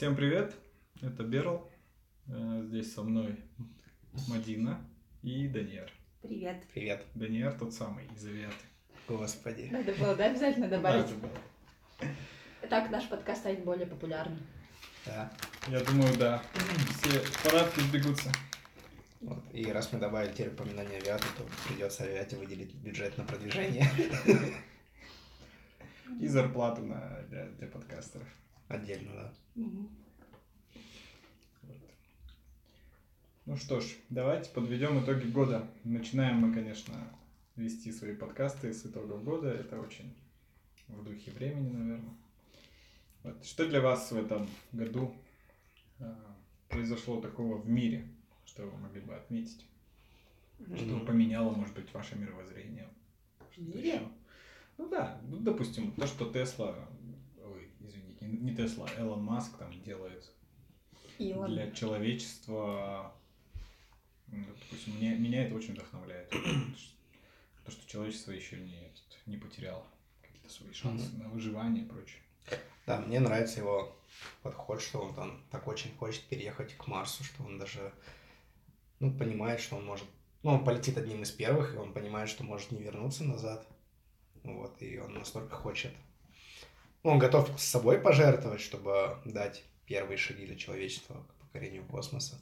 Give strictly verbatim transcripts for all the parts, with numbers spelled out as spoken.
Всем привет, это Берл, Э, здесь со мной Мадина и Даниэр. Привет. Привет. Даниэр тот самый из Авиаты. Господи. Надо было, да, обязательно добавить? Да, да, да. Так наш подкаст станет более популярным. Да. Я думаю, да. Все фанатки сбегутся. Вот. И раз мы добавили теперь упоминание Авиаты, то придется Авиате выделить бюджет на продвижение. И зарплату на, для, для подкастеров. Отдельно, да. Угу. Вот. Ну что ж, давайте подведем итоги года. Начинаем мы, конечно, вести свои подкасты с итогов года. Это очень в духе времени, наверное. Вот. Что для вас в этом году э, произошло такого в мире, что вы могли бы отметить? Что Mm-hmm. поменяло, может быть, ваше мировоззрение? В мире? Еще? Ну да, ну, допустим, то, что Тесла, ой, извините, не Тесла, Элон Маск там делает Илон. для человечества, ну, допустим, меня, меня это очень вдохновляет. То, что человечество еще не, не потеряло какие-то свои шансы mm-hmm. на выживание и прочее. Да, мне нравится его подход, что он там так очень хочет переехать к Марсу, что он даже, ну, понимает, что он может, ну, он полетит одним из первых, и он понимает, что может не вернуться назад, вот, и он настолько хочет, ну, он готов с собой пожертвовать, чтобы дать первые шаги для человечества к покорению космоса.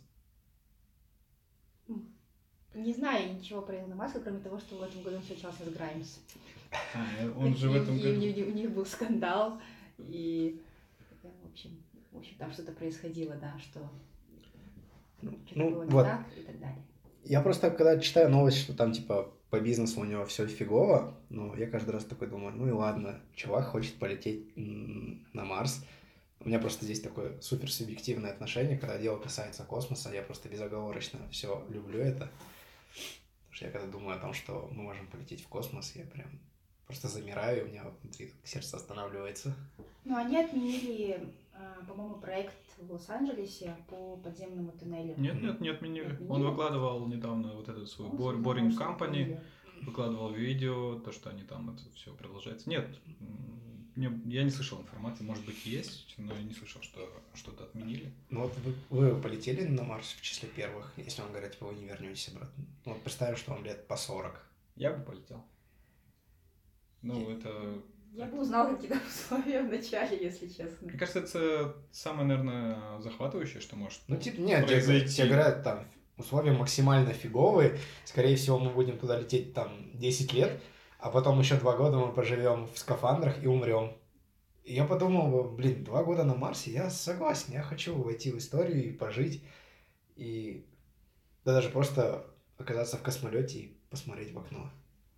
Не знаю ничего про Илона Маска, кроме того, что в этом году он встречался с Граймс. А, он же в этом и, году... И, и, у них был скандал, и, в общем, в общем, там что-то происходило, да, что ну, что-то ну, было не вот. так и так далее. Я просто, когда читаю новость, что там, типа, по бизнесу у него все фигово, ну, я каждый раз такой думаю, ну и ладно, чувак хочет полететь на Марс. У меня просто здесь такое супер субъективное отношение, когда дело касается космоса, я просто безоговорочно все люблю это. Потому что я когда думаю о том, что мы можем полететь в космос, я прям просто замираю, и у меня внутри сердце останавливается. Ну, они отменили, по-моему, проект в Лос-Анджелесе по подземному туннелю. Нет, нет, не отменили. Не отменили? Он выкладывал недавно вот этот свой Boring Company, выкладывал видео, то, что они там это все продолжается. Нет, не, я не слышал информации, может быть, есть, но я не слышал, что что-то отменили. Ну вот вы, вы полетели на Марс в числе первых, если вам говорят, типа, вы не вернетесь обратно. Ну вот представим, что вам лет по сорок. Я бы полетел. Ну, это... Я бы узнала какие-то условия в начале, если честно. Мне кажется, это самое, наверное, захватывающее, что может ну, типа, нет, произойти. Тебе говорят, там, условия максимально фиговые, скорее всего, мы будем туда лететь, там, десять лет, а потом еще два года мы поживем в скафандрах и умрем. И я подумал, блин, два года на Марсе, я согласен, я хочу войти в историю и пожить, и да, даже просто оказаться в космолете и посмотреть в окно.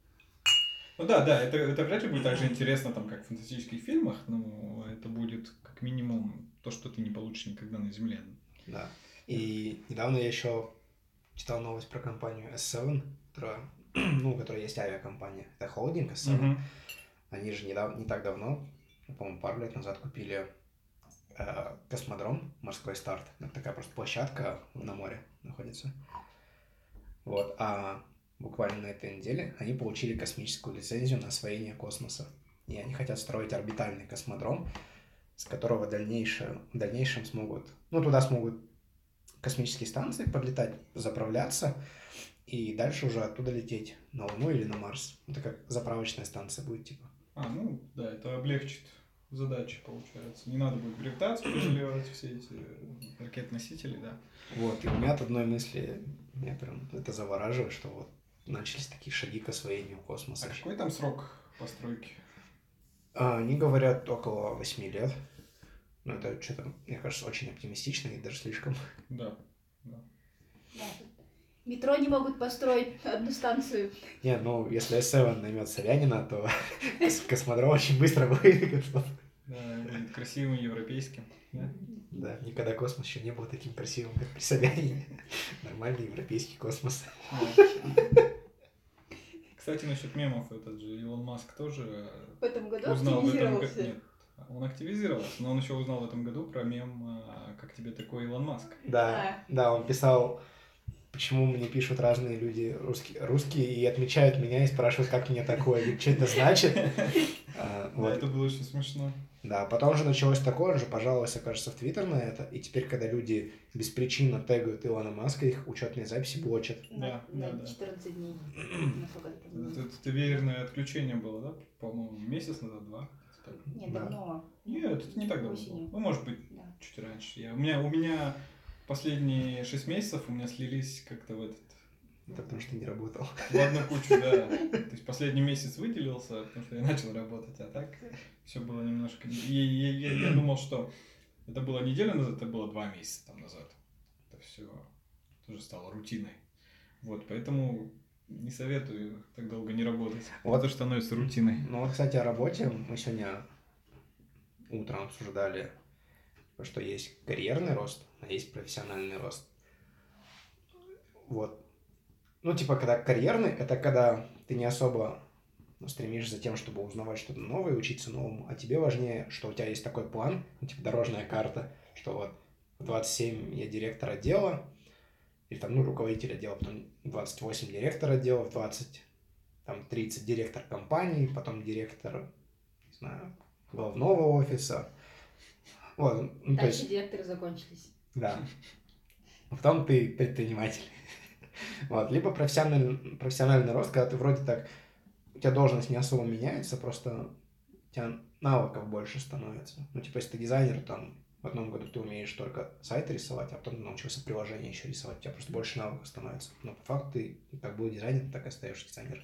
Ну да, да, это, это вряд ли будет так же интересно, там, как в фантастических фильмах, но это будет как минимум то, что ты не получишь никогда на Земле. Да. И недавно я еще читал новость про компанию эс семь, которая, ну, у которой есть авиакомпания. Это холдинг эс семь. Uh-huh. Они же недавно, не так давно, по-моему, пару лет назад купили э, космодром, морской старт. Это такая просто площадка на море находится. Вот. А буквально на этой неделе они получили космическую лицензию на освоение космоса. И они хотят строить орбитальный космодром, с которого в дальнейшем, в дальнейшем смогут, ну, туда смогут космические станции подлетать, заправляться, и дальше уже оттуда лететь на Луну или на Марс. Это как заправочная станция будет, типа. А, ну, да, это облегчит задачи, получается. Не надо будет гравитацию заливать, все эти ракет-носители, да. Вот, и у меня от одной мысли, меня прям это завораживает, что вот начались такие шаги к освоению космоса. А какой там срок постройки? А, они говорят около восьми лет. Ну, это что-то, мне кажется, очень оптимистично и даже слишком. Да, да. Да. Метро не могут построить одну станцию. Не, ну, если эс семь наймет Собянина, то космодром очень быстро будет готов. Да, будет красивым европейским. Да? Да, никогда космос еще не был таким красивым, как при Собянине. Нормальный европейский космос. Кстати, насчет мемов, этот же Илон Маск тоже в этом году узнал активизировался. В этом... Нет, он активизировался, но он еще узнал в этом году про мем «Как тебе такой Илон Маск?». Да, да, он писал почему мне пишут разные люди русские, русские и отмечают меня и спрашивают, как мне такое, говорит, что это значит. А, Да, вот. это было очень смешно. Да, потом же началось такое, он же пожаловался, кажется, в Твиттер на это, и теперь, когда люди беспричинно тегают Илона Маска, их учетные записи блочат. Да, На, да, на да. четырнадцать дней. Насколько это Это, помню. это, это веерное отключение было, да? По-моему, месяц назад, два. Нет, Да. давно. Нет, это не так давно было. Осенью. Ну, может быть, Да. чуть раньше. Я, у, меня, у меня последние шесть месяцев у меня слились как-то в этот... Это потому что не работал. В одну кучу, да. То есть последний месяц выделился, потому что я начал работать, а так все было немножко... И я, я, я думал, что это было неделю назад, это было два месяца там назад. Это все тоже стало рутиной. Вот, поэтому не советую так долго не работать. Вот. Это становится рутиной. Ну вот, кстати, о работе мы сегодня утром обсуждали, что есть карьерный рост, а есть профессиональный рост. Вот. Ну, типа, когда карьерный, это когда ты не особо ну, стремишься за тем, чтобы узнавать что-то новое, учиться новому, а тебе важнее, что у тебя есть такой план, ну, типа, дорожная карта, что вот в двадцать семь я директор отдела, или там, ну, руководитель отдела, потом двадцать восемь директор отдела, в двадцать, там, тридцать директор компании, потом директор, не знаю, главного офиса. Вот, ну, то Дальше есть, директоры закончились. да. А потом ты предприниматель. Вот. Либо профессиональный, профессиональный рост, когда ты вроде так, у тебя должность не особо меняется, просто у тебя навыков больше становится. Ну, типа, если ты дизайнер, там, в одном году ты умеешь только сайты рисовать, а потом ты научился приложение еще рисовать, у тебя просто больше навыков становится. Но по факту ты как был дизайнер, так и остаешься дизайнером.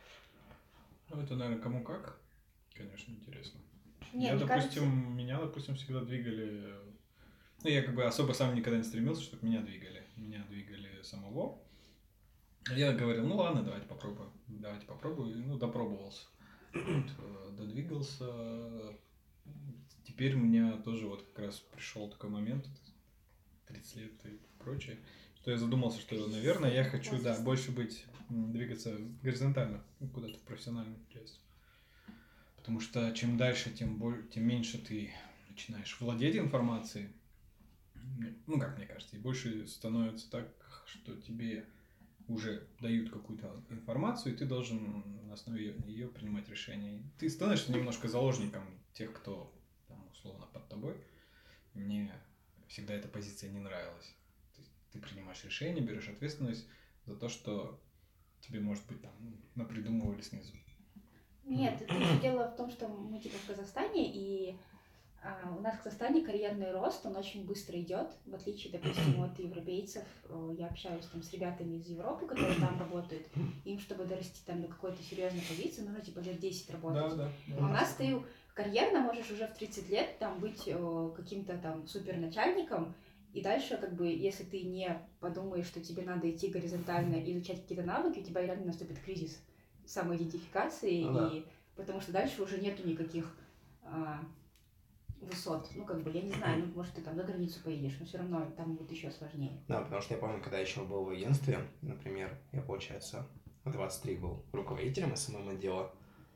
Ну, это, наверное, кому как. Конечно, интересно. Не, я, мне допустим, кажется- меня, допустим, всегда двигали... Ну, я как бы особо сам никогда не стремился, чтобы меня двигали. Меня двигали самого. Я говорил, ну ладно, давайте попробуем. Давайте попробуем. Ну, допробовался. Вот, э, додвигался. Теперь у меня тоже вот как раз пришел такой момент, тридцать лет и прочее, что я задумался, что, наверное, я хочу, да, больше быть, м, двигаться горизонтально, ну, куда-то в профессиональную часть. Потому что чем дальше, тем, боль, тем меньше ты начинаешь владеть информацией. Ну, как мне кажется, и больше становится так, что тебе уже дают какую-то информацию, и ты должен на основе ее принимать решения. Ты становишься немножко заложником тех, кто там, условно под тобой. Мне всегда эта позиция не нравилась. То есть ты принимаешь решение, берешь ответственность за то, что тебе, может быть, там напридумывали снизу. Нет, тут же дело в том, что мы типа в Казахстане, и а, у нас в Казахстане карьерный рост, он очень быстро идет, в отличие, допустим, от европейцев. Э, Я общаюсь там с ребятами из Европы, которые там работают. Им, чтобы дорасти там до какой-то серьезной позиции, нужно типа лет десять работать. Да, да. А у нас ты карьерно можешь уже в тридцать лет там быть э, каким-то там суперначальником, и дальше, как бы, если ты не подумаешь, что тебе надо идти горизонтально и изучать какие-то навыки, у тебя реально наступит кризис самоидентификации, Ну да. и потому что дальше уже нету никаких а, высот. Ну, как бы, я не знаю, ну, может, ты там за границу поедешь, но все равно там будет еще сложнее. Да, потому что я помню, когда я еще был в агентстве, например, я, получается, в двадцать три был руководителем эс эм эм отдела.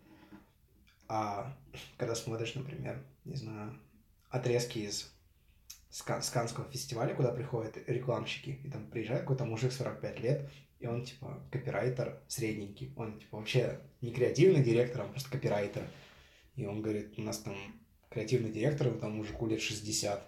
А когда смотришь, например, не знаю, отрезки из Ска- Сканского фестиваля, куда приходят рекламщики, и там приезжает какой-то мужик сорок пять лет, и он, типа, копирайтер средненький. Он, типа, вообще не креативный директор, а просто копирайтер. И он говорит, у нас там креативный директор, там мужику лет шестьдесят.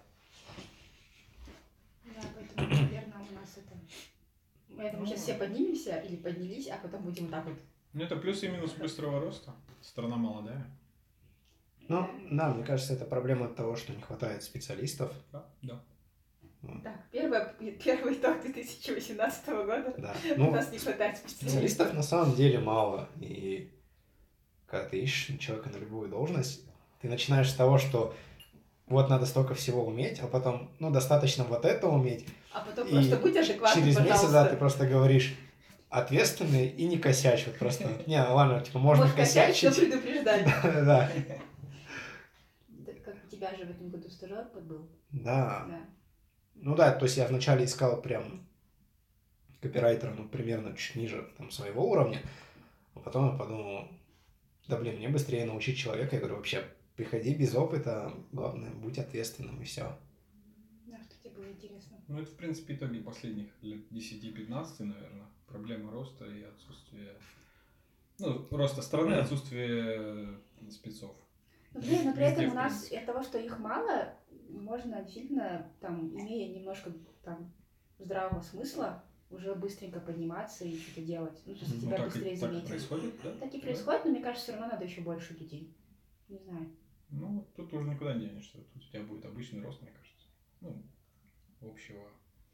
Да, поэтому, наверное, у нас это... Поэтому сейчас все поднимемся или поднялись, а потом будем вот так вот. Ну, это плюс и минус быстрого роста. Страна молодая. Ну, да, мне кажется, это проблема того, что не хватает специалистов. Да, да. Так, первое, первый итог две тысячи восемнадцатого года. Да. У Ну, нас не хватает специалистов. специалистов на самом деле мало. И когда ты ищешь человека на любую должность, ты начинаешь с того, что вот надо столько всего уметь, а потом, ну, достаточно вот это уметь. А потом И просто будь адекватным, через пожалуйста. месяц, да, ты просто говоришь ответственный и не косячь. Вот просто, не, ладно, типа, можно Можешь косячить, но косячить. предупреждать. Да, Как у тебя же в этом году стажер был. да. Да. Ну да, то есть я вначале искал прям копирайтера, ну, примерно чуть ниже там своего уровня, а потом я подумал, да блин, мне быстрее научить человека. Я говорю, вообще, приходи без опыта, главное, будь ответственным и все. Да, что тебе было интересно. Ну, это, в принципе, итоги последних лет десяти-пятнадцати, наверное. Проблема роста и отсутствие... Ну, роста страны, отсутствие спецов. Ну, блин, но при Везде, этом у в нас принципе. от того, что их мало, можно действительно, там, имея немножко там здравого смысла, уже быстренько подниматься и что-то делать. Ну, то есть Ну, тебя так быстрее и, так и заметят. происходит, да? Так и Да? происходит, но мне кажется, все равно надо еще больше людей. Не знаю. Ну, тут уже никуда не денешься. Тут у тебя будет обычный рост, мне кажется. Ну, общего...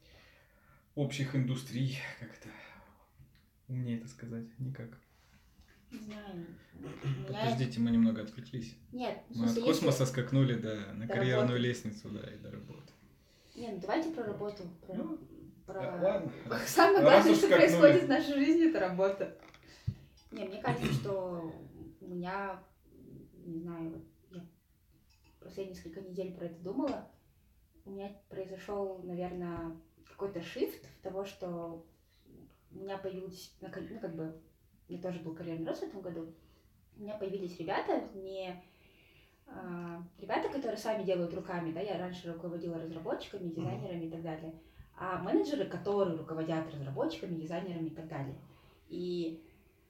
Общих индустрий, как это... Умнее это сказать, никак. Не знаю. У меня- Подождите, мы немного отвлеклись. Нет, в Мы от смысле, космоса если... скакнули, да, на До карьерную работы. лестницу, да, и до работы. Не, ну давайте про работу. Про... Ну, про... да, ладно. Самое Раз главное, уж что скакнули. происходит в нашей жизни, это работа. Не, мне кажется, что у меня, не знаю, вот я последние несколько недель про это думала, у меня произошел, наверное, какой-то шифт того, что у меня появилась, ну как бы, у меня тоже был карьерный рост в этом году, у меня появились ребята, не а, ребята, которые сами делают руками, да, я раньше руководила разработчиками, дизайнерами и так далее, а менеджеры, которые руководят разработчиками, дизайнерами и так далее. И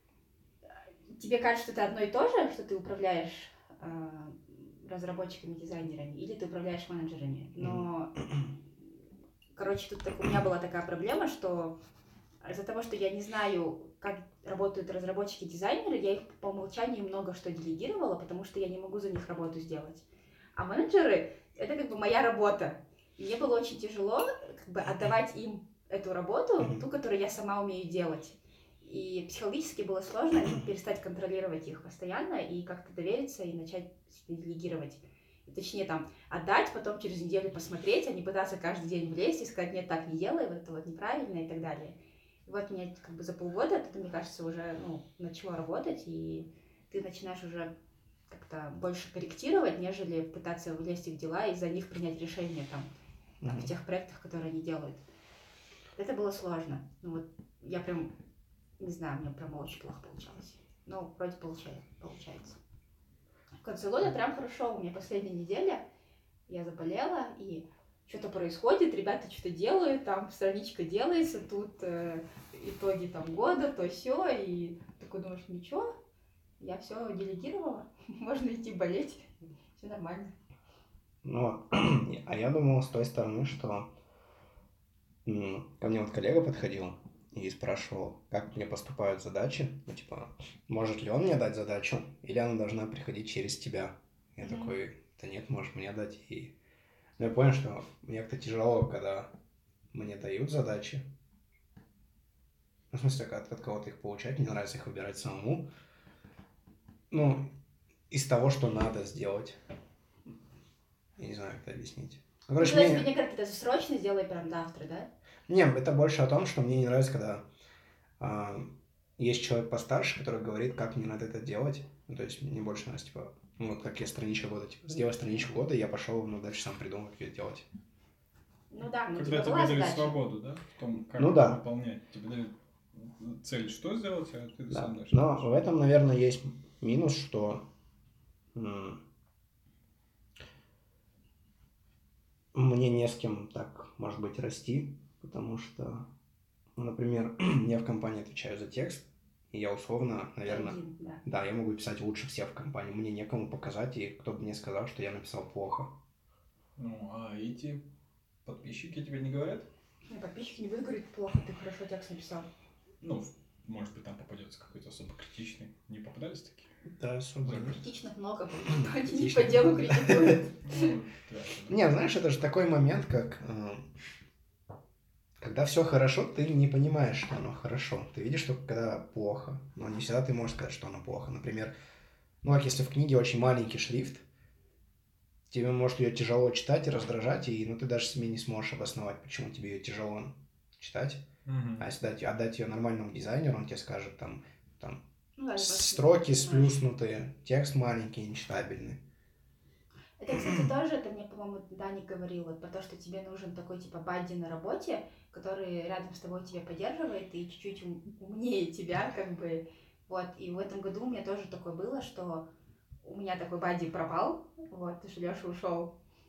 тебе кажется, что это одно и то же, что ты управляешь а, разработчиками, дизайнерами, или ты управляешь менеджерами. Но, короче, тут так, у меня была такая проблема, что из-за того, что я не знаю, как работают разработчики, дизайнеры, я их по умолчанию много что делегировала, потому что я не могу за них работу сделать. А менеджеры — это как бы моя работа. И мне было очень тяжело как бы отдавать им эту работу, ту, которую я сама умею делать. И психологически было сложно перестать контролировать их постоянно и как-то довериться и начать делегировать. И, точнее, там, отдать, потом через неделю посмотреть, а не пытаться каждый день влезть и сказать: нет, так не делай, вот это вот неправильно и так далее. И вот мне как бы за полгода это, мне кажется, уже ну, начало работать, и ты начинаешь уже как-то больше корректировать, нежели пытаться влезть в их дела и за них принять решение там, там в тех проектах, которые они делают. Это было сложно. Ну вот я прям, не знаю, мне прям очень плохо получалось. Но вроде получается. получается. В конце года прям хорошо. У меня последняя неделя, я заболела, и что-то происходит, ребята что-то делают, там страничка делается, тут э, итоги там года, то все, и такой думаешь, ничего, я все делегировала, можно идти болеть, все нормально. Ну, а я думал с той стороны, что м, ко мне вот коллега подходил и спрашивал, как мне поступают задачи, ну, типа, может ли он мне дать задачу, или она должна приходить через тебя. Я Мгм. такой, да нет, можешь мне дать. И ну, я понял, что мне как-то тяжело, когда мне дают задачи. Ну, в смысле, от, от кого-то их получать, мне нравится их выбирать самому. Ну, из того, что надо сделать. Я не знаю, как это объяснить. Ну, Ну, короче, то есть мне... мне кажется, это срочно сделай прям завтра, да? Не, это больше о том, что мне не нравится, когда а, есть человек постарше, который говорит, как мне надо это делать. Ну, то есть мне больше нравится, типа, ну, вот как я страничка года, типа, сделай страничку года, и я пошел, ну, дальше сам придумал, как ее делать. Ну да, ну Когда типа тебе была дают задача. свободу, да, в том, как Ну это да. выполнять. Тебе дают цель, что сделать, а ты Да. сам дальше. Но в этом, наверное, есть минус, что м, мне не с кем так, может быть, расти, потому что, ну, например, я в компании отвечаю за текст, и я условно, наверное, Один, да. да, я могу писать лучше всех в компании, мне некому показать, и кто бы мне сказал, что я написал плохо. Ну, а эти подписчики тебе не говорят? Ну, подписчики не будут говорить, плохо, ты хорошо текст написал. Ну, может быть, там попадется какой-то особо критичный. Не попадались такие? Да, особо нет. Критичных много, они не Критичных по делу много. критикуют. Ну, да, да. Не, знаешь, это же такой момент, как э, когда все хорошо, ты не понимаешь, что оно хорошо. Ты видишь только когда плохо. Но не всегда ты можешь сказать, что оно плохо. Например, ну как если в книге очень маленький шрифт, тебе может ее тяжело читать и раздражать, и ну ты даже себе не сможешь обосновать, почему тебе ее тяжело читать. Мгм. А если дать, отдать ее нормальному дизайнеру, он тебе скажет там, там Ну, да, я просто строки не понимаю. сплюснутые, текст маленький, нечитабельный. Это, кстати, тоже, это мне, по-моему, Даник говорил, вот, про то, что тебе нужен такой, типа, бадди на работе, который рядом с тобой тебя поддерживает и чуть-чуть ум- умнее тебя, как бы, вот, и в этом году у меня тоже такое было, что у меня такой бадди пропал, вот, потому что Лёша ушел,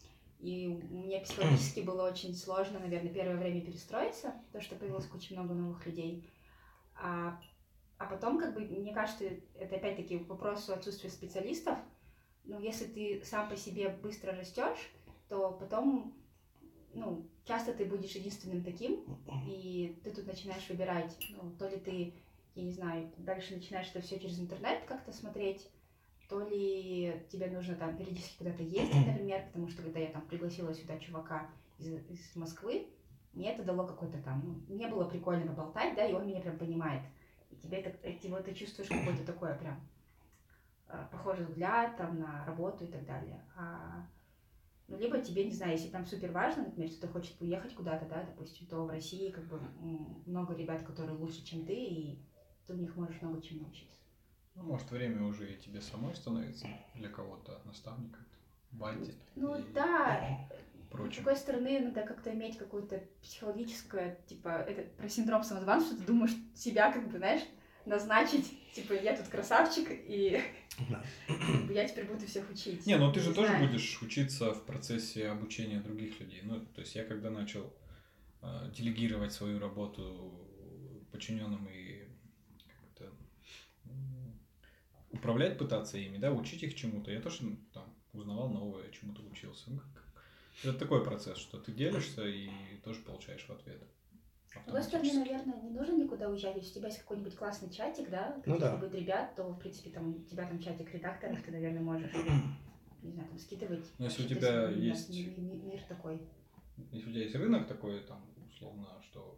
И мне психологически было очень сложно, наверное, первое время перестроиться, потому что появилось куча много новых людей. А, а потом, как бы, мне кажется, это опять-таки к вопросу отсутствия специалистов. Ну, если ты сам по себе быстро растешь, то потом, ну, часто ты будешь единственным таким, и ты тут начинаешь выбирать, ну, то ли ты, я не знаю, дальше начинаешь это все через интернет как-то смотреть, то ли тебе нужно там периодически куда-то ездить, например, потому что когда я там пригласила сюда чувака из, из Москвы, мне это дало какой-то там, ну, мне было прикольно поболтать, да, и он меня прям понимает. И тебе это, ты, вот, ты чувствуешь какое-то такое прям э, похожий взгляд там на работу и так далее. А, ну, либо тебе, не знаю, если там супер важно, например, что ты хочешь уехать куда-то, да, допустим, то в России как бы м, много ребят, которые лучше, чем ты, и ты у них можешь много чему научиться. Ну, может, время уже и тебе самой становится для кого-то наставником, бати. Ну и да, прочим. с другой стороны, надо как-то иметь какое-то психологическое, типа, это про синдром самозванца, что ты думаешь себя, как бы, знаешь, назначить, типа, я тут красавчик, и Да. как бы, я теперь буду всех учить. Не, ну ты же Не тоже знаю. будешь учиться в процессе обучения других людей. Ну, то есть я когда начал э, делегировать свою работу подчиненным и как-то м, управлять пытаться ими, да, учить их чему-то, я тоже ну, там узнавал новое, чему-то учился. Ну, как- это такой процесс, что ты делишься и тоже получаешь в ответ. С другой стороны, Автоматически. наверное, не нужно никуда уезжать. Если у тебя есть какой-нибудь классный чатик, да, Ну да. каких-нибудь ребят, то, в принципе, там у тебя там чатик редакторов, ты, наверное, можешь, не знаю, там скидывать. Но если у Вообще-то тебя у нас есть- ми- ми- мир такой. Если у тебя есть рынок такой, там, условно, что,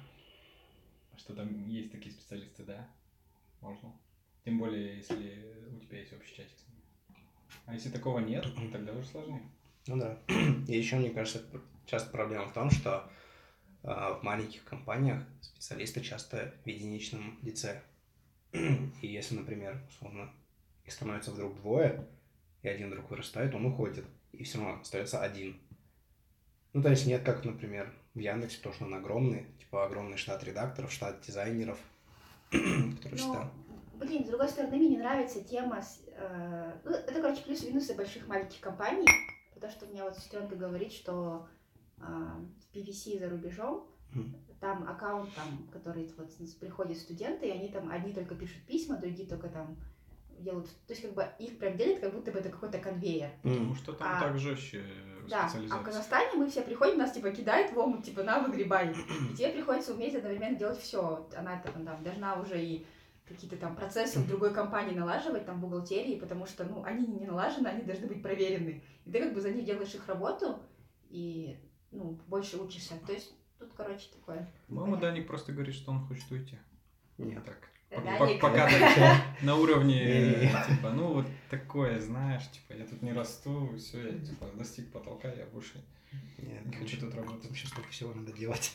что там есть такие специалисты, да, можно. Тем более, если у тебя есть общий чатик с ними. А если такого нет, тогда уже сложнее. Ну да. И еще, мне кажется, часто проблема в том, что э, в маленьких компаниях специалисты часто в единичном лице. И если, например, условно, их становится вдруг двое, и один вдруг вырастает, он уходит, и все равно остается один. Ну, то есть нет, как, например, в Яндексе, потому что он огромный, типа огромный штат редакторов, штат дизайнеров, которые Ну, всегда... блин, с другой стороны, мне не нравится тема... с, э, ну, это, короче, плюсы-минусы больших маленьких компаний. Потому что у меня вот сестренка говорит, что э, в пи ви си за рубежом Мгм. там аккаунт, там, который вот с- приходят студенты, и они там одни только пишут письма, другие только там делают... То есть как бы их прям делят, как будто бы это какой-то конвейер. Потому что там А, так жестче Да, а в специализация. Казахстане мы все приходим, нас типа кидают в омут, типа на, выгребай. И тебе приходится уметь одновременно делать все. Она там, там должна уже и какие-то там процессы в другой компании налаживать, там, в бухгалтерии, потому что, ну, они не налажены, они должны быть проверены. И ты как бы за них делаешь их работу, и, ну, больше учишься. То есть тут, короче, такое... По-моему, непонятно. Даник просто говорит, что он хочет уйти. Нет. Так. Да, Пока- Даник. Пока так, на уровне, Не-не-не. типа, ну вот такое, знаешь, типа, я тут не расту, все, я типа достиг потолка, я больше Нет, не хочу тут работать. Вообще столько всего надо делать.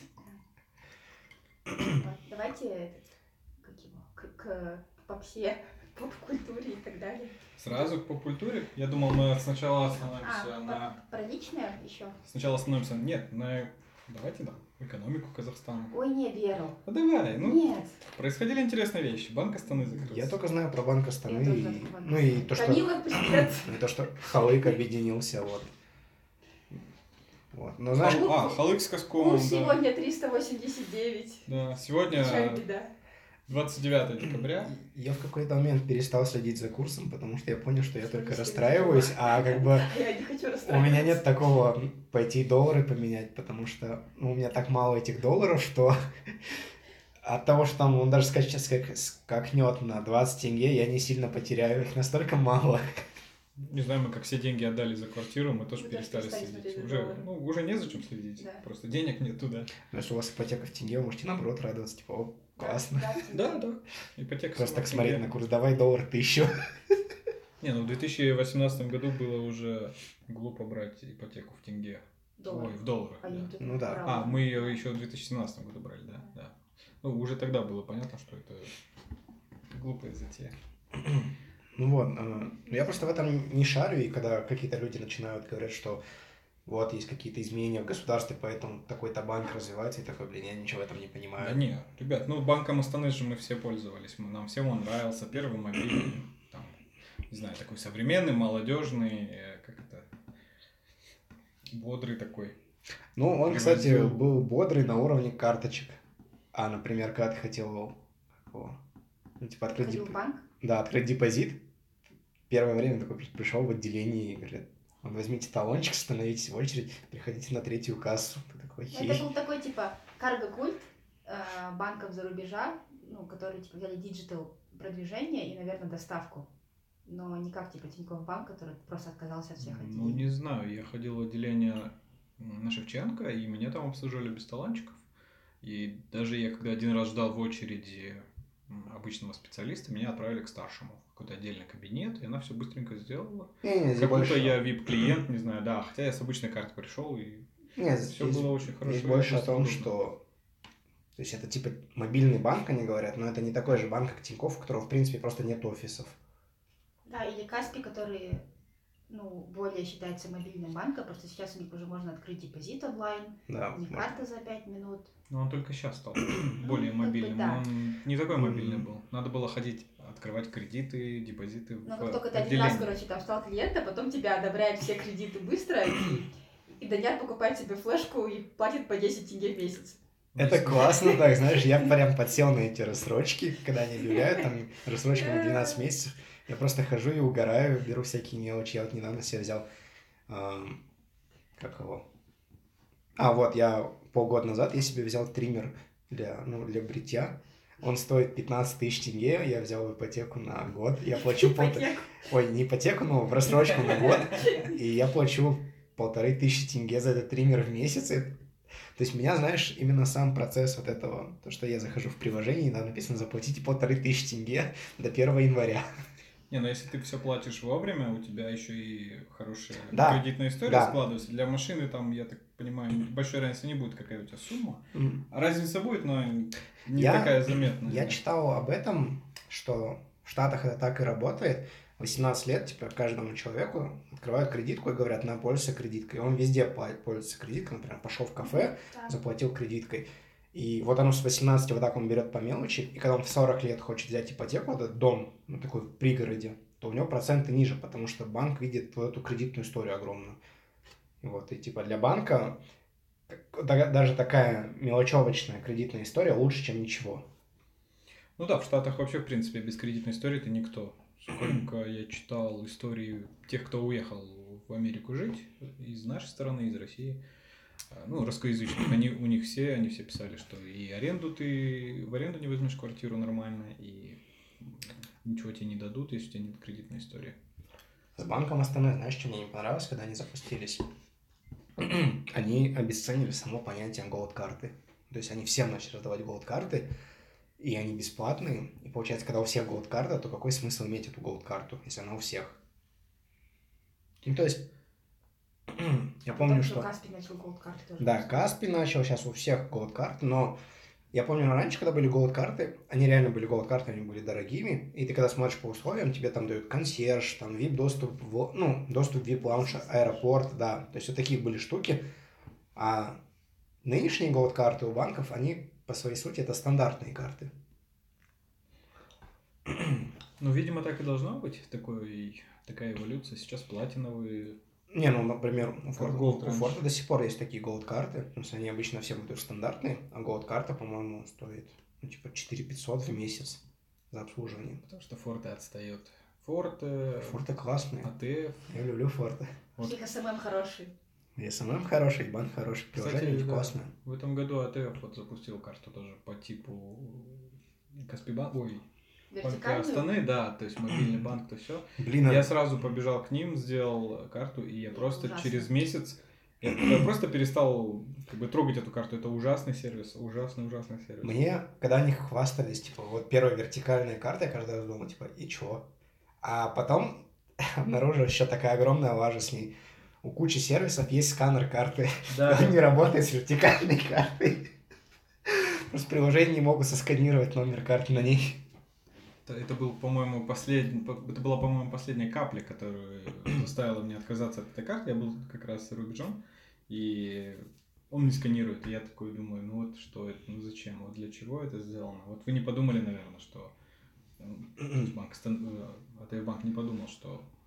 Вот, давайте этот, как его, к, к попсе, поп-культуре и так далее. Сразу к поп-культуре? Я думал, мы сначала А, остановимся на... по- про личное еще? Сначала остановимся... Нет, на... Давайте, да, экономику Казахстана. Ой, не, Беру. Ну давай, ну, Нет. происходили интересные вещи. Банк Астаны закрылся. Я только знаю про Банк Астаны, Я тоже и... знаю про Банк ну и то, что... Камила, привет. И то, что Халык объединился, вот. Вот. Но Хал- знаешь, А, Халык с Каском, Курс да. сегодня триста восемьдесят девять. Да, сегодня Печаль, беда. двадцать девятое декабря. я в какой-то момент перестал следить за курсом, потому что я понял, что я Что только не расстраиваюсь, а как бы Я не хочу у расстраиваться. меня нет такого пойти доллары поменять, потому что ну, у меня так мало этих долларов, что от того, что там он даже скач- скак- скакнет на двадцать тенге, я не сильно потеряю, их настолько мало. Не знаю, мы как все деньги отдали за квартиру, мы тоже Мы тоже перестали перестали следить. смотреть за Уже, долларом. ну, уже незачем следить. Да. Просто денег нет туда. Но если у вас ипотека в тенге, вы можете наоборот радоваться, типа, о, классно. Да, да. Ипотека Просто так сорок смотреть тенге. на курс, давай доллар тысячу. Не, ну в две тысячи восемнадцатом году было уже глупо брать ипотеку в тенге. Доллар. Ой, в долларах, А я да. тут Ну да. брала. А, мы ее еще в две тысячи семнадцатом году брали, да, да. Ну, уже тогда было понятно, что это глупая затея. Ну вот, э, я просто в этом не шарю, и когда какие-то люди начинают говорить, что вот есть какие-то изменения в государстве, поэтому такой-то банк развивается, и такой, блин, я ничего в этом не понимаю. Да не, ребят, ну банком Астаны же мы все пользовались, мы, нам всем он нравился, первый мобильный, там, не знаю, такой современный, молодежный, э, как это, бодрый такой. Ну, он, кстати, Привозил. был бодрый на уровне карточек. А, например, когда ты хотел о, ну, типа, открыть, Ходил деп- в банк? да, открыть депозит, первое время такой при- пришел в отделение и говорит, «Вот возьмите талончик, становитесь в очередь, приходите на третью кассу». Ты такой, Ну, это «Хей». был такой, типа, карго-культ э, банков за рубежа, ну, которые, типа, взяли диджитал продвижение и, наверное, доставку. Но не как, типа, Тинькофф банк, который просто отказался от всех Ну, отделений. не знаю, я ходил в отделение м, на Шевченко, и меня там обслуживали без талончиков. И даже я, когда один раз ждал в очереди м, обычного специалиста, меня отправили к старшему в какой-то отдельный кабинет, и она все быстренько сделала. Не-не, здесь Как будто больше... я вип-клиент, не знаю, да, хотя я с обычной карты пришел, и Нет, все здесь, было очень хорошо. здесь и больше о быстро, том, удобно. что... То есть это типа мобильный банк, они говорят, но это не такой же банк, как Тинькофф, у которого, в принципе, просто нет офисов. Да, или Каспий, который, ну, более считается мобильным банком, просто сейчас у них уже можно открыть депозит онлайн, Да, у них можно. карта за пять минут. Но он только сейчас стал более как бы мобильным. да. Он не такой мобильный М. был. Надо было ходить, открывать кредиты, депозиты Но в как только ты один раз, отделении. короче, там стал клиентом, потом тебя одобряют все кредиты быстро, и, и Даняр покупает себе флешку и платит по десять тенге в месяц. Это Если- классно, так, знаешь, я прям подсел на эти рассрочки, когда они объявляют, там, рассрочка на двенадцать месяцев, я просто хожу и угораю, беру всякие мелочи, я вот недавно себе взял, эм, как его, а, вот, я полгода назад я себе взял триммер для, ну, для бритья, он стоит пятнадцать тысяч тенге, я взял в ипотеку на год, я плачу полторы, Ипотеку. ой, не ипотеку, но в рассрочку на год, и я плачу полторы тысячи тенге за этот триммер в месяц, и то есть меня, знаешь, именно сам процесс вот этого, то, что я захожу в приложение, и там написано «заплатите полторы тысячи тенге до первого января». Не, ну если ты все платишь вовремя, у тебя еще и хорошая Да, кредитная история да. складывается. Для машины там, я так понимаю, большой разницы не будет, какая у тебя сумма. М. Разница будет, но не Я- такая заметная. Я читал об этом, что в Штатах это так и работает. восемнадцать лет, типа, каждому человеку открывают кредитку и говорят, на, пользуйся кредиткой. И он везде пла- пользуется кредиткой, например, пошел в кафе, Да. заплатил кредиткой. И вот оно с восемнадцати вот так он берет по мелочи, и когда он в сорок лет хочет взять ипотеку, этот дом, ну, такой в пригороде, то у него проценты ниже, потому что банк видит твою эту кредитную историю огромную. И вот, и типа для банка так- да- даже такая мелочевочная кредитная история лучше, чем ничего. Ну да, в Штатах вообще, в принципе, без кредитной истории ты никто. Сколько я читал истории тех, кто уехал в Америку жить, из нашей стороны, из России, а, ну, русскоязычных, они, у них все, они все писали, что и аренду ты, в аренду не возьмешь квартиру нормально, и ничего тебе не дадут, если у тебя нет кредитной истории. С банком Астаны, знаешь, что мне не понравилось, когда они запустились? Они обесценили само понятие голд-карты. То есть они всем начали раздавать голд-карты, и они бесплатные. И получается, когда у всех голд-карта, то какой смысл иметь эту голд-карту, если она у всех? Ну, то есть, я помню, Потом что... еще Каспий начал голд-карты тоже. Да, пускать. Каспий начал, сейчас у всех голд-карты, но я помню раньше, когда были голд-карты, они реально были голд-карты, они были дорогими, и ты когда смотришь по условиям, тебе там дают консьерж, там вип-доступ, в, ну, доступ в вип-лаунж, аэропорт, да, то есть вот такие были штуки, а нынешние голд-карты у банков, они по своей сути это стандартные карты. Ну, видимо, так и должно быть, такой, такая эволюция. Сейчас платиновые. Не, ну, например, у Как Форда, Gold у раньше. Форда до сих пор есть такие голд-карты, то есть они обычно все будут стандартные, а голд-карта, по-моему, стоит, ну, типа, четыре тысячи пятьсот в месяц за обслуживание. Потому что Форд отстает. Форд, э, Форты классные. АТФ. Я люблю Форты. У них эс эм эм хороший. И эс эм эм хороший, и банк хороший, приложение Кстати, эти да, классное. в этом году АТФ вот запустил карту тоже по типу Каспийбанк, ой, Банка Вертикальную. Астаны, да, то есть мобильный банк, то все. Блин, Я а- сразу побежал к ним, сделал карту, и я просто Ужасно. через месяц, я, я просто перестал как бы трогать эту карту. Это ужасный сервис, ужасный, ужасный сервис. мне, когда они хвастались, типа, вот первая вертикальная карта, я каждый раз думал, типа, и чё? А потом обнаружил еще такая огромная лажа с ней. У кучи сервисов есть сканер карты, Да, он не работает с вертикальной картой. Просто приложения не могут сосканировать номер карты на ней. это, это был, по-моему, последний, это была, по-моему, последняя капля, которая заставила меня отказаться от этой карты. Я был как раз за рубежом, и он не сканирует. И я такой думаю, ну вот что это, ну зачем, вот для чего это сделано? Вот вы не подумали, наверное, что э, то есть банк, Стан- э, АТФ банк не подумал, что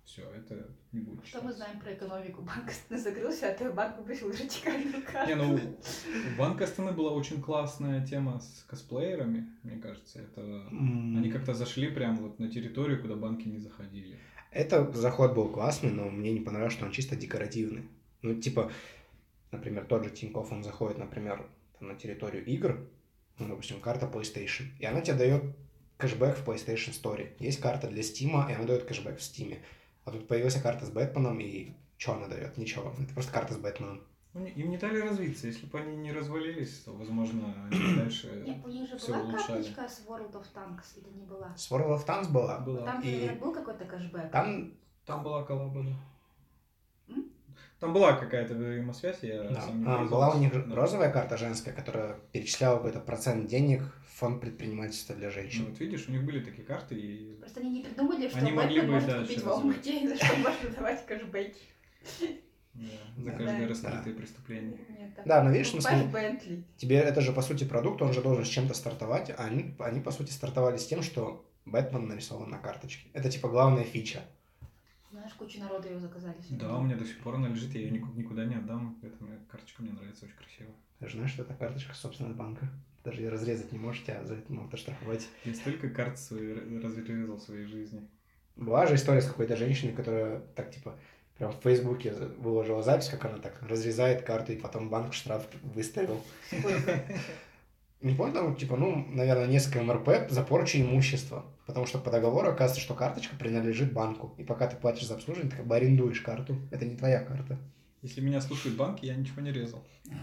все, это не будет Что мы считаться. знаем про экономику? Банк Астаны закрылся, а твой банк выбросил вертикальную карту. Не, ну, у Банка Астаны была очень классная тема с косплеерами, мне кажется. Это М, они как-то зашли прям вот на территорию, куда банки не заходили. Это заход был классный, но мне не понравилось, что он чисто декоративный. Ну, типа, например, тот же Тинькофф, он заходит, например, там, на территорию игр, ну, допустим, карта PlayStation, и она тебе дает кэшбэк в PlayStation Store. Есть карта для Steam, и она дает кэшбэк в Steam. А тут появилась карта с Бэтменом, и что она дает? Ничего. Это просто карта с Бэтменом. Ну, не- им не дали развиться. Если бы они не развалились, то, возможно, они дальше Нет, у них же все была улучшали. карточка с World of Tanks или не была? С World of Tanks была. Была. Там же, И- наверное, был какой-то кэшбэк. Там, Там была коллаба, да. М? Там была какая-то взаимосвязь, я да, сам не а, пользовался. была у них Да. розовая карта женская, которая перечисляла какой-то процент денег в фонд предпринимательства для Ну, женщин. вот видишь, у них были такие карты, и Просто они не придумали, что Они могли Бэтмен бы может дальше купить в развивать. Алмате, за что можно давать кэшбэки. да, за Да. каждое Да. раскрытое преступление. Нет, так, Да, но видишь, в покупаешь смысле, Бентли. тебе это же, по сути, продукт, он же должен с чем-то стартовать, а они, они, по сути, стартовали с тем, что Бэтмен нарисован на карточке. Это, типа, главная фича. Знаешь, кучу народу ее заказали. себе. Да, у меня до сих пор она лежит, я ее никуда, никуда не отдам. Эта моя карточка мне нравится, очень красиво. Ты же знаешь, что это карточка собственного банка? Даже ее разрезать не можете, а за это могут оштрафовать. Я столько карт свои р- разрезал в своей жизни. Была же история с какой-то женщиной, которая так, типа, прям в Фейсбуке выложила запись, как она так разрезает карту, и потом банк штраф выставил. Сколько? Не помню, там, типа, ну, наверное, несколько эм эр пэ за порчу имущества. Потому что по договору оказывается, что карточка принадлежит банку. И пока ты платишь за обслуживание, ты как бы арендуешь карту. Это не твоя карта. Если меня слушают банки, я ничего не резал.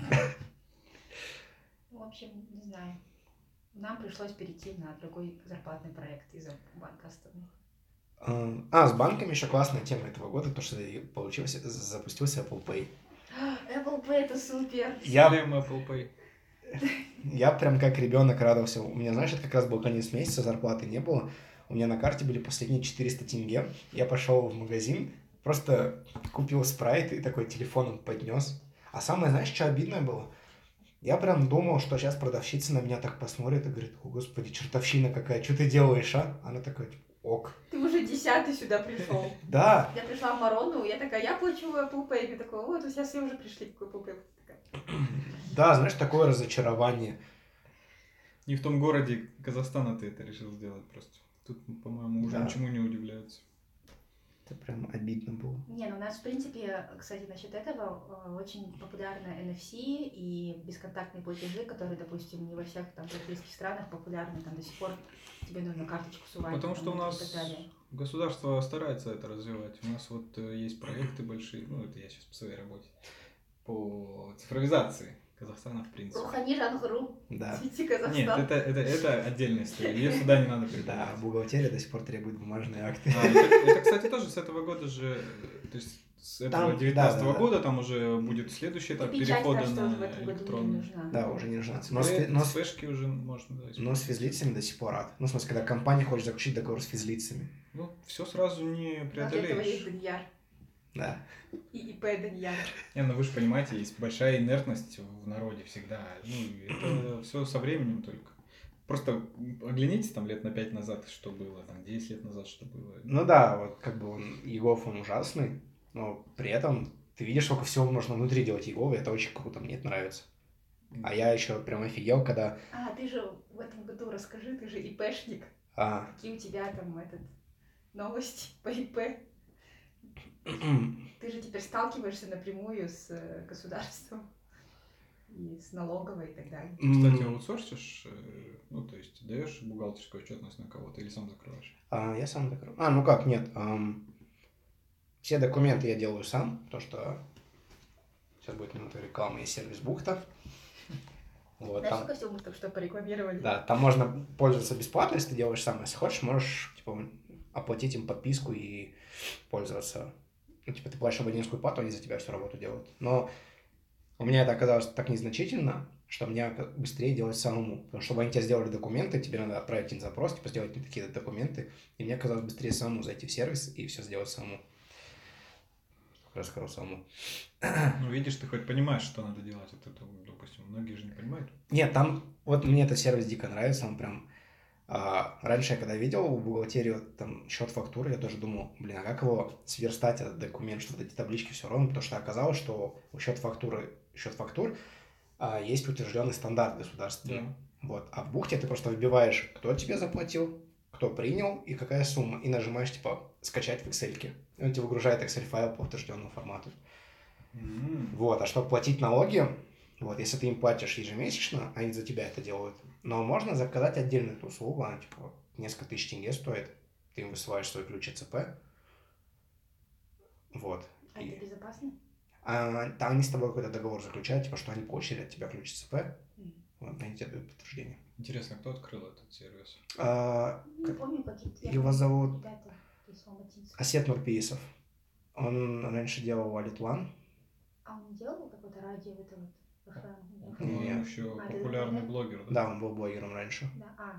В общем, не знаю. Нам пришлось перейти на другой зарплатный проект из-за банка Астаны. А, А, с банками еще классная тема этого года, то, что получилось, запустился Apple Pay. Apple Pay это супер. Я, Салем Apple Pay. я прям как ребенок радовался. У меня, знаешь, это как раз был конец месяца, зарплаты не было. У меня на карте были последние четыреста тенге. Я пошел в магазин, просто купил спрайт и такой телефоном поднес. А самое, знаешь, что обидное было? Я прям думал, что сейчас продавщица на меня так посмотрит и говорит: о, господи, чертовщина какая, что ты делаешь, а? Она такая, типа, ок. Ты уже десятый сюда пришел. Да, Я пришла в Марону, я такая, я плачу Apple Pay. Я такой, вот, сейчас все уже пришли, какой Apple Pay. Такая, да, знаешь, такое разочарование. Не в том городе Казахстана ты это решил сделать просто. Тут, по-моему, уже Да. ничему не удивляются. Это прям обидно было. Не, ну у нас, в принципе, кстати, насчет этого э, очень популярны эн эф си и бесконтактные платежи, которые, допустим, не во всех там европейских странах популярны, там до сих пор тебе нужно карточку сувать. Потому там, что у и нас так далее. государство старается это развивать. У нас вот э, есть проекты большие, ну это я сейчас по своей работе, по цифровизации Казахстана в принципе. Рухани Жангру, Да. Сити Казахстан. Нет, это, это, это отдельная история, ее сюда не надо Да, передавать. бухгалтерия до сих пор требует бумажные акты. А, это, это, кстати, тоже с этого года же, э, то есть с этого Там, девятнадцатого да, да, да. года там уже будет следующий этап И печать, перехода кажется, уже в на этом году не электронный. нужна. Да, уже не нужна. Но с, Флэ- фи- но с с- флешки уже можно, да, но с использовать. физлицами до сих пор ад. Ну, в смысле, когда компания хочет заключить договор с физлицами. Ну, все сразу не Но для этого есть преодолеешь. Даньяр Да. и ИП Даньяр. Не, ну вы же понимаете, есть большая инертность в народе всегда. Ну, и это все со временем только. Просто оглянитесь там лет на пять назад, что было, там десять лет назад, что было. Ну да, вот как бы он, Егов, он ужасный, но при этом ты видишь, сколько всего можно внутри делать Егова, и это очень круто, мне это нравится. А я еще прям офигел, когда... А, ты же в этом году расскажи, ты же ИПшник. а, Какие у тебя там этот новости по ИП? Ты же теперь сталкиваешься напрямую с э, государством и с налоговой и так далее. Кстати, м, аутсорсишь, э, ну, то есть даешь бухгалтерскую отчетность на кого-то или сам закрываешь? а, я сам закрою. А, ну как, нет. ам, все документы я делаю сам, потому что сейчас будет минута рекламы, есть сервис Бухта. Вот, Знаешь, там, сколько всего мы только что порекламировали? да, там можно пользоваться бесплатно, если ты делаешь сам. Если хочешь, можешь типа, оплатить им подписку и пользоваться. Ну, типа, ты платишь абонентскую плату, они за тебя всю работу делают. Но у меня это оказалось так незначительно, что мне быстрее делать самому. Потому что, чтобы они тебе сделали документы, тебе надо отправить им запрос, типа, сделать мне такие документы. И мне казалось быстрее самому зайти в сервис и все сделать самому. Рассказал самому. Ну, видишь, ты хоть понимаешь, что надо делать. Это, допустим, многие же не понимают. Нет, там, вот мне этот сервис дико нравится, он прям А раньше я когда видел в бухгалтерии вот, там счет фактуры, я тоже думал, блин, а как его сверстать, этот документ, что вот эти таблички все равно, потому что оказалось, что у счет фактуры, счет фактур а, есть утвержденный стандарт государственный. Да. Вот. А в бухте ты просто вбиваешь, кто тебе заплатил, кто принял и какая сумма, и нажимаешь, типа, скачать в Excel. И он тебе выгружает Excel-файл по утвержденному формату. М. Вот, а чтобы платить налоги, вот, если ты им платишь ежемесячно, они за тебя это делают. Но можно заказать отдельно эту услугу, она, типа, несколько тысяч тенге стоит. Ты им высылаешь свой ключ ЦП. Вот. А И- это безопасно? А, там они с тобой какой-то договор заключают, типа, что они получили от тебя ключ ЦП. М. Вот, они тебе дают подтверждение. Интересно, кто открыл этот сервис? А, Не помню, какие-то его зовут ребята из Алматинска. Асет Нурпиисов. Он раньше делал Wallet One. А он делал какое-то радио, это вот эф эм? Он, Не. по-моему, еще А, это популярный ДТП? блогер, да? Да, он был блогером раньше. Да, а.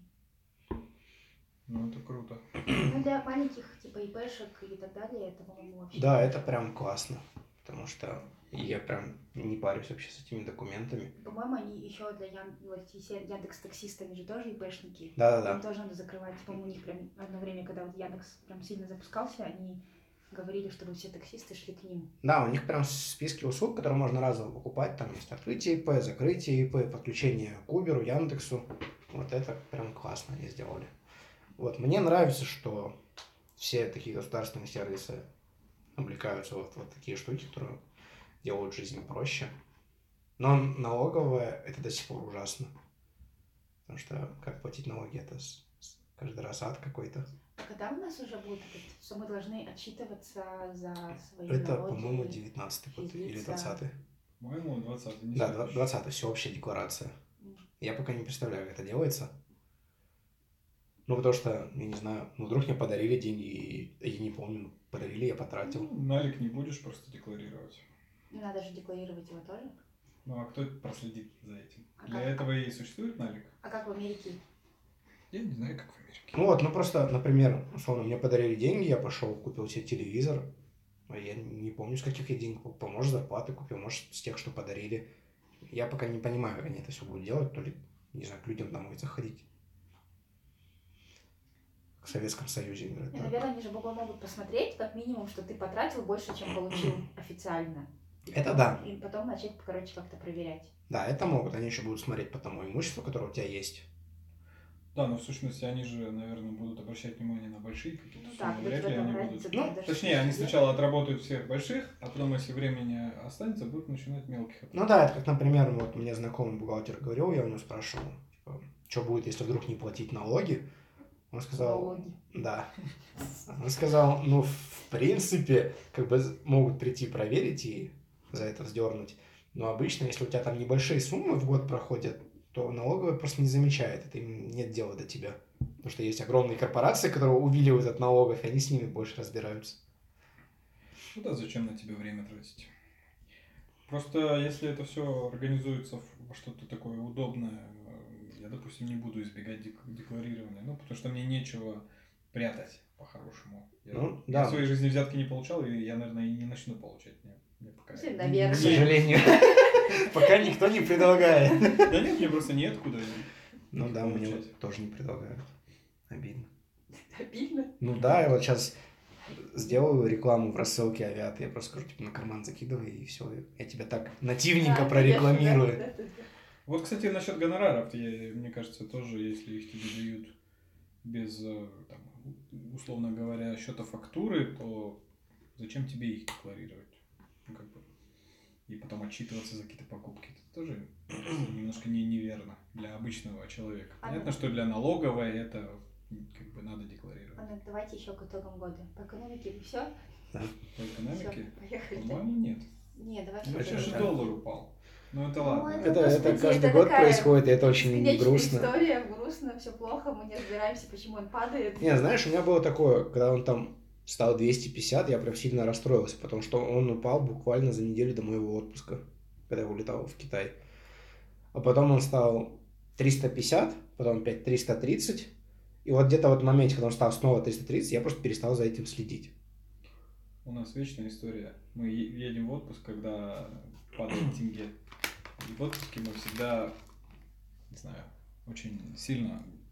Ну, это круто. Ну, для маленьких, типа, ИПшек и так далее, это, по-моему, вообще... Да, это прям классно. Потому что я прям не парюсь вообще с этими документами. По-моему, они еще для Ян... вот эти все Яндекс.Таксисты, они же тоже ИПшники. Да-да-да. Им тоже надо закрывать. По-моему, у них прям одно время, когда вот Яндекс прям сильно запускался, они говорили, чтобы все таксисты шли к ним. Да, у них прям списки услуг, которые можно разово покупать. Там есть открытие ИП, закрытие ИП, подключение к Uber, Яндексу. Вот это прям классно они сделали. Вот, мне нравится, что все такие государственные сервисы облекаются вот в вот такие штуки, которые делают жизнь проще. Но налоговая это до сих пор ужасно. Потому что как платить налоги, это с- с- каждый раз ад какой-то. А когда у нас уже будет этот, что мы должны отчитываться за свои Это, налоги? по-моему, девятнадцатый год или физлица. двадцатый. По-моему, двадцатый. Не Да, следующий. двадцатый, всеобщая декларация. М. Я пока не представляю, как это делается. Ну, потому что, я не знаю, ну, вдруг мне подарили деньги, и я не помню, подарили, я потратил. Ну, налик не будешь просто декларировать. Не надо же декларировать его тоже. Ну, а кто проследит за этим? А Для как? этого и существует налик? А как в Америке? Я не знаю, как в Америке. Ну вот, ну просто, например, условно, мне подарили деньги, я пошел, купил себе телевизор. А я не помню, с каких я денег купил. Может, зарплаты купил, может, с тех, что подарили. Я пока не понимаю, как они это все будут делать, то ли, не знаю, к людям домой заходить. В Советском Союзе. Говорят, И, да. наверное, они же могут могут посмотреть, как минимум, что ты потратил больше, чем получил официально. И Это потом- да. И потом начать, короче, как-то проверять. Да, это могут. Они еще будут смотреть по тому имуществу, которое у тебя есть. Да, но в сущности они же, наверное, будут обращать внимание на большие какие-то Ну суммы. да, Вряд для ли тебя они там будут... разница, Ну, даже Точнее, они если сначала отработают всех больших, а потом, если времени останется, будут начинать мелких. Ну да, это как, например, вот мне знакомый бухгалтер говорил, я у него спрашивал, типа, что будет, если вдруг не платить налоги. Он сказал, налоги. да. Он сказал, ну, в принципе, как бы могут прийти проверить и за это вздернуть. Но обычно, если у тебя там небольшие суммы в год проходят, то налоговая просто не замечает, это им нет дела до тебя. Потому что есть огромные корпорации, которые увиливают от налогов, и они с ними больше разбираются. Ну да, зачем на тебя время тратить? Просто если это все организуется в- во что-то такое удобное, э, я, допустим, не буду избегать дек- декларирования, ну, потому что мне нечего прятать по-хорошему. Я, Ну, я да. в своей жизни взятки не получал, и я, наверное, и не начну получать. Мне, мне пока... Слушай, не- наверное. К не- сожалению, пока никто не предлагает. Да нет, мне просто неоткуда. Ну да, мне получать. вот тоже не предлагают. Обидно. Обидно. Ну да, я вот сейчас сделаю рекламу в рассылке авиаты, я просто скажу, типа, на карман закидывай, и все. Я тебя так нативненько Да, прорекламирую. конечно, да, да, да. Вот, кстати, насчет гонораров, я, мне кажется, тоже, если их тебе дают без, э, там, условно говоря, счета фактуры, то зачем тебе их декларировать? Ну, как бы, и потом отчитываться за какие-то покупки. Это тоже немножко не, неверно для обычного человека. А Понятно, ну- что для налоговой это как бы надо декларировать. Ладно, давайте еще к итогам года. По экономике все? По экономике? Поехали. По-моему, нет. Не, давай Ну, Сейчас же это- доллар упал. Ну это Ну, ладно. это- Это, это Господи, каждый это год такая происходит, и это очень Бесконечная грустно. история, грустно, все плохо, мы не разбираемся, почему он падает. Не, знаешь, у меня было такое, когда он там стал двести пятьдесят, я прям сильно расстроился, потому что он упал буквально за неделю до моего отпуска, когда я улетал в Китай. А потом он стал триста пятьдесят, потом опять триста тридцать. И вот где-то вот в моменте, когда он стал снова триста тридцать, я просто перестал за этим следить. У нас вечная история. Мы е- едем в отпуск, когда падает тенге. И в отпуске мы всегда, не знаю, очень сильно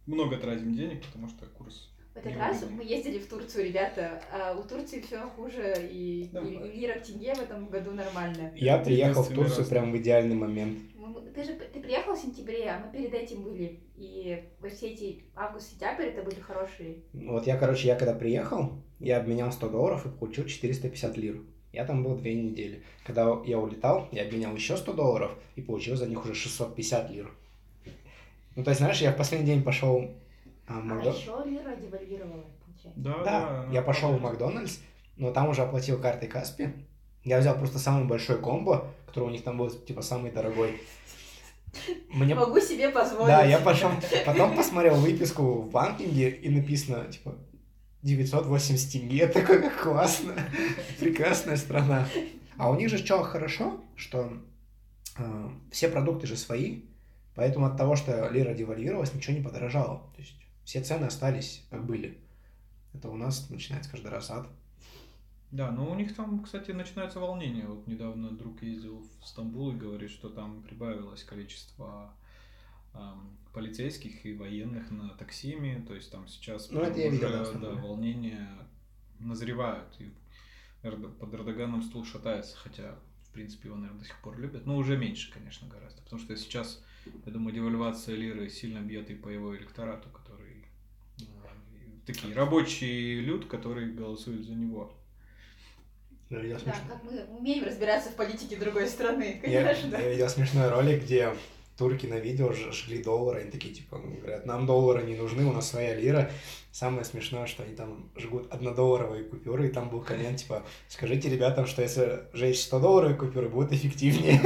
много тратим денег, потому что курс... В этот раз мы ездили в Турцию, ребята, а у Турции все хуже, и, Да. и, и лира к тенге в этом году нормально. Я приехал в Единственный Турцию раз. прям в идеальный момент. Мы- Ты же ты приехал в сентябре, а мы перед этим были. И вот все эти август-сентябрь это были хорошие. Вот я, короче, я когда приехал, я обменял сто долларов и получил четыреста пятьдесят лир. Я там был две недели. Когда я улетал, я обменял еще сто долларов и получил за них уже шестьсот пятьдесят лир. Ну, то есть, знаешь, я в последний день пошел а, в А Макдо- еще лира девальвировала, получается. Да, Да, да, я ну, пошел в правда. Макдональдс, но там уже оплатил картой Каспи. Я взял просто самый большой комбо, который у них там был, типа, самый дорогой. Мне... Могу себе позволить. Да, я пошел, потом посмотрел выписку в банкинге, и написано, типа, девятьсот восемьдесят тенге. Такой, как классно, прекрасная страна. А у них же что хорошо, что э, все продукты же свои, поэтому от того, что лира девальвировалась, ничего не подорожало. То есть все цены остались, как были. Это у нас начинается каждый раз ад. Да, но у них там, кстати, начинается волнение. Вот недавно друг ездил в Стамбул и говорит, что там прибавилось количество ам, полицейских и военных на Таксиме. То есть там сейчас Ну, прям это я видел, уже, да, в да, Стамбуле. волнения назревают. И Эрд- под Эрдоганом стул шатается, хотя, в принципе, его, наверное, до сих пор любят. Но уже меньше, конечно, гораздо. Потому что сейчас, я думаю, девальвация лиры сильно бьет и по его электорату, который э, такие рабочий люд, который голосует за него. Я видел, Да, смеш- как мы умеем разбираться в политике другой страны, я- конечно. я видел смешной ролик, где турки на видео ж- жгли доллары, они такие, типа, ну, говорят, нам доллары не нужны, у нас своя лира. Самое смешное, что они там жгут однодолларовые купюры, и там был коммент, типа, скажите ребятам, что если жечь сто долларовые купюры, будет эффективнее.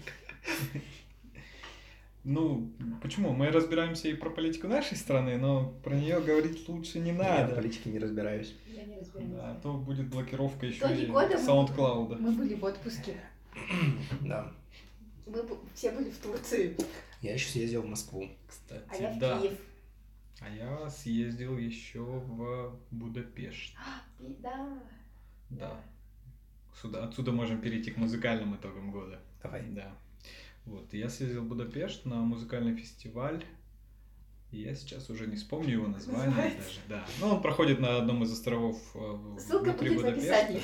Ну, почему? Мы разбираемся и про политику нашей страны, но про нее говорить лучше не Я в надо. политике не разбираюсь. Я не разбираюсь. Да, а то будет блокировка еще Итоги и года мы- SoundCloud. Мы были в отпуске. Да. Мы бу- все были в Турции, Я еще съездил в Москву. Кстати, а я в да. Киев. А я съездил еще в Будапешт. И- Да. Да. Сюда, отсюда можем перейти к музыкальным итогам года. Давай. Да. Вот, я съездил в Будапешт на музыкальный фестиваль. И я сейчас уже не вспомню его название Называется? даже. Да. Ну, он проходит на одном из островов э, в- Ссылка внутри будет в Будапешта. описании.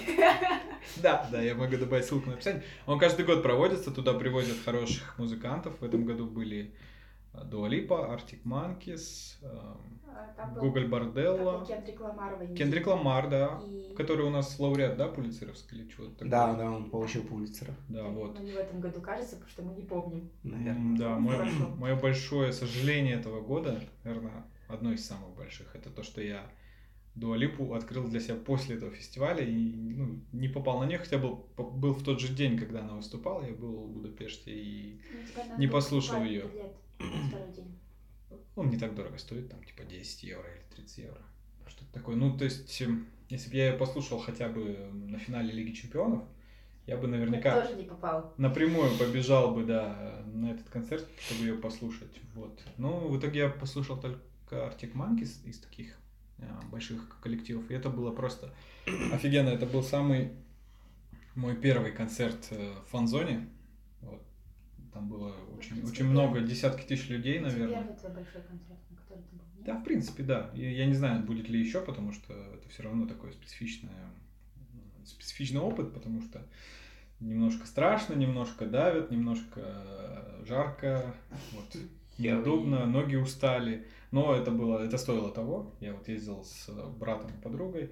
Да, да, я могу добавить ссылку на описание. Он каждый год проводится, туда привозят хороших музыкантов. В этом году были Дуа Липа, Arctic Monkeys, эм, А, там был- Гуголь там был Борделло, Кендрик Ламар в Индии. Кендрик Ламар, да, И- который у нас лауреат, да, Пулитцеровский или чего-то такое. Да, да, он получил Пулитцера, Да, вот. Но не в этом году, кажется, потому что мы не помним. наверное. М, Да, Ну, мое, хорошо. мое большое сожаление этого года, наверное, одно из самых больших, это то, что я Дуа Липу открыл для себя после этого фестиваля и ну, не попал на нее, хотя был, был в тот же день, когда она выступала, я был в Будапеште и Ну, тебя надо Не было послушал покупать её. билет на второй день. он не так дорого стоит, там типа десять евро или тридцать евро, что-то такое. Ну, то есть, эм, если бы я ее послушал хотя бы на финале Лиги Чемпионов, я бы Я наверняка тоже не попал. напрямую побежал бы, да, на этот концерт, чтобы ее послушать, вот. Но в итоге я послушал только Arctic Monkeys из таких э, больших коллективов, и это было просто офигенно. Это был самый мой первый концерт э, в фан-зоне, вот. Там было очень, принципе, очень много, десятки тысяч людей, Это наверное. первый твой большой концерт, на который ты был, нет? Да, в принципе, да. И я не знаю, будет ли еще, потому что это все равно такой специфичный, специфичный опыт, потому что немножко страшно, немножко давят, немножко э, жарко, вот, неудобно, ноги устали. Но это было, это стоило того. Я вот ездил с братом и подругой,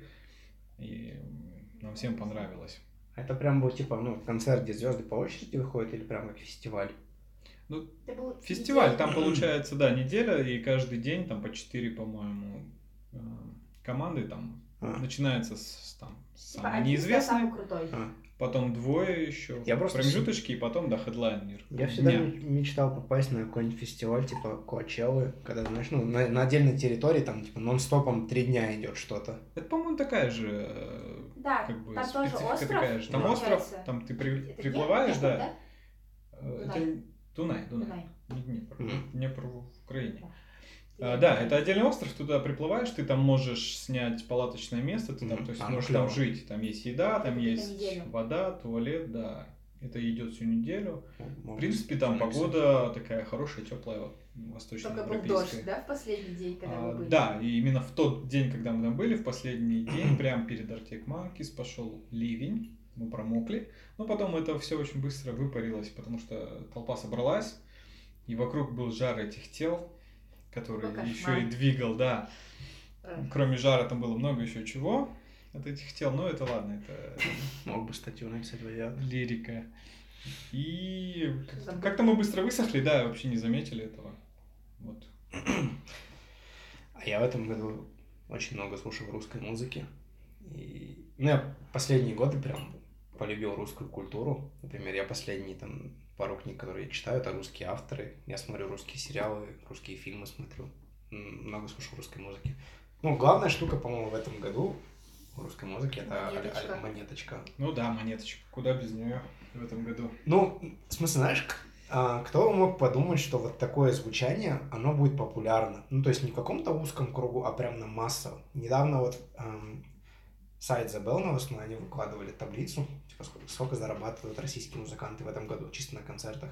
и нам всем понравилось. Это прям был, типа, ну, концерт, где звезды по очереди выходят, или прям как фестиваль? Ну, Это был фестиваль, неделя. там получается, да, неделя, и каждый день там по четыре, по-моему, э, команды там. А. Начинается с, с, там, с Типа самой один неизвестной, самый крутой. А. потом двое еще, Я просто промежуточки, и потом, да, хедлайнер. Я всегда дня. м- мечтал попасть на какой-нибудь фестиваль, типа Коачеллы, когда, знаешь, ну, на, на отдельной территории, там, типа, нон-стопом три дня идет что-то. Это, по-моему, такая же, э, Да, как бы, там тоже специфика остров. такая же. Там получается. остров, там ты при- Это приплываешь, Днепр, да. Э, Дунай. Это Дунай, Дунай. Дунай. Не Днепр. Мгм. Днепр в Украине. Да. А, Я да, не это знаю. отдельный остров, туда приплываешь, ты там можешь снять палаточное место, ты там, Мгм. то есть А, ну, можешь клёво. там жить, там есть еда, там Это на есть неделю. вода, туалет, да. Это идет всю неделю. Может, В принципе, там погода такая хорошая, теплая, восточноевропейская. Только был дождь, да, в последний день, когда А, вы были? да, и именно в тот день, когда мы там были, в последний день, прямо перед Arctic Monkeys пошел ливень, мы промокли, но потом это все очень быстро выпарилось, потому что толпа собралась, и вокруг был жар этих тел, который Какой еще кошмар. и двигал, да. Эх. Кроме жара там было много еще чего от этих тел, но это ладно, это Мог бы статью написать в авиатор. лирика. И Забыл. как-то мы быстро высохли, да, вообще не заметили этого. Вот. А я в этом году очень много слушал русской музыки. И... Ну, я последние годы прям полюбил русскую культуру. Например, я последние там пару книг, которые я читаю, это русские авторы. Я смотрю русские сериалы, русские фильмы смотрю. М, Много слушаю русской музыки. Ну, главная штука, по-моему, в этом году в русской музыке это аль- Монеточка. аль- монеточка. Ну да, монеточка, куда без нее в этом году. Ну, в смысле, знаешь, к- а, кто мог подумать, что вот такое звучание, оно будет популярно? Ну, то есть не в каком-то узком кругу, а прям на массовом. Недавно вот эм, сайт The Bell новостной, они выкладывали таблицу, типа сколько, сколько зарабатывают российские музыканты в этом году, чисто на концертах.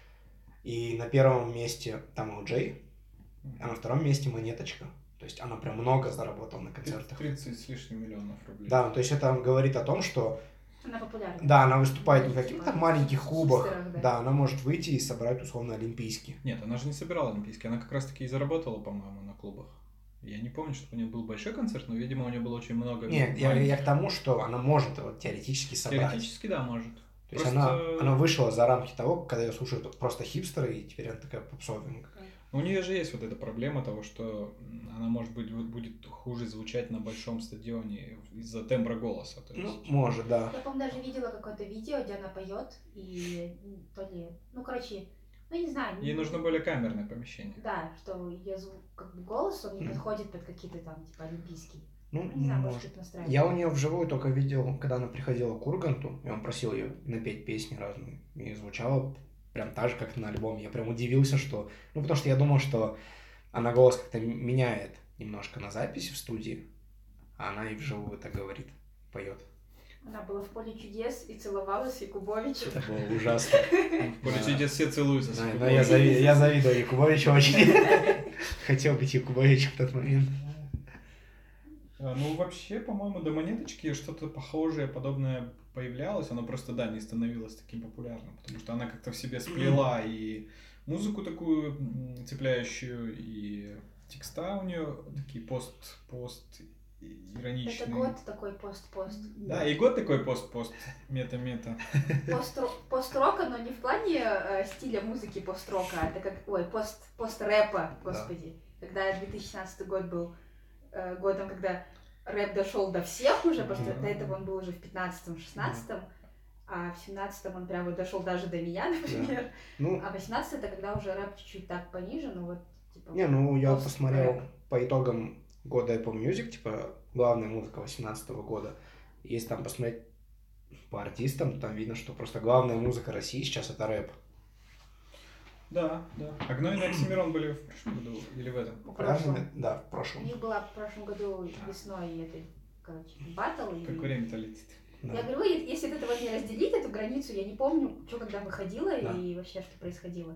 И на первом месте там О'Джей, а на втором месте Монеточка. То есть она прям много заработала на концертах. тридцать с лишним миллионов рублей. Да, ну, то есть это говорит о том, что Она популярна. да, она выступает не в Ну, каких-то типа, маленьких в клубах, хипстерах, да. да, она может выйти и собрать условно олимпийский. Нет, она же не собирала олимпийский, она как раз таки и заработала, по-моему, на клубах. Я не помню, что у нее был большой концерт, но, видимо, у нее было очень много. Нет, я, маленьких. я к тому, что она может его теоретически собрать. Теоретически, да, может. То есть Просто- она, она вышла за рамки того, когда ее слушают просто хипстеры, и теперь она такая попсовенькая. У нее же есть вот эта проблема того, что м, она, может быть, вот будет хуже звучать на большом стадионе из-за тембра голоса. То Ну, есть... может, да. Я, по-моему, даже видела какое-то видео, где она поет, и м, то ли, ну, короче, ну, не знаю. Ей не- нужно более камерное помещение. Да, что ее звук, как бы голос, он не Мгм. подходит под какие-то там, типа, олимпийские. Ну, Ну, не знаю, может, может. это настраивает. Я у нее вживую только видел, когда она приходила к Урганту, и он просил ее напеть песни разные. И звучало прям так же, как на альбоме. Я прям удивился, что... Ну, потому что я думал, что она голос как-то м- меняет немножко на записи в студии, а она и вживую так говорит, поет. Она была в поле чудес и целовалась с Якубовичем. Это было ужасно. В поле чудес все целуются. с Да, но Якубовичем. я, зави- я завидую Якубовичу очень. Хотел быть Якубовичем в тот момент. А, Ну, вообще, по-моему, до монеточки что-то похожее, подобное появлялось. Оно просто, да, не становилось таким популярным, потому что она как-то в себе сплела и музыку такую м, цепляющую, и текста у нее такие пост-пост ироничные. Это год такой пост-пост. Да, и год такой пост-пост, мета-мета. Пост-ро- Пост-рока, но не в плане э, стиля музыки пост-рока, а это как, ой, пост, пост-рэпа, господи. Когда две тысячи шестнадцатый год был э, годом, когда рэп дошел до всех уже, потому что Да. до этого он был уже в пятнадцатом-шестнадцатом, а в семнадцатом он прям вот дошел даже до меня, например. Ну, А восемнадцатый это когда уже рэп чуть-чуть так пониже, ну вот, типа... не, ну я пост-рэп. посмотрел по итогам года Apple Music, типа главная музыка восемнадцатого года. Если там посмотреть по артистам, то там видно, что просто главная музыка России сейчас это рэп. Да, да. А Гнойный и Оксимирон были в прошлом году или в этом? В Правильно? прошлом. Да, в У прошлом. них была в прошлом году весной это, короче, батл. и- Как время-то летит. Да. Я говорю, е- если от этого не разделить эту границу, я не помню, что когда выходило Да. и вообще что происходило.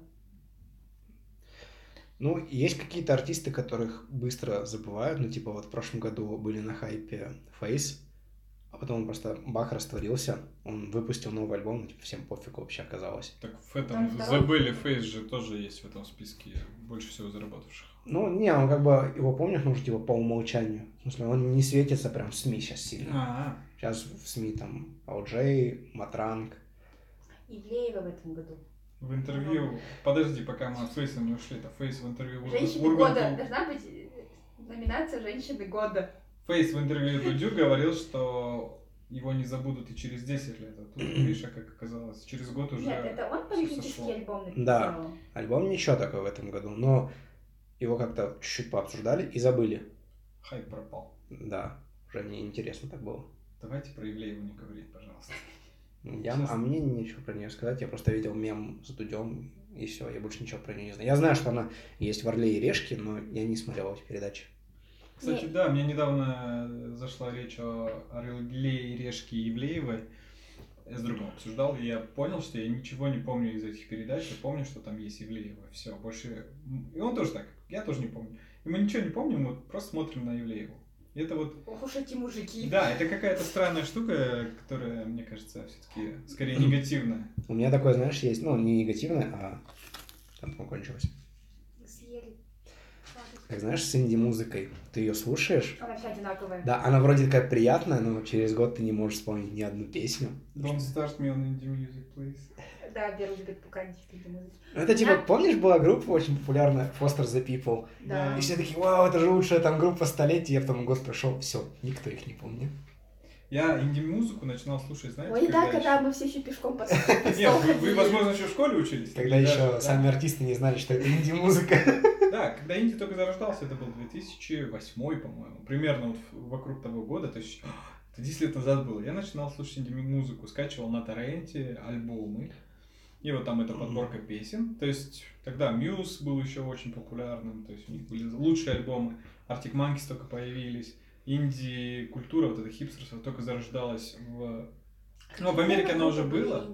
Ну, есть какие-то артисты, которых быстро забывают. Ну, типа, вот в прошлом году были на хайпе Фейс, а потом он просто бах растворился. Он выпустил новый альбом, ну, типа, всем пофигу вообще оказалось. Так в этом Там второй? забыли, Фейс же тоже есть в этом списке больше всего заработавших. Ну, не, он как бы его помнят, ну, уже типа по умолчанию. В смысле, он не светится прям в СМИ сейчас сильно. А, Сейчас в СМИ там О'Джей, Матранг. Ивлеева в этом году. в интервью... Подожди, пока мы от Фейса не ушли-то. Фейс в интервью... Ур- Женщины Урганту- года. Должна быть э, номинация «Женщины года». Фейс в интервью Дудю говорил, что его не забудут и через десять лет. А тут, видишь, а как оказалось, через год уже... Нет, это он всё политический сошло. альбом написал. Да. Альбом ничего такой в этом году, но его как-то чуть-чуть пообсуждали и забыли. Хайп пропал. Да, уже мне интересно так было. Давайте про Ивлееву не говорить, пожалуйста. Я, Честно. а мне нечего про нее сказать, я просто видел мем с Дудем, и все, я больше ничего про нее не знаю. Я знаю, что она есть в «Орле и Решке», но я не смотрел эти передачи. Кстати, Не- да, мне недавно зашла речь о Орле и Решке Ивлеевой. я с другом обсуждал, и я понял, что я ничего не помню из этих передач, я помню, что там есть Ивлеева, все, больше... И он тоже так, я тоже не помню. И мы ничего не помним, мы просто смотрим на Ивлееву. И это вот... Ох уж эти мужики. Да, это какая-то странная штука, которая, мне кажется, все-таки скорее негативная. У меня такое, знаешь, есть, ну, не негативное, а там кончилось. Съели. Как знаешь, с инди-музыкой. Ты ее слушаешь, Она вся одинаковая. да, она вроде такая приятная, но через год ты не можешь вспомнить ни одну песню. Don't start me on indie music, please. Да, Бер любит пуканчик и музыку. Это типа, Я- помнишь, была группа очень популярная, Foster the People? Да. И все такие, вау, это же лучшая там группа столетия. Я в том год пришел, все, никто их не помнит. Я инди-музыку начинал слушать, знаете, Ой, да, когда еще- мы все еще пешком по Нет, вы, вы, возможно, еще в школе учились. Когда Или еще даже, да. сами артисты не знали, что это инди-музыка. Да, когда инди только зарождался, это был две тысячи восьмой, по-моему. Примерно вот в- вокруг того года, то есть это десять лет назад было. Я начинал слушать инди-музыку, скачивал на торренте альбомы. И вот там эта подборка песен. То есть тогда Muse был еще очень популярным, то есть у них были лучшие альбомы. Arctic Monkeys только появились. Инди-культура, вот эта хипстерство только зарождалась в... Ну, в Америке она уже была.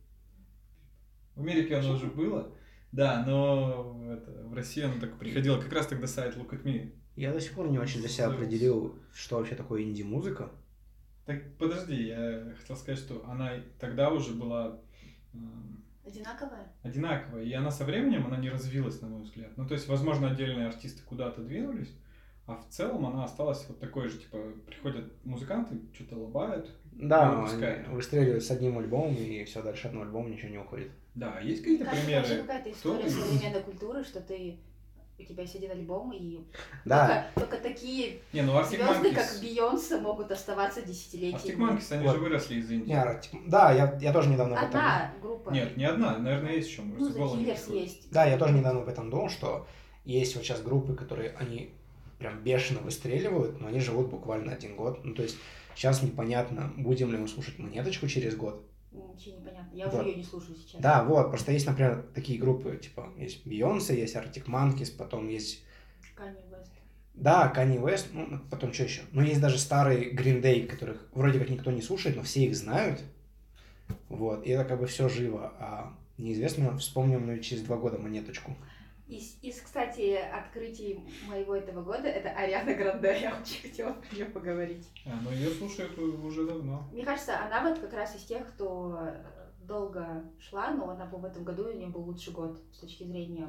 В Америке оно уже было, да, но в, это, в России оно так приходило. Как раз тогда сайт Look at Me. Я до сих пор не очень для себя определил, что вообще такое инди-музыка. Так подожди, я хотел сказать, что она тогда уже была эм, Одинаковая? одинаковая, и она со временем она не развилась, на мой взгляд. Ну, то есть, возможно, отдельные артисты куда-то двинулись, а в целом она осталась вот такой же, типа, приходят музыканты, что-то лобают. Да, Ну, выпускают. они выстреливают с одним альбомом, и все, дальше одного альбома ничего не уходит. Да, есть какие-то Кажется, примеры? вообще какая-то Кто история выиграл? современной культуры, что ты у тебя есть один альбом, и Да, только, только такие Не, ну Arctic звезды, как Monkeys... Бейонсе, могут оставаться Arctic десятилетиями. Monkeys, они Вот. же выросли из Индии. не, Arctic- да, я, я тоже недавно об этом... Одна группа. Нет, не одна, наверное, есть еще. Ну, может, The Голланд Killers какой-то. есть. Да, я тоже недавно об этом думал, что есть вот сейчас группы, которые, они прям бешено выстреливают, но они живут буквально один год. Ну, то есть сейчас непонятно, будем ли мы слушать «Монеточку» через год. Ничего не понятно. Я Вот. уже ее не слушаю сейчас. Да, вот, просто есть, например, такие группы, типа, есть Бейонсе, есть Arctic Monkeys, потом есть, Kanye West. да, Kanye West, ну, потом что еще? Ну, есть даже старые Green Day, которых вроде как никто не слушает, но все их знают, вот, и это как бы все живо, а неизвестно, вспомним ли через два года «Монеточку». Из, из, кстати, открытий моего этого года это Ариана Гранде. Я очень хотела про нее поговорить. А, ну ее слушают уже давно. Мне кажется, она вот как раз из тех, кто долго шла, но она был в этом году, у нее был лучший год с точки зрения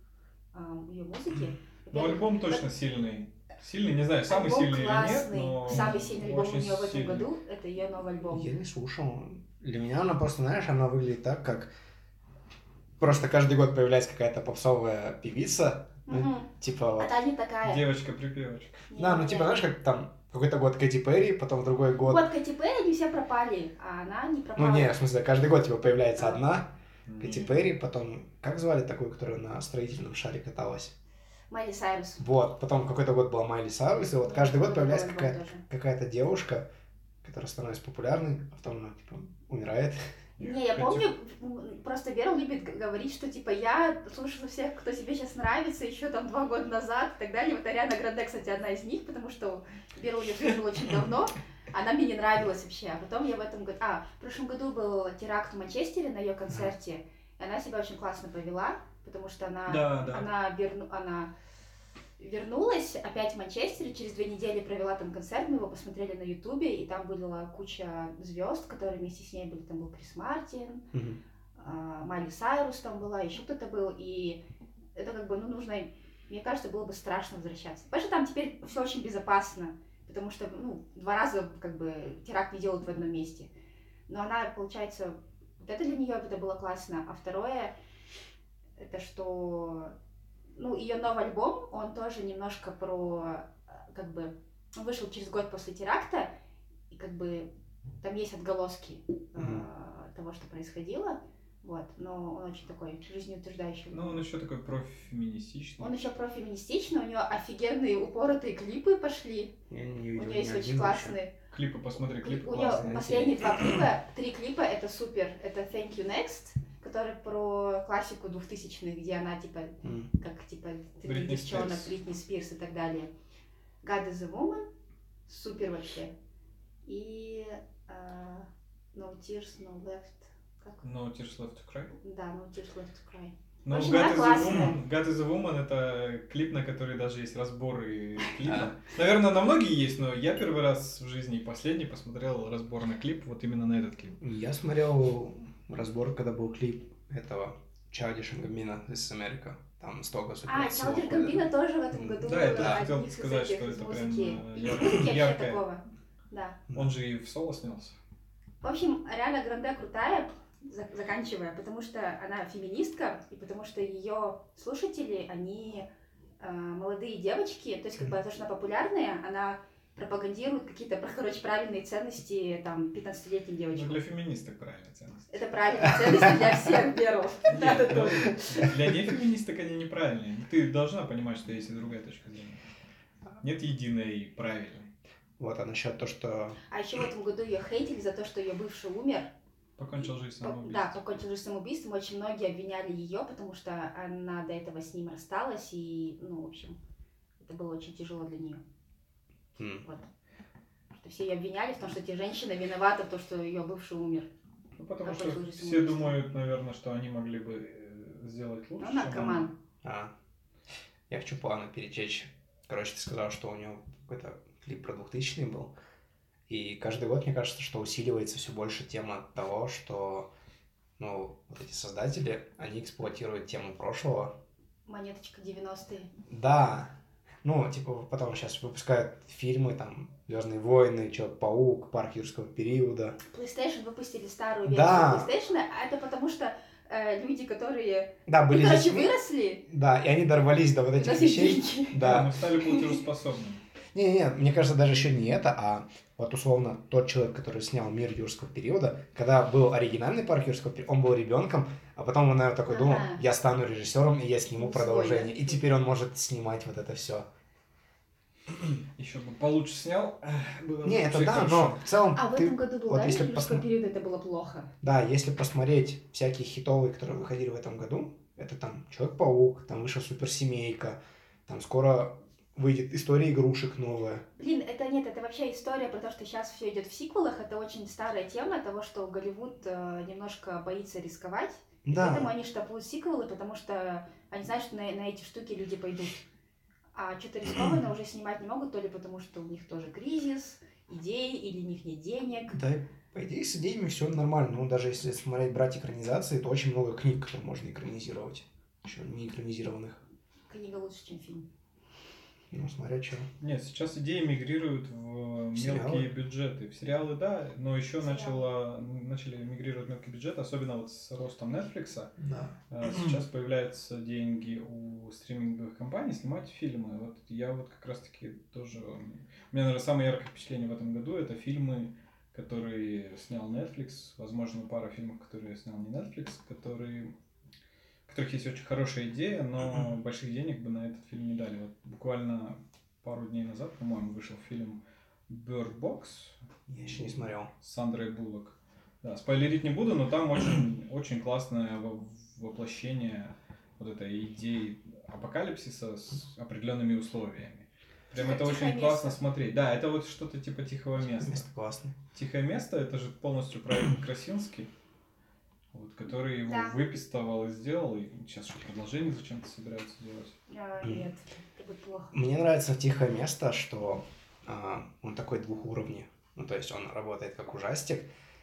эм, ее музыки. Ну, альбом точно сильный. Сильный, не знаю, самый альбом сильный классный. или нет, но Самый сильный альбом у очень нее в этом сильный. году это ее новый альбом. Я не слушал. Для меня она просто, знаешь, она выглядит так, как просто каждый год появляется какая-то попсовая певица, ну, Мгм. типа вот. А та не такая. Девочка-припевочка. Не, Да, ну не. типа, знаешь, как там какой-то год Кэти Перри, потом в другой год. Вот Кэти Перри, они все пропали, а она не пропала. Ну не, в смысле, каждый год типа появляется А. одна М. Кэти Перри, потом, как звали такую, которая на строительном шаре каталась? Майли Сайрус. Вот, потом какой-то год была Майли Сайрус, и вот Да, каждый год это появляется новый какая- альбом тоже. какая-то девушка, которая становится популярной, а потом она типа умирает. Не, я Кэти- помню, м, просто Вера любит г- говорить, что типа я слушала всех, кто тебе сейчас нравится, еще там два года назад и так далее. Вот Ариана Гранде, кстати, одна из них, потому что Вера ее слушала очень давно, она мне не нравилась вообще. А потом я в этом году... А, в прошлом году был теракт в Манчестере на ее концерте, и она себя очень классно повела, потому что она, Да, да. она, верну... она вернулась опять в Манчестере, через две недели провела там концерт, мы его посмотрели на Ютубе, и там была куча звезд, которые вместе с ней были, там был Крис Мартин, Мгм. а, Майли Сайрус там была, еще кто-то был, и это как бы, ну, нужно, мне кажется, было бы страшно возвращаться. Потому что там теперь все очень безопасно, потому что, ну, два раза как бы теракт не делают в одном месте. Но она, получается, вот это для нее это было классно, а второе, это что, ну, ее новый альбом, он тоже немножко про, как бы, он вышел через год после теракта, и как бы там есть отголоски Мгм. а, того, что происходило, вот, но он очень такой жизнеутверждающий. Ну, он еще такой профеминистичный. Он еще профеминистичный, у нее офигенные упоротые клипы пошли, Я не у видел нее ни есть очень один вообще. классные. Клипы, посмотри, клипы У классные. нее последние два клипа, три клипа, это супер, это Thank You Next, который про классику двухтысячных, где она типа М. как типа ты Бритни девчонок, Спирс. Бритни Спирс и так далее. God is a Woman, супер вообще. И а, No tears, no left. Как? No Tears Left to Cry. Да, No tears left to cry. Ну, В общем, God она is a классная. Woman, God is a Woman это клип, на который даже есть разборы клипа. Наверное, на многие есть, но я первый раз в жизни и последний посмотрел разбор на клип, вот именно на этот клип. Я смотрел разбор, когда был клип этого Childish Gambino This is America. Там столько супер. А, Чалдиш Гамбино тоже в этом году Да, я тоже один хотел из сказать, этих, что из это прям музыки. э, Из яр- музыки вообще яркое. такого. Да. Он же и в соло снялся. В общем, Ариана Гранде крутая, за- заканчивая, потому что она феминистка, и потому что ее слушатели, они э, молодые девочки, то есть как бы то, что она популярная, она пропагандирует какие-то, короче, правильные ценности там пятнадцатилетним Ну, девочкам. для феминисток правильная ценность. Это правильные ценности для всех, Берл. Надо Нет, тоже. ну, для нефеминисток они неправильные. Ты должна понимать, что есть и другая точка зрения. Нет единой и правильной. Вот, а насчет то, что... А еще в этом году ее хейтили за то, что ее бывший умер. Покончил жизнь По- самоубийством. Да, покончил жизнь самоубийством. Очень многие обвиняли ее, потому что она до этого с ним рассталась, и, ну, в общем, это было очень тяжело для нее. м, Вот. Что все ее обвиняли в том, что эти женщины виноваты в том, что ее бывший умер. Ну, потому Покончил что жизнь все самоубийством. думают, наверное, что они могли бы э, сделать лучше, Ну, чем наркоман. А, я хочу плавно перетечь. Короче, ты сказал, что у него какой-то клип про двухтысячный был. И каждый год, мне кажется, что усиливается все больше тема того, что, ну, вот эти создатели, они эксплуатируют тему прошлого. Монеточка девяностые. Да, ну, типа, потом сейчас выпускают фильмы, там, Звездные войны, Человек-паук, Парк юрского периода. PlayStation выпустили старую версию Да. PlayStation, а это потому что э, люди, которые, Да, ну, были короче, детьми. выросли, Да, и они дорвались до вот у этих нас есть вещей. деньги. Да, Да. мы стали платежеспособными. Не-не-не, мне кажется, даже еще не это, а вот условно тот человек, который снял «Мир юрского периода», когда был оригинальный «Парк юрского периода», он был ребенком, а потом он, наверное, такой думал, Ага. я стану режиссером, и я сниму Ну, продолжение. свой, И да. теперь он может снимать вот это все. Еще бы получше снял, эх, было бы Не, это вообще да, хорошо. но в целом А в ты... этом году был, вот да, если «Мир юрского посмо- периода», это было плохо. Да, если посмотреть всякие хитовые, которые выходили в этом году, это там Человек-паук, там вышла Суперсемейка, там скоро выйдет История игрушек новая. Блин, это нет, это вообще история про то, что сейчас все идет в сиквелах. Это очень старая тема того, что Голливуд э, немножко боится рисковать. И поэтому Да, они штампуют сиквелы, потому что они знают, что на, на эти штуки люди пойдут. А что-то рискованно уже снимать не могут, то ли потому, что у них тоже кризис, идей, или у них нет денег. да, по идее, с идеями все нормально. Ну, даже если смотреть, брать экранизации, то очень много книг, которые можно экранизировать. Еще не экранизированных. Книга лучше, чем фильм. Ну, смотря что. Нет, сейчас идеи мигрируют в Сериалы? мелкие бюджеты. В сериалы, да, но еще Сериалы. начало, начали мигрировать в мелкий бюджет, особенно вот с ростом Netflix. Да. Э, Сейчас появляются деньги у стриминговых компаний снимать фильмы. Вот я вот как раз таки тоже... У меня, наверное, самое яркое впечатление в этом году — это фильмы, которые снял Netflix. Возможно, пара фильмов, которые снял не Netflix, которые... у которых есть очень хорошая идея, но больших денег бы на этот фильм не дали. Вот буквально пару дней назад, по-моему, вышел фильм Bird Box Я еще не смотрел. с Сандрой Буллок. Да, спойлерить не буду, но там очень, очень классное во- воплощение вот этой идеи апокалипсиса с определенными условиями. Прям Тихо- это «Тихое очень классно место». смотреть. Да, это вот что-то типа «Тихого места». Место классное. «Тихое место» — это же полностью проект Красинский, вот, который его Да. выпистовал и сделал, и сейчас что, продолжение зачем-то собираются делать. А, Мгм. нет, это будет плохо. Мне нравится в «Тихое место», что а, он такой двухуровневый. Ну, то есть он работает как ужастик,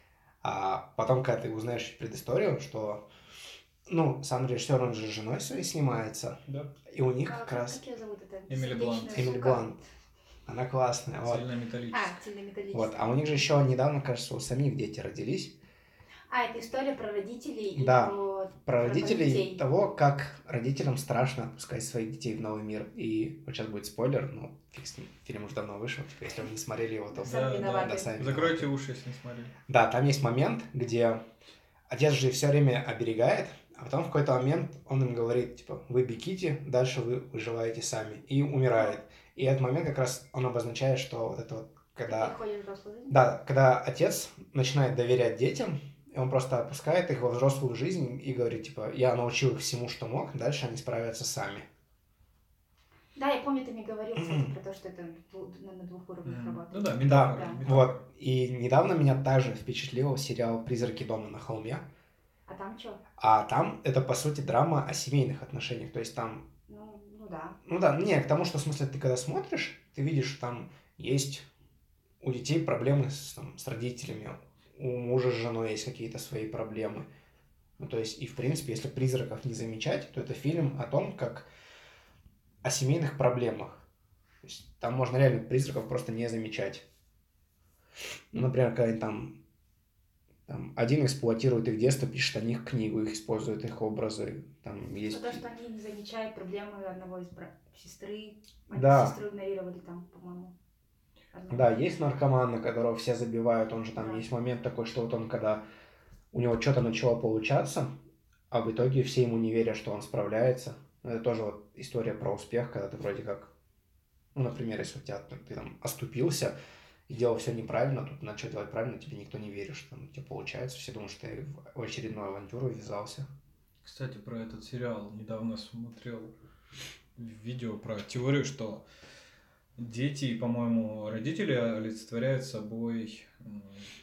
а потом, когда ты узнаешь предысторию, что, ну, сам режиссер, он же с женой своей снимается, Да, и у них А, как как, раз как ее зовут это? Эмили Сердечная Блант. Эмили сука. Блант. Она классная, вот. сильно металлический. А, цельнометаллическая. Вот, а у них же еще недавно, кажется, у самих дети родились. А, это история про родителей и Да, про, Про родителей детей. того, как родителям страшно отпускать своих детей в новый мир. И вот сейчас будет спойлер, ну, фиг с ним, фильм уже давно вышел, типа, если вы не смотрели его, то... Сами Да, виноваты. да, сами Закройте виноваты. уши, если не смотрели. Да, там есть момент, где отец же все время оберегает, а потом в какой-то момент он им говорит, типа, вы бегите, дальше вы выживаете сами, и умирает. И этот момент как раз он обозначает, что вот это вот, когда... Приходит взрослая жизнь. Да, когда отец начинает доверять детям, и он просто отпускает их во взрослую жизнь и говорит, типа, я научил их всему, что мог, дальше они справятся сами. Да, я помню, ты мне говорил, кстати, про то, что это на, на двух уровнях М, работает. Ну да, Да, метафора. Да. метафора. вот. И недавно меня также впечатлил сериал «Призраки дома на холме». А там что? А там это, по сути, драма о семейных отношениях. То есть там, Ну, ну да. ну да, не, к тому, что, в смысле, ты когда смотришь, ты видишь, что там есть у детей проблемы с, там, с родителями, у мужа с женой есть какие-то свои проблемы. Ну, то есть, и, в принципе, если «Призраков» не замечать, то это фильм о том, как о семейных проблемах. То есть, там можно реально «Призраков» просто не замечать. Ну, например, когда они там, там один эксплуатирует их детство, пишет о них книгу, их использует их образы. Там есть... Ну, то, что они не замечают проблемы одного из бра... сестры. Они Да. сестру игнорировали там, по-моему. одного. Да, есть наркоман, на которого все забивают, он же там, Да. есть момент такой, что вот он, когда у него что-то начало получаться, а в итоге все ему не верят, что он справляется. Это тоже вот история про успех, когда ты вроде как, ну, например, если у тебя ты там оступился и делал все неправильно, тут начал делать правильно, тебе никто не верит, что там у тебя получается, все думают, что ты в очередную авантюру ввязался. Кстати, про этот сериал недавно смотрел видео про теорию, что дети, по-моему, родители олицетворяют собой м,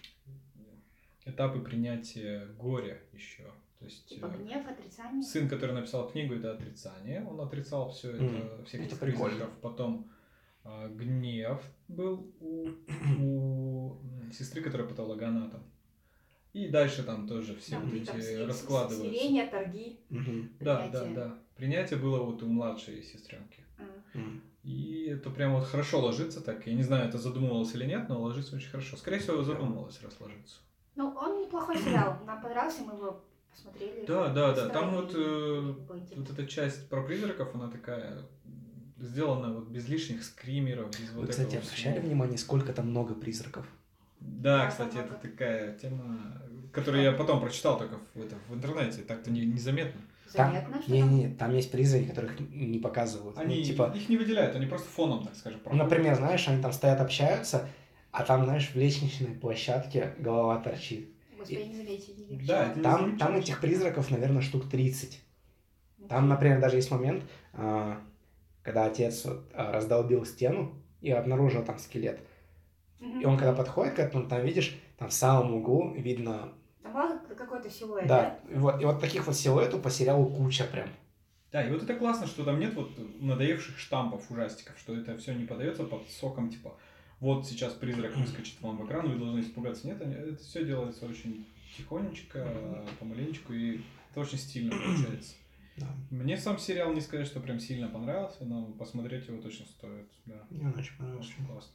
этапы принятия горя еще. То есть Типа э, гнев, отрицание. сын, который написал книгу, это отрицание, он отрицал все это, Мгм. всех Это этих прикольно. призраков. Потом а, гнев был у, у м, сестры, которая патологоанатом. И дальше там тоже все Там, вот там эти сми- раскладываются. Смирение, торги, Мгм. Да, да, принятие. да. Принятие было вот у младшей сестренки. А. Мгм. И это прям вот хорошо ложится так. Я не знаю, это задумывалось или нет, но ложится очень хорошо. Скорее всего, задумывалось, раз ложится. Ну, он неплохой сериал. Нам понравился, мы его посмотрели. Да, да, да. быстро, Там и вот, э, был интересно. вот эта часть про призраков, она такая м, сделана вот без лишних скримеров, без Вы, вот кстати, этого обращали всего. внимание, сколько там много призраков? Да, Да, кстати, там это много. такая тема, которую я потом прочитал только в, это, в интернете, так-то не, незаметно. Там, Заметно, что не, там... не, там есть призраки, которых не показывают. Они Ну, типа, их не выделяют, они просто фоном, так скажем, ну, проходят. например, знаешь, они там стоят, общаются, а там, знаешь, в лестничной площадке голова торчит. Господи, не заметили. Да, это не Там, замечаешь. там этих призраков, наверное, штук тридцать. Ну, Там, например, даже есть момент, а, когда отец вот, а, раздолбил стену и обнаружил там скелет. И он, когда подходит к этому, там, видишь, там в самом углу видно... Там был какой-то силуэт, Да, да? и вот, и вот таких вот силуэтов по сериалу куча прям. Да, и вот это классно, что там нет вот надоевших штампов, ужастиков, что это все не подается под соком, типа, вот сейчас призрак выскочит вам в экран, вы должны испугаться. Нет, они- это все делается очень тихонечко, помаленечку, и это очень стильно получается. Да. Мне сам сериал не сказать, что прям сильно понравился, но посмотреть его точно стоит. Да, Мне он очень понравился. очень классно.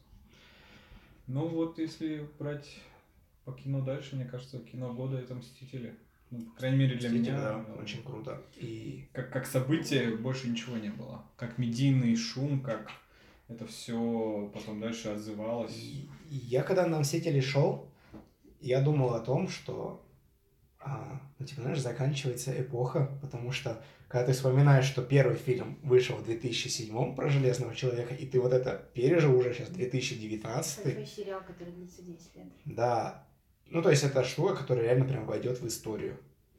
Ну вот, если брать по кино дальше, мне кажется, кино года это «Мстители». Ну, по крайней мере, для Мстители, меня. да, э, очень круто. И Как, как событие больше ничего не было. Как медийный шум, как это все потом дальше отзывалось. И я когда на «Мстители» шел, я думал о том, что, а, ну, типа, знаешь, заканчивается эпоха, потому что, когда ты вспоминаешь, что первый фильм вышел в две тысячи седьмом про Железного Человека, и ты вот это пережил уже сейчас две тысячи девятнадцатый, Большой сериал, который длится десять лет. да, ну, то есть это штука, которая реально прям войдет в историю.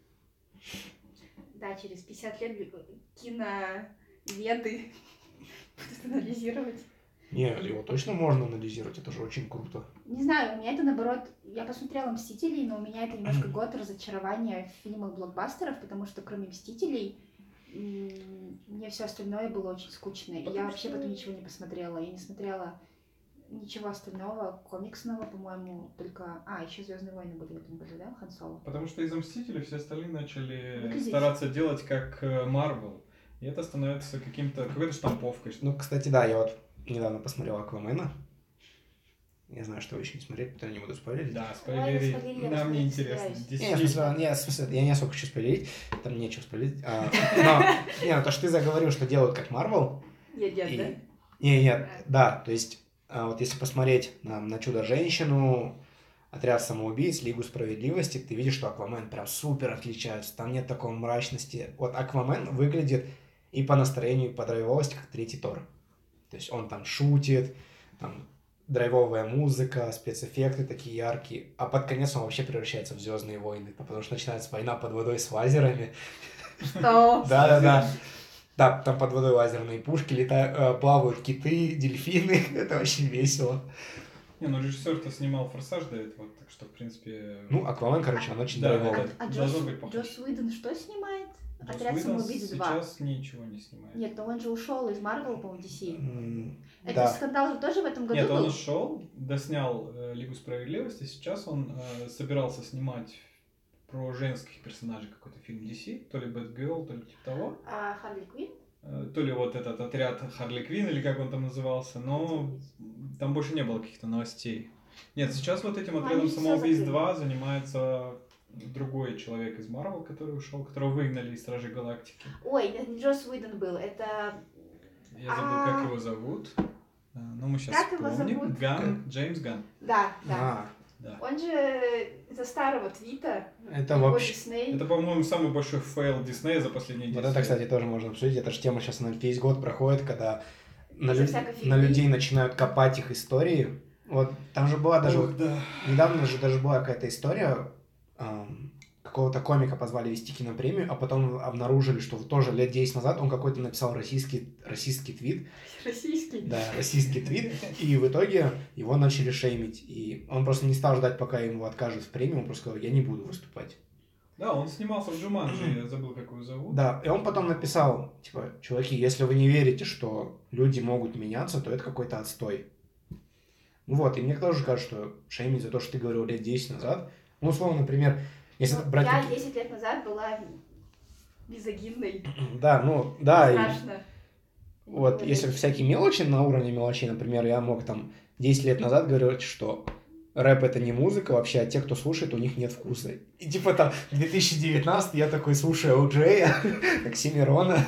Да, через пятьдесят лет киноведы будут анализировать. Не, его точно можно анализировать, это же очень круто. Не знаю, у меня это наоборот... Я посмотрела «Мстителей», но у меня это немножко год разочарования в фильмах блокбастеров, потому что кроме «Мстителей» м, мне все остальное было очень скучно. И я вообще потом ничего не посмотрела. Я не смотрела ничего остального, комиксного, по-моему, только... А, еще «Звездные войны» были в этом году, да, Хан Соло? Потому что из-за «Мстителей» все остальные начали Выглядеть. стараться делать как Марвел. И это становится каким-то, какой-то штамповкой. Ну, кстати, да, я вот недавно посмотрел «Аквамена». Я знаю, что вы еще не смотрели, поэтому не буду спойлерить. Да, Ой, спойлерить спойлери, я нам не посмотреть интересно. собираюсь. Здесь Не, в смысле, я, в смысле, я не особо хочу спойлерить, там нечего спойлерить. А, но, не, ну, то, что ты заговорил, что делают как Марвел. Нет, нет, и- да? Не, нет, да, то есть, а, вот если посмотреть на, на «Чудо-женщину», «Отряд самоубийц», «Лигу справедливости», ты видишь, что Аквамен прям супер отличается, там нет такой мрачности. Вот Аквамен выглядит и по настроению, и по драйвовости, как третий Тор. То есть он там шутит, там драйвовая музыка, спецэффекты такие яркие, а под конец он вообще превращается в «Звездные войны», потому что начинается война под водой с лазерами. Что? Да-да-да. Да, там под водой лазерные пушки летают, плавают киты, дельфины. Это очень весело. Не, ну режиссер-то снимал «Форсаж» до этого, так что, в принципе... Ну, Аквамен, короче, он очень Да, драйвовый. это А должно Джос, быть похоже. Джос Уидон что снимает? Джос Отряд Уидон самоубийц два. сейчас ничего не снимает. Нет, но он же ушел из Марвел, по-моему, ди си. М, Это Да. скандал же тоже в этом году Нет, был? он ушел, доснял э, Лигу справедливости, сейчас он э, собирался снимать про женских персонажей какой-то фильм ди си, то ли Бэтгерл, то ли типа того. А Харли Квинн? Э, То ли вот этот отряд Харли Квинн, или как он там назывался, но там больше не было каких-то новостей. Нет, сейчас вот этим Ну, отрядом они всё самоубийц закрыли. два занимается другой человек из Марвел, который ушел, которого выгнали из Стражей Галактики. Ой, это не Джос Уидон был, это... Я забыл, А. как его зовут. А, Ну, мы сейчас Как его вспомним. зовут? Ган, Джеймс Ган. Да, да. А, Да. Он же из-за старого твита, это его вообще... Дисней. Это, по-моему, самый большой фейл Диснея за последние десять Вот это, лет. кстати, тоже можно обсудить. Это же тема сейчас она весь год проходит, когда на, Из-за лю- всякой фигни. на людей начинают копать их истории. Вот там же была даже... Ох, да. Недавно же даже была какая-то история, эм, какого-то комика позвали вести кинопремию, а потом обнаружили, что тоже лет десять назад он какой-то написал российский, российский твит, Российский. да, российский твит, и в итоге его начали шеймить. И он просто не стал ждать, пока ему откажут в премию, он просто сказал, я не буду выступать. Да, он снимался в Джуманджи, я забыл, как его зовут. Да, и он потом написал, типа, чуваки, если вы не верите, что люди могут меняться, то это какой-то отстой. Вот, и мне тоже кажется, что шеймить за то, что ты говорил лет десять назад, ну, условно, например, если Ну, брать... я таки- десять лет назад была мизогинной. Да, ну, да, и Страшно. вот, Было если легче. всякие мелочи, на уровне мелочей, например, я мог там десять лет назад говорить, что рэп это не музыка вообще, а те, кто слушает, у них нет вкуса. И типа там две тысячи девятнадцатый я такой слушаю О'Джея, Оксимирона.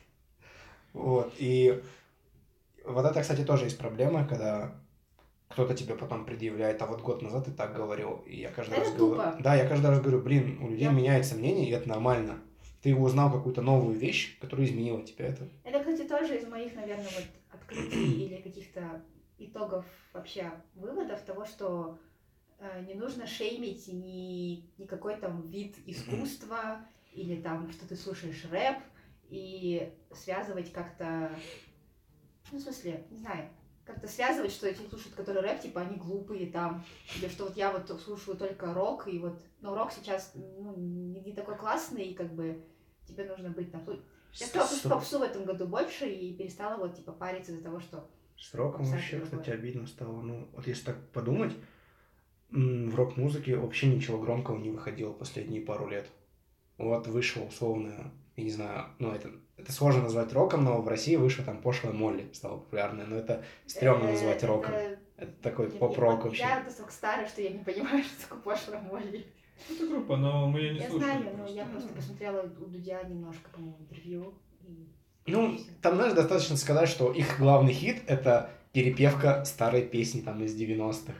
Вот, и вот это, кстати, тоже есть проблема, когда кто-то тебе потом предъявляет, а вот год назад ты так говорил, и я каждый Это раз говорю... тупо. Да, я каждый раз говорю, блин, у людей Я- меняется мнение, и это нормально. Ты узнал какую-то новую вещь, которая изменила тебя, это... Это, кстати, тоже из моих, наверное, вот открытий или каких-то итогов вообще выводов того, что э, не нужно шеймить ни, никакой там вид искусства или там, что ты слушаешь рэп, и связывать как-то, ну, в смысле, не знаю, как-то связывать, что эти слушают, которые рэп, типа, они глупые там, или что вот я вот слушаю только рок, и вот, но рок сейчас, ну, не, не такой классный, и как бы тебе нужно быть там... Я стала слушать попсу в этом году больше и перестала вот, типа, париться из-за того, что... С роком Попса вообще, другое. кстати, обидно стало. Ну, вот если так подумать, м, в рок-музыке вообще ничего громкого не выходило последние пару лет. Вот вышло условно, я не знаю, ну это, это сложно назвать роком, но в России вышло там пошлая Молли, стала популярной, но это стрёмно э, называть это- роком. Это такой я- поп-рок я- вообще. Я настолько старая, что я не понимаю, что такое пошлая Молли. Это группа, но мы ее не Я слушали. знаю, но просто. я просто посмотрела у Дудя немножко, по-моему, интервью. и- Ну, и всё. там, знаешь, достаточно сказать, что их главный хит — это перепевка старой песни там из девяностых.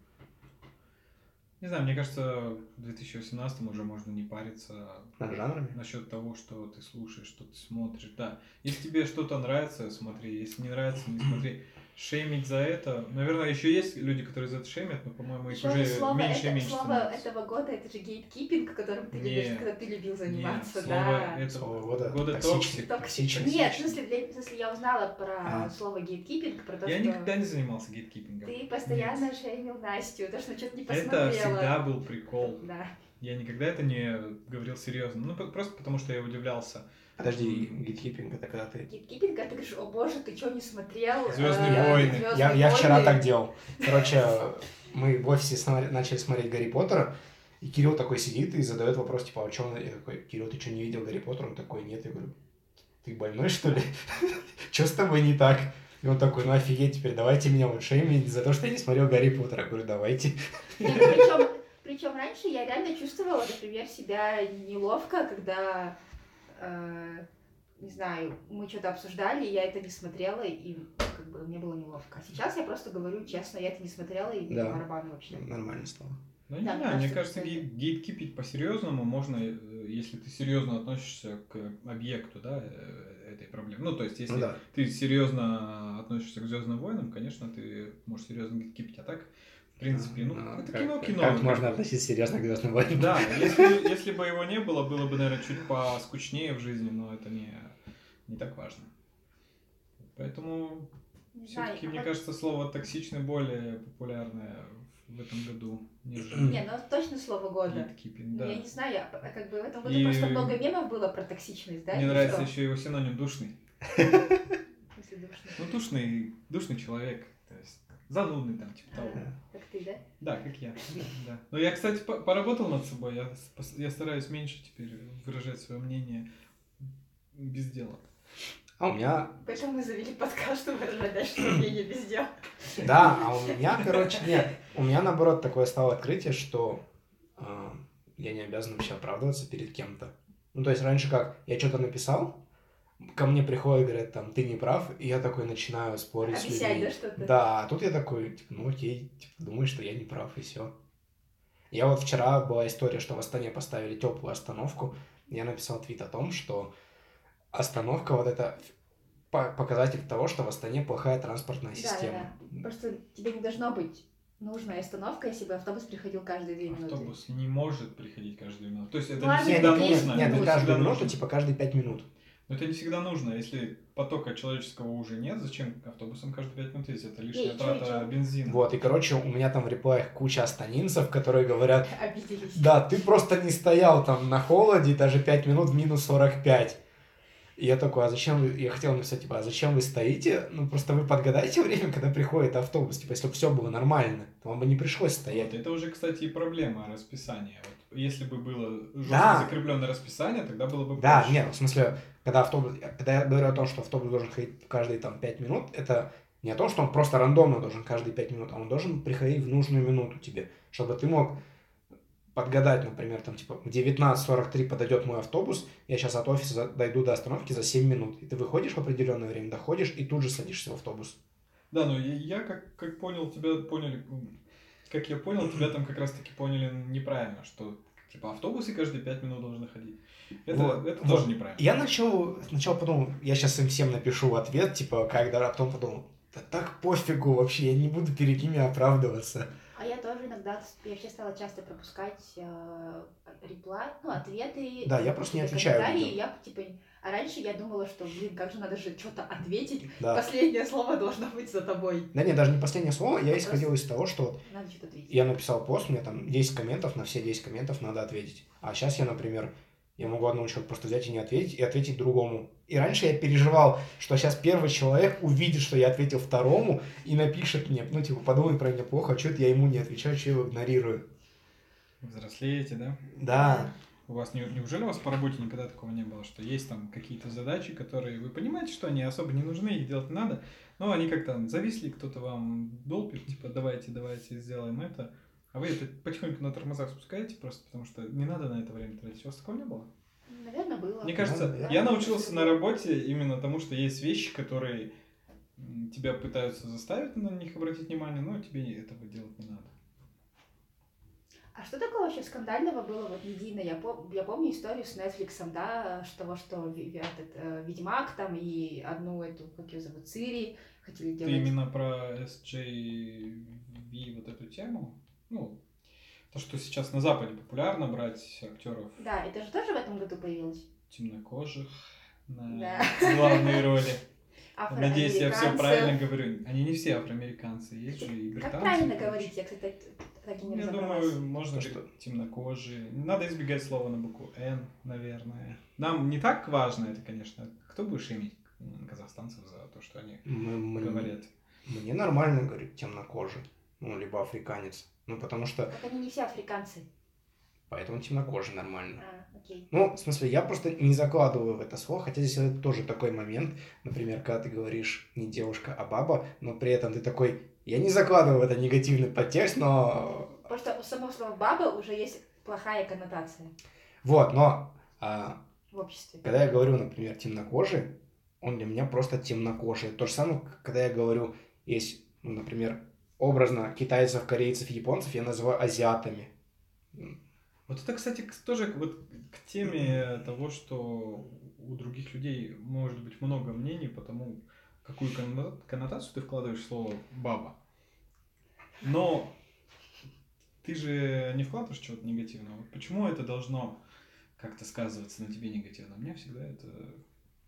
Не знаю, мне кажется, в две тысячи восемнадцатом уже можно не париться Над жанрами. насчет того, что ты слушаешь, что ты смотришь. Да, если тебе что-то нравится, смотри, если не нравится, не смотри. Шеймить за это, наверное, еще есть люди, которые за это шеймят, но, по-моему, их Ещё уже слово, меньше и это, меньше слово становится. этого года это же гейткипинг, которым ты любишь, Нет. когда ты любил заниматься, Нет, да. слово это Слово года года токсичный. токсик. Токсичный. Токсичный. Нет, в смысле, для- в смысле, я узнала про А. слово гейткипинг, про то, Я что никогда не занимался гейткипингом. ты постоянно шеймил Настю, то, что что-то не Это посмотрела. всегда был прикол. Да. Я никогда это не говорил серьезно. Ну, по- просто потому что я удивлялся. Подожди, гейткипинг — это когда ты... Гейткипинг, когда ты говоришь, о боже, ты что не смотрел? «Звёздные э, войны». «Звёздные Я, я вчера войны»? так делал. Короче, мы в офисе смотри- начали смотреть Гарри Поттера, и Кирилл такой сидит и задает вопрос, типа, а что он... Я такой, Кирилл, ты что, не видел Гарри Поттера? Он такой, нет. Я говорю, ты больной, что ли? Что с тобой не так? И он такой, ну офигеть, теперь давайте меня вот шеймить за то, что я не смотрел Гарри Поттера. Я говорю, давайте. Причем, причем раньше я реально чувствовала, например, себя неловко, когда, э, не знаю, мы что-то обсуждали, и я это не смотрела, и как бы мне было неловко. А сейчас я просто говорю честно, я это не смотрела, и мне Да. по барабану вообще. Нормально стало. Ну, не Да, знаю, мне кажется, кажется, кстати. гейт- гейткипить по-серьезному можно, э, если ты серьезно относишься к объекту, да, э, этой проблемы. Ну, то есть, если Ну да. ты серьезно относишься к Звездным войнам, конечно, ты можешь серьезно гейткипить. А так, в принципе, ну, А, это как- кино, кино. Как ну, можно бы. относиться серьезно к Звездным войнам? Да, если, если бы его не было, было бы, наверное, чуть поскучнее в жизни, но это не, не так важно. Поэтому Не все-таки, знаю, мне вот- кажется, слово «токсичный» более популярное в этом году, нежели Не, ну точно слово года. gatekeeping, Ну, да. я не знаю, я, п- как бы в этом году И просто много мемов было про токсичность, да? Мне и нравится что? еще его синоним «душный». Если душно. Ну, душный, душный человек, то есть занудный там, типа того. А, как ты, да? Да, как я. Да. Но я, кстати, по- поработал над собой, я, с- я стараюсь меньше теперь выражать свое мнение без дела. А у меня, Поэтому мы завели подкаст, чтобы выражать дальше мнение без дела. да, а у меня, короче, нет, у меня наоборот такое стало открытие, что э, я не обязан вообще оправдываться перед кем-то. Ну, то есть раньше как, я что-то написал, ко мне приходят, говорят, там, ты не прав, и я такой начинаю спорить с Объяснять, людьми. да, что-то? Да, а тут я такой, типа, ну окей, типа, думаю, что я не прав, и все. Я вот вчера была история, что в Астане поставили теплую остановку. Я написал твит о том, что остановка вот это по- показатель того, что в Астане плохая транспортная Да, система. да, да. Просто тебе не должно быть нужная остановка, если бы автобус приходил каждые две минуты. Автобус не может приходить каждую минуту. То есть это Ну, не ладно, Нет, всегда нет, нет, тридцать нужно. нет, это не не каждую всегда минуту, нужно. типа каждые пять минут. Но это не всегда нужно. Если потока человеческого уже нет, зачем автобусом каждые пять минут ездить? Это лишняя Эй, чё, трата чё? бензина. Вот, и, короче, у меня там в реплаях куча астанинцев, которые говорят, Обиделись. да, ты просто не стоял там на холоде даже пять минут в минус сорок пять. И я такой, а зачем вы... Я хотел написать, типа, а зачем вы стоите? Ну, просто вы подгадаете время, когда приходит автобус. Типа, если бы все было нормально, то вам бы не пришлось стоять. Вот, это уже, кстати, и проблема расписания. Вот, если бы было жестко Да. закрепленное расписание, тогда было бы Да, проще. нет, в смысле, когда автобус... Когда я говорю о том, что автобус должен ходить каждые там пять минут, это не о том, что он просто рандомно должен каждые пять минут, а он должен приходить в нужную минуту тебе, чтобы ты мог подгадать, например, там, типа, в девятнадцать сорок три подойдет мой автобус, я сейчас от офиса за- дойду до остановки за семь минут. И ты выходишь в определенное время, доходишь и тут же садишься в автобус. Да, но я, я как, как понял, тебя поняли, м, как я понял, тебя там как раз таки поняли неправильно, что типа автобусы каждые пять минут должны ходить. Это, Вот, это вот. тоже неправильно. Я начал, сначала подумал, я сейчас им всем напишу ответ, типа, когда, а потом подумал, да так пофигу вообще, я не буду перед ними оправдываться. А я тоже иногда, я вообще стала часто пропускать э, реплай, ну, ответы. Да, я просто не какие-то отвечаю комментарии, людям. я, типа, а раньше я думала, что, блин, как же надо же что-то ответить, Да. последнее слово должно быть за тобой. Да нет, даже не последнее слово, я А исходил из того, что Надо что-то ответить. я написал пост, у меня там десять комментов, на все десять комментов надо ответить. А сейчас я, например, я могу одному человеку просто взять и не ответить, и ответить другому. И раньше я переживал, что сейчас первый человек увидит, что я ответил второму, и напишет мне, ну, типа, подумай про меня плохо, а что это я ему не отвечаю, что я его игнорирую. Взрослеете, да? Да. У вас не, неужели у вас по работе никогда такого не было, что есть там какие-то задачи, которые вы понимаете, что они особо не нужны, их делать не надо, но они как-то там зависли, кто-то вам долбит, типа давайте, давайте сделаем это, а вы это потихоньку на тормозах спускаете просто потому, что не надо на это время тратить. У вас такого не было? Наверное, было. Мне кажется, да. я научился на работе именно тому, что есть вещи, которые м, тебя пытаются заставить на них обратить внимание, но тебе этого делать не надо. А что такого вообще скандального было вот медийно? Я, пом- я помню историю с Netflix, да, что того, что Ви- Ви- этот, э, Ведьмак там и одну эту, как ее зовут, Цири хотели Ты делать. именно про эс джей ви вот эту тему? Ну, то, что сейчас на Западе популярно брать актеров Да, это же тоже в этом году появилось. темнокожих на Да. главные роли. Надеюсь, я все Афроамериканцев. правильно говорю. Они не все афроамериканцы, есть же и британцы. Как правильно и прочее. говорить? Я, кстати, так, так и не Я разобралась. думаю, можно То, говорить темнокожие. Надо избегать слова на букву «Н», наверное. Нам не так важно это, конечно. Кто будет шеймить м, казахстанцев за то, что они М- м- говорят? Мне нормально говорить темнокожий, ну, либо африканец. Ну, потому что, Так они не все африканцы. поэтому темнокожий нормально. А, окей. Ну, в смысле, я просто не закладываю в это слово, хотя здесь это тоже такой момент, например, когда ты говоришь не девушка, а баба, но при этом ты такой, я не закладываю в это негативный подтекст, но... Просто у самого слова баба уже есть плохая коннотация Вот, но а, в обществе. когда я говорю, например, темнокожий, он для меня просто темнокожий. То же самое, когда я говорю, есть, ну, например, образно китайцев, корейцев, японцев, я называю азиатами. Вот это, кстати, к- тоже вот к теме того, что у других людей может быть много мнений по тому, какую конно- коннотацию ты вкладываешь в слово «баба». Но ты же не вкладываешь чего-то негативного. Вот почему это должно как-то сказываться на тебе негативно? Мне всегда это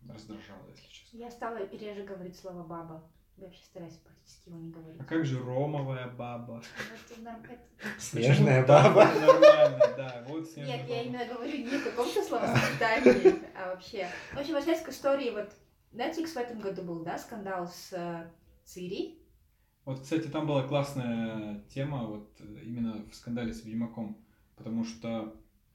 раздражало, если честно. Я стала реже говорить слово «баба». Я вообще стараюсь практически его не говорить. А как же ромовая баба? Это норм- это- Снежная Почему так баба. нормально, да, вот снежная Нет, я баба. именно говорю не в каком-то словосочетании, а вообще. В общем, возвращаясь к истории, вот Netflix в этом году был, да, скандал с э, Цири. Вот, кстати, там была классная тема, вот э, именно в скандале с Ведьмаком, потому что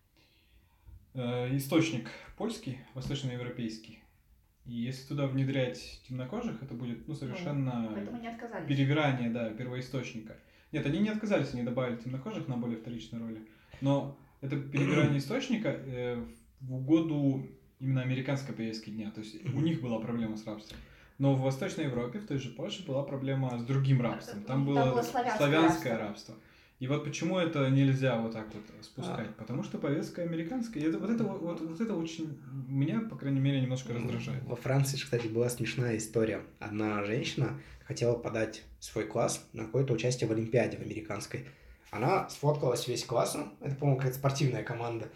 э, источник польский, восточноевропейский, и если туда внедрять темнокожих, это будет, ну, совершенно Поэтому не отказались. перевирание, да, первоисточника. Нет, они не отказались, они добавили темнокожих на более вторичной роли, но это перебирание источника э, в угоду именно американской повестки дня, то есть у них была проблема с рабством. Но в Восточной Европе, в той же Польше, была проблема с другим рабством. Там Там было, было славянское славянское рабство. рабство. И вот почему это нельзя вот так вот спускать? Потому что повестка американская. И это, вот, это, вот, вот это очень меня, по крайней мере, немножко раздражает. Во Франции, кстати, была смешная история. Одна женщина хотела подать свой класс на какое-то участие в Олимпиаде в американской. Она сфоткалась весь классом, это, по-моему, какая-то спортивная команда,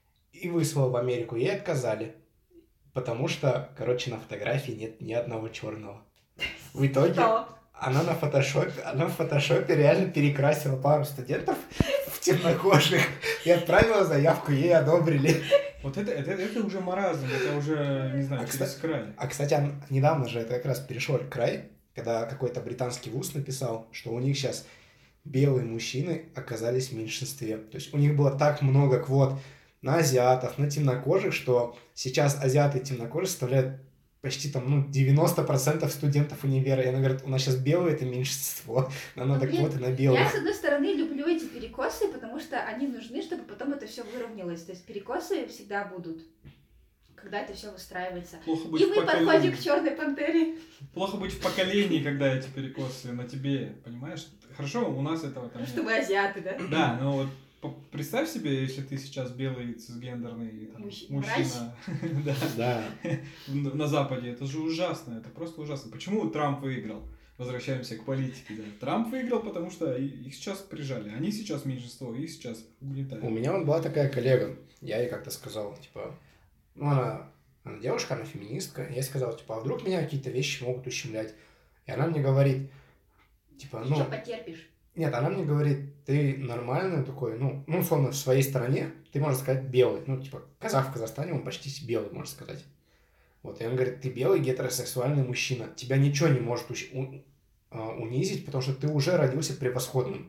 и выслала в Америку. Ей отказали, потому что, короче, на фотографии нет ни одного черного. В итоге Что? она на фотошопе, она в фотошопе реально перекрасила пару студентов в темнокожих и отправила заявку, ей одобрили. Вот это, это, это уже маразм, это уже, не знаю, А, через кстати, край. А, кстати, он- недавно же это как раз перешел край, когда какой-то британский вуз написал, что у них сейчас белые мужчины оказались в меньшинстве. То есть у них было так много квот на азиатов, на темнокожих, что сейчас азиаты и темнокожие составляют почти там, ну, девяносто процентов студентов универа. И она говорит, у нас сейчас белые это меньшинство, нам Ну, надо блин, квоты на Я, белых. с одной стороны, люблю эти перекосы, потому что они нужны, чтобы потом это все выровнялось. То есть перекосы всегда будут, когда это все выстраивается. Плохо быть И в мы поколении. подходим к черной пантере. Плохо быть в поколении, когда эти перекосы на тебе, понимаешь? Хорошо, у нас этого там Ну, нет. что мы азиаты, да? Да, но вот по- представь себе, если ты сейчас белый цисгендерный там, Мужч- мужчина да, Да. на на Западе, это же ужасно, это просто ужасно. Почему Трамп выиграл? Возвращаемся к политике. Да. Трамп выиграл, потому что и- их сейчас прижали. Они сейчас меньшинство, их сейчас угнетают. У меня вот была такая коллега, я ей как-то сказал, типа, ну, она, она девушка, она феминистка, я ей сказал, типа, а вдруг меня какие-то вещи могут ущемлять? И она мне говорит, типа, Ты ну... что, потерпишь? Нет, она мне говорит, ты нормальный такой, ну, ну, условно, в своей стране, ты, можно сказать, белый. Ну, типа, казах в Казахстане, он почти белый, можно сказать. Вот, и он говорит, ты белый гетеросексуальный мужчина, тебя ничего не может уч- у- а, унизить, потому что ты уже родился превосходным.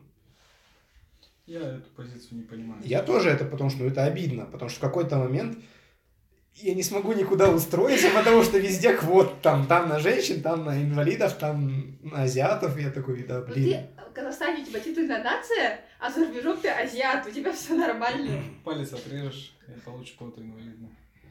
Я эту позицию не понимаю. Я тоже это, потому что, ну, это обидно, потому что в какой-то момент я не смогу никуда устроиться, потому что везде квот, там, там на женщин, там на инвалидов, там на азиатов, я такой, да, Ну, блин. ты в Казахстане у тебя титульная нация, а за рубежом ты азиат, у тебя все нормально. Палец отрежешь, и получишь квоту инвалидную.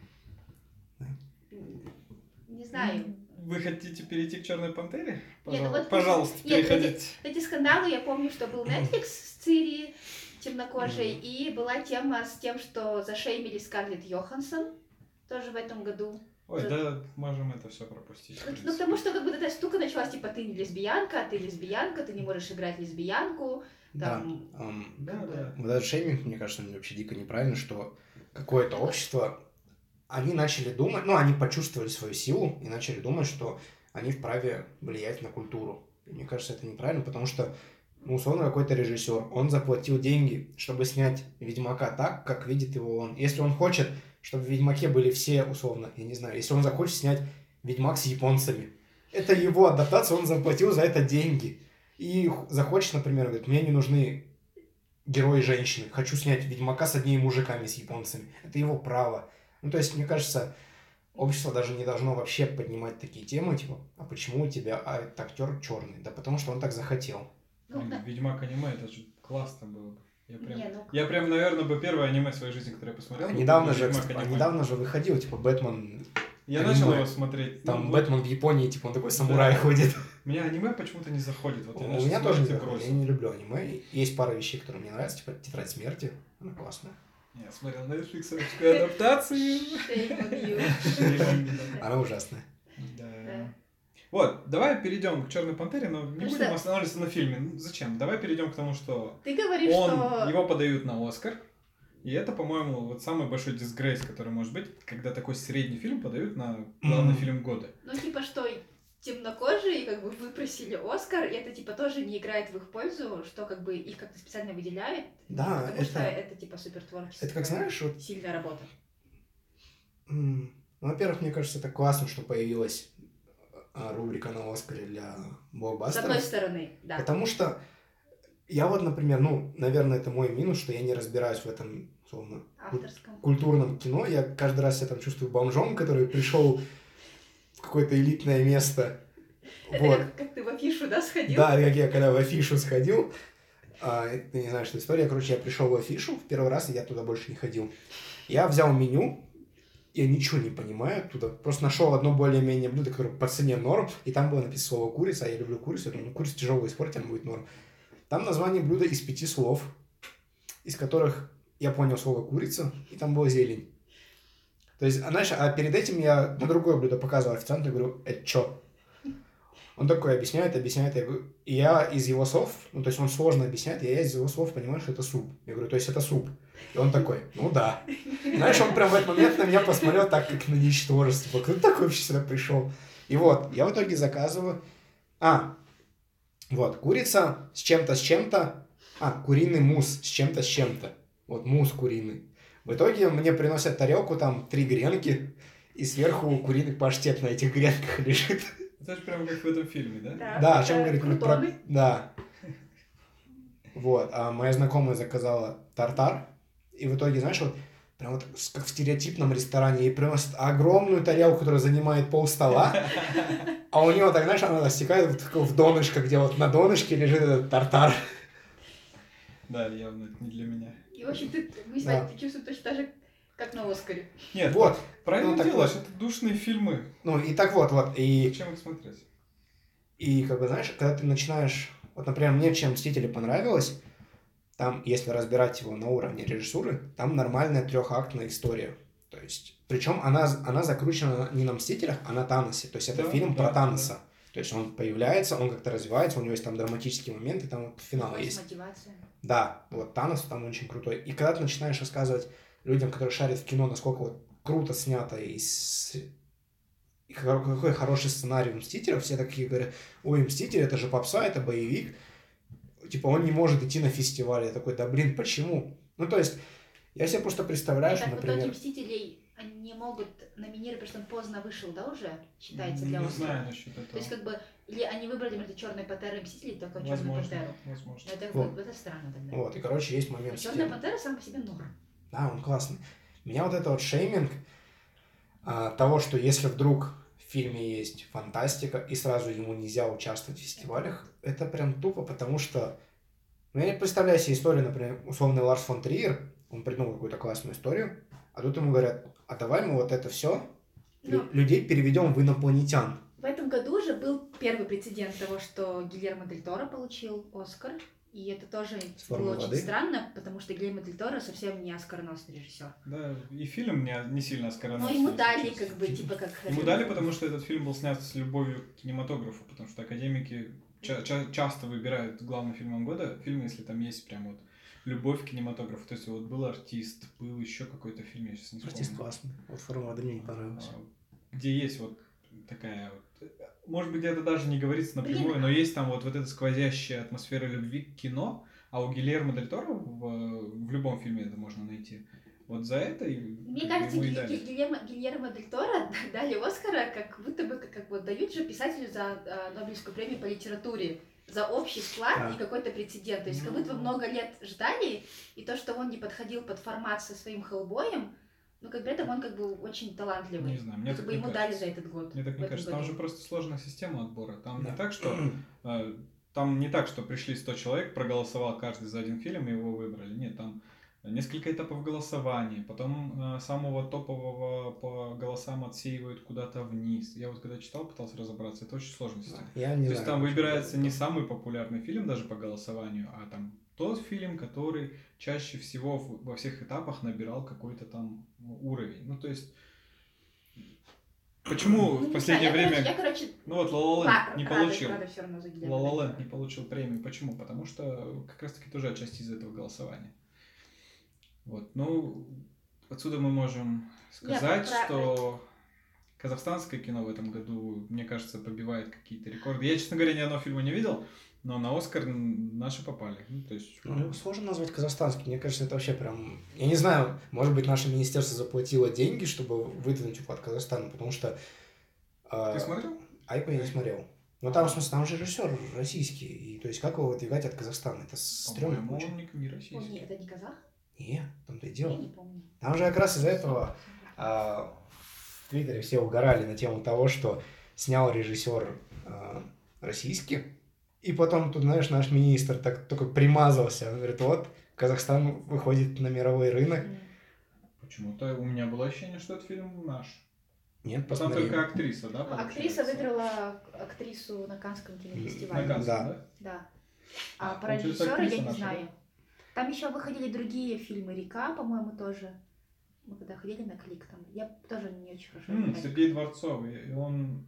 Не знаю. Вы хотите перейти к Черной Пантере? Нет, ну Пожалуйста, вот- Пожалуйста, Нет, переходите. Эти скандалы, я помню, что был Netflix с Цири темнокожей, и была тема с тем, что зашеймили Скарлетт Йоханссон тоже в этом году. Ой, да, можем это все пропустить. в Ну, принципе. ну, потому что как бы эта штука началась, типа, ты не лесбиянка, а ты лесбиянка, ты не можешь играть лесбиянку. Да, Там, ам, Да, как бы- да. вот этот шейминг, мне кажется, вообще дико неправильно, что какое-то общество, они начали думать, ну, они почувствовали свою силу и начали думать, что они вправе влиять на культуру. И мне кажется, это неправильно, потому что, ну, условно, какой-то режиссер, он заплатил деньги, чтобы снять Ведьмака так, как видит его он. Если он хочет, чтобы в Ведьмаке были все, условно, я не знаю, если он захочет снять Ведьмак с японцами, это его адаптация, он заплатил за это деньги. И х- захочет, например, говорит, мне не нужны герои женщины, хочу снять Ведьмака с одними мужиками, с японцами. Это его право. Ну, то есть, мне кажется, общество даже не должно вообще поднимать такие темы, типа, а почему у тебя а, этот актер черный? Да потому что он так захотел. ну, Блин, да. Ведьмак аниме, это же классно было бы. Я прям, Не, ну, я прям, наверное, бы первое аниме в своей жизни, которое я посмотрел. А был недавно же, Ведьмак а аниме. недавно же выходил, типа, Бэтмен, Я аниме. начал его смотреть. там ну, вот Бэтмен в Японии, типа, он такой самурай Да. ходит. Меня аниме почему-то не заходит. Вот я У начал меня тоже не смотреть и заходит, бросил. я не люблю аниме. Есть пара вещей, которые мне нравятся, типа, Тетрадь смерти, она классная. Я смотрел Netflix адаптацию. shame on you. Она ужасная. Да. Да. Вот, давай перейдем к Черной Пантере, но не Ну будем что? останавливаться на фильме. Ну, зачем? Давай перейдем к тому, что Ты говоришь, он, что... его подают на Оскар. И это, по-моему, вот самый большой дисгрейс, который может быть, когда такой средний фильм подают на главный mm. фильм года. Ну, типа, что темнокожие как бы выпросили Оскар, и это, типа, тоже не играет в их пользу, что, как бы, их как-то специально выделяют, да, потому это... что это, типа, супер творческая, это как, знаешь, вот... сильная работа. Mm. Ну, во-первых, мне кажется, это классно, что появилась рубрика на Оскаре для блокбастеров. С одной стороны, да. Потому что я вот, например, ну, наверное, это мой минус, что я не разбираюсь в этом, условно, авторском культурном кино. Я каждый раз себя там чувствую бомжом, который пришел в какое-то элитное место. Это вот. как, как ты в афишу, да, сходил? Да, как я когда в афишу сходил. А, ты не знаешь, что история. Короче, я пришел в афишу в первый раз, и я туда больше не ходил. Я взял меню, я ничего не понимаю оттуда. Просто нашел одно более-менее блюдо, которое по цене норм, и там было написано слово курица, а я люблю курицу. Я думаю, ну, курицу тяжело испортить, она будет норм. Там название блюда из пяти слов, из которых я понял слово курица, и там была зелень. То есть, знаешь, а перед этим я на другое блюдо показывал официанту, и говорю, это что? Он такой объясняет, объясняет, я говорю, и я из его слов, ну, то есть он сложно объясняет, и я из его слов понимаю, что это суп. Я говорю, то есть это суп. И он такой, ну да. Знаешь, он прям в этот момент на меня посмотрел так, как на ничтожество. Кто такой вообще сюда пришел? И вот, я в итоге заказываю... А, вот, курица с чем-то, с чем-то. А, куриный мусс с чем-то, с чем-то. Вот, мусс куриный. В итоге мне приносят тарелку, там, три гренки, и сверху куриный паштет на этих гренках лежит. Это же прям как в этом фильме, да? Да, да, о чем говорит? Про... Да. Вот, а моя знакомая заказала тартар, и в итоге, знаешь, вот прям вот как в стереотипном ресторане, ей приносят огромную тарелку, которая занимает пол стола, а у нее, так, знаешь, она стекает в, в донышко, где вот на донышке лежит этот тартар. Да, явно это не для меня. И, в общем, ты, да. ты чувствуешь точно так же, как на Оскаре. Нет, вот. Правильно ну, делаешь, вот. это душные фильмы. Ну, и так вот, вот. И... Зачем их смотреть? И, как бы, знаешь, когда ты начинаешь... Вот, например, мне чем «Мстители» понравилось, там, если разбирать его на уровне режиссуры, там нормальная трехактная история. То есть, причем она, она закручена не на «Мстителях», а на Таносе. То есть, это да, фильм да, про Таноса. Да. То есть, он появляется, он как-то развивается, у него есть там драматические моменты, там вот финал есть. Мотивация. Да, вот Танос там очень крутой. И когда ты начинаешь рассказывать людям, которые шарят в кино, насколько вот круто снято и, с... и какой хороший сценарий у «Мстителей», все такие говорят, ой, «Мстители» это же попса, это боевик. Типа он не может идти на фестиваль. Я такой, да блин, почему? Ну то есть, я себе просто представляю, что, например... в итоге «Мстителей» они не могут номинировать, потому что он поздно вышел, да, уже? Считается для Не Оскара. знаю насчет этого. То есть как бы, или они выбрали между «Черной пантерой» и «Мстителей», только «Черную возможно, пантеру». Возможно. Но это, вот. это странно тогда. Вот, и короче, есть момент... «Черная пантера» сам по себе норм. Да, он классный. Меня вот это вот шейминг а, того, что если вдруг в фильме есть фантастика, и сразу ему нельзя участвовать в фестивалях, это прям тупо, потому что... Ну, я не представляю себе историю, например, условный Ларс фон Триер, он придумал какую-то классную историю, а тут ему говорят, а давай мы вот это все Но... людей переведем в инопланетян. В этом году уже был первый прецедент того, что Гильермо Дель Торо получил Оскар, и это тоже было очень странно, потому что Гильермо Дель Торо совсем не оскароносный режиссер. Да, и фильм не, не сильно оскароносный. Но ему дали, как бы, типа как... Ему дали, потому что этот фильм был снят с любовью к кинематографу, потому что академики... Ча- ча- часто выбирают главным фильмом года фильм, если там есть прям вот любовь к кинематографу. То есть вот был «Артист», был еще какой-то фильм, я сейчас не вспомню. «Артист» классный. Вот «Формула один» мне не понравился. Где есть вот такая вот... Может быть, это даже не говорится напрямую, но есть там вот, вот эта сквозящая атмосфера любви к кино, а у Гильермо Дель Торо в, в любом фильме это можно найти. Вот за это и Мне кажется, и Гиль, Гильермо, Гильермо Дель Торо дали Оскара, как будто бы, как, как вот дают же писателю за э, Нобелевскую премию по литературе, за общий вклад да. и какой-то прецедент. То есть, как будто бы много лет ждали, и то, что он не подходил под формат со своим «Хеллбоем», но как при этом он как бы очень талантливый. Не знаю, мне как так бы не ему кажется. дали за этот год. Мне так не кажется. Там году. же просто сложная система отбора. Там да. не так, что э, там не так, что пришли сто человек, проголосовал каждый за один фильм и его выбрали. Нет, там несколько этапов голосования, потом э, самого топового по голосам отсеивают куда-то вниз. Я вот когда читал, пытался разобраться, это очень сложная система. Я не То знаю, есть там выбирается не самый популярный фильм даже по голосованию, а там тот фильм, который чаще всего во всех этапах набирал какой-то там уровень. Ну, то есть, почему ну, в последнее знаю, время... Я, короче, ну вот La La Land не получил. La La La Land не получил премию. Почему? Потому что как раз-таки тоже отчасти из этого голосования. Вот, ну, отсюда мы можем сказать, Нет, что казахстанское кино в этом году, мне кажется, побивает какие-то рекорды. Я, честно говоря, ни одного фильма не видел, но на Оскар наши попали. Ну, то есть... Ну, сложно назвать казахстанский. Мне кажется, это вообще прям... Я не знаю, может быть, наше министерство заплатило деньги, чтобы выдвинуть его от Казахстана, потому что... Ты смотрел? Айку я не смотрел. Но там, в смысле, там же режиссер российский. И, то есть, как его выдвигать от Казахстана? Это стрёмно. По-моему, он не, не российский. О, нет, это не казах? Нет, там-то и Я дело. не помню. Там же как раз из-за этого а, в Твиттере все угорали на тему того, что снял режиссер а, российский, и потом тут, знаешь, наш министр так только примазался. Он говорит, вот, Казахстан выходит на мировой рынок. Почему-то у меня было ощущение, что этот фильм наш. Нет, Там посмотри. только актриса, да? Ну, актриса выиграла актрису на Каннском кинофестивале. На Каннском, Да. да? Да. А А, про получается, режиссера актриса я не наша, знаю. Там еще выходили другие фильмы. «Река», по-моему, тоже. Мы когда ходили на клик, там я тоже не очень хорошо М, знаю. Сергей Дворцов, и он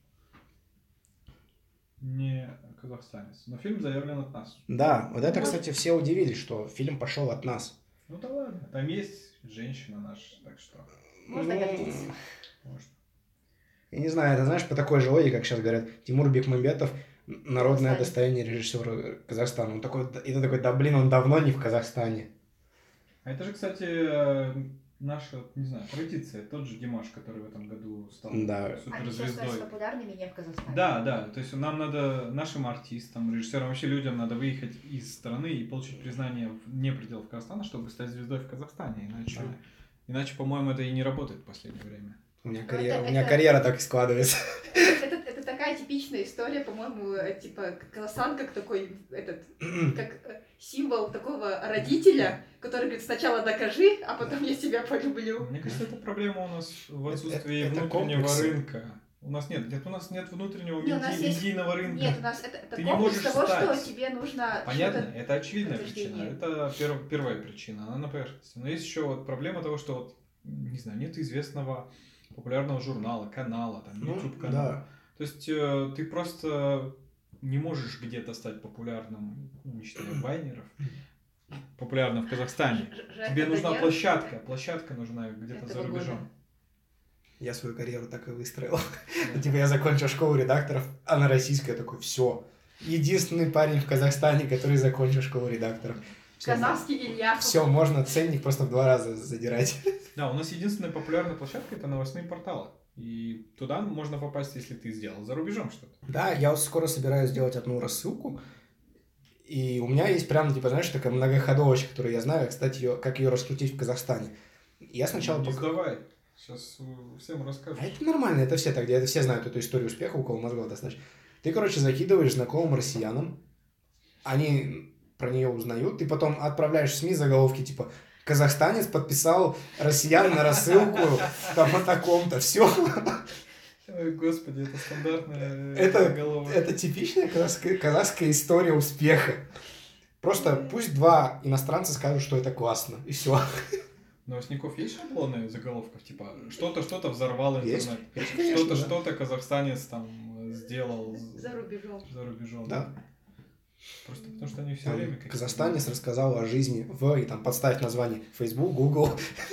не казахстанец, но фильм заявлен от нас. Да, вот это, Может- кстати, все удивились, что фильм пошел от нас. Ну да ладно, там есть женщина наша, так что Можно Ну, гордиться. можно. Я не знаю, это знаешь, по такой же логике, как сейчас говорят, Тимур Бекмамбетов народное Казахстане. достояние режиссера Казахстана. Он такой, и ты такой, да блин, он давно не в Казахстане. А это же, кстати, э, наша, не знаю, традиция. Тот же Димаш, который в этом году стал Да. Они сейчас суперзвездой. популярными не в Казахстане. Да, да, то есть нам надо, нашим артистам, режиссерам, вообще людям надо выехать из страны и получить признание вне пределов Казахстана, чтобы стать звездой в Казахстане. Иначе, Да. иначе по-моему, это и не работает в последнее время. У меня Ну, карьера, это- у меня это- карьера так и складывается. Это, это такая типичная история, по-моему, э, типа Казахстан как такой этот, как э, символ такого родителя, который говорит, сначала докажи, а потом я тебя полюблю. Мне кажется, это проблема у нас в Это- отсутствии это- это внутреннего комплексы. рынка. У нас нет, нет, у нас нет внутреннего Не, у нас меди- есть- медийного рынка. Нет, у нас это, это Ты не комплекс можешь того, стать. что тебе нужно Понятно, что-то... это очевидная причина. подтверждение. Это перв- первая причина, она на поверхности. Но есть еще вот проблема того, что вот, не знаю, нет известного популярного журнала, канала, там, Ну, YouTube канала. да. То есть э, ты просто не можешь где-то стать популярным, ну, не считая вайнеров, популярным в Казахстане. Ж- Жека Тебе нужна Донер. площадка, площадка нужна где-то за Этого рубежом. года. Я свою карьеру так и выстроил. Типа я закончил школу редакторов, а на российской такой, все. Единственный парень в Казахстане, который закончил школу редакторов. Казахский Илья. Все, можно ценник просто в два раза задирать. Да, у нас единственная популярная площадка — это новостные порталы. И туда можно попасть, если ты сделал за рубежом что-то. Да, я вот скоро собираюсь сделать одну рассылку. И у меня есть прям, типа, знаешь, такая многоходовочка, которую я знаю, кстати, её, как ее раскрутить в Казахстане. Я сначала... Не пока- сдавай. Сейчас э, всем расскажу. А это нормально, это все так, это все знают эту историю успеха, у кого мозгов достаточно. Ты, короче, закидываешь знакомым россиянам, они про нее узнают, ты потом отправляешь в СМИ заголовки, типа, казахстанец подписал россиян на рассылку там о таком-то, все. Ой, господи, это стандартная Это, заголовок. это типичная казахская, казахская история успеха. Просто пусть два иностранца скажут, что это классно, и все. У новостников есть шаблоны заголовков? Типа, что-то, что-то взорвал Есть, интернет. есть, конечно, Что-то, да. что-то казахстанец там э, сделал За рубежом. за рубежом. Да. Просто потому что они все Там время... какие-то- казахстанец рассказал о жизни в, и там подставить название Facebook, Google.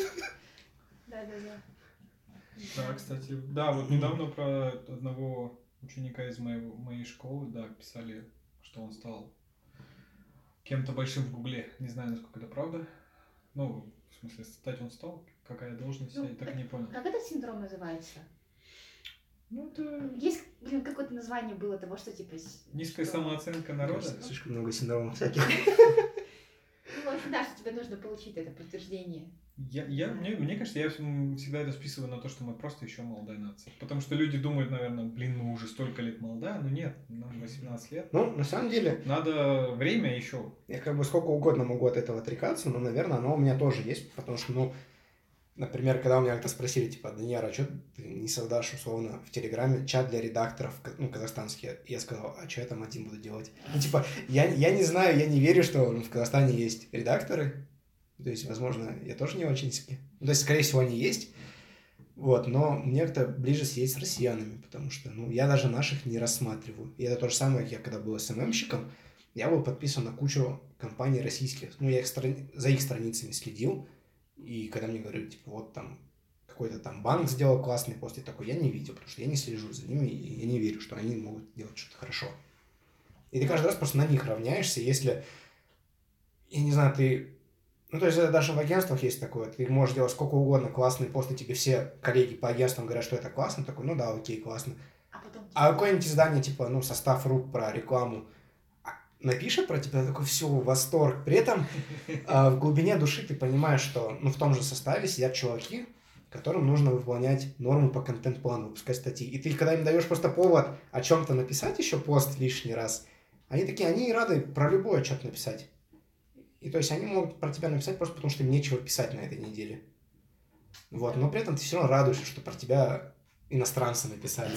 Да-да-да. Да, кстати, да, вот недавно про одного ученика из моего, моей школы, да, писали, что он стал кем-то большим в Гугле. Не знаю, насколько это правда. Ну, в смысле, стать он стал, какая должность, Ну, я так и не понял. Как этот синдром называется? Ну, это Есть, блин, какое-то название было того, что типа... с- низкая что- самооценка народа. Слишком много синдромов всяких. Ну, в общем, да, что тебе нужно получить это подтверждение. Я, я, мне, мне кажется, я м, всегда это списываю на то, что мы просто еще молодая нация. Потому что люди думают, наверное, блин, мы уже столько лет молодая, но нет, нам восемнадцать лет. Ну, на самом деле, Надо время еще. я как бы сколько угодно могу от этого отрекаться, но, наверное, оно у меня тоже есть, потому что, ну, например, когда у меня как-то спросили, типа, Даниэр, а что ты не создашь, условно, в Телеграме чат для редакторов, ну, казахстанский, я сказал, а что я там один буду делать? Ну, типа, я, я не знаю, я не верю, что ну, в Казахстане есть редакторы, то есть, возможно, я тоже не очень... Ну, то есть, скорее всего, они есть, вот, но мне как-то ближе сидеть с россиянами, потому что, ну, я даже наших не рассматриваю. И это то же самое, как я когда был эс эм эм-щиком, я был подписан на кучу компаний российских. Ну, я их страни... за их страницами следил. И когда мне говорят, типа, вот там какой-то там банк сделал классный пост, я такой, я не видел, потому что я не слежу за ними, и я не верю, что они могут делать что-то хорошо. И ты каждый раз просто на них равняешься, если, я не знаю, ты... Ну, то есть это даже в агентствах есть такое, ты можешь делать сколько угодно классные посты, тебе все коллеги по агентствам говорят, что это классно, такой, ну да, окей, классно. А потом... А какое-нибудь издание, типа, ну, состав рук про рекламу, напишет про тебя, такой, все, восторг. При этом в глубине души ты понимаешь, что ну, в том же составе сидят чуваки, которым нужно выполнять норму по контент-плану, выпускать статьи. И ты, когда им даешь просто повод о чем-то написать еще пост лишний раз, они такие, они рады про любое что-то написать. И то есть они могут про тебя написать просто потому, что им нечего писать на этой неделе. Вот, но при этом ты все равно радуешься, что про тебя иностранцы написали.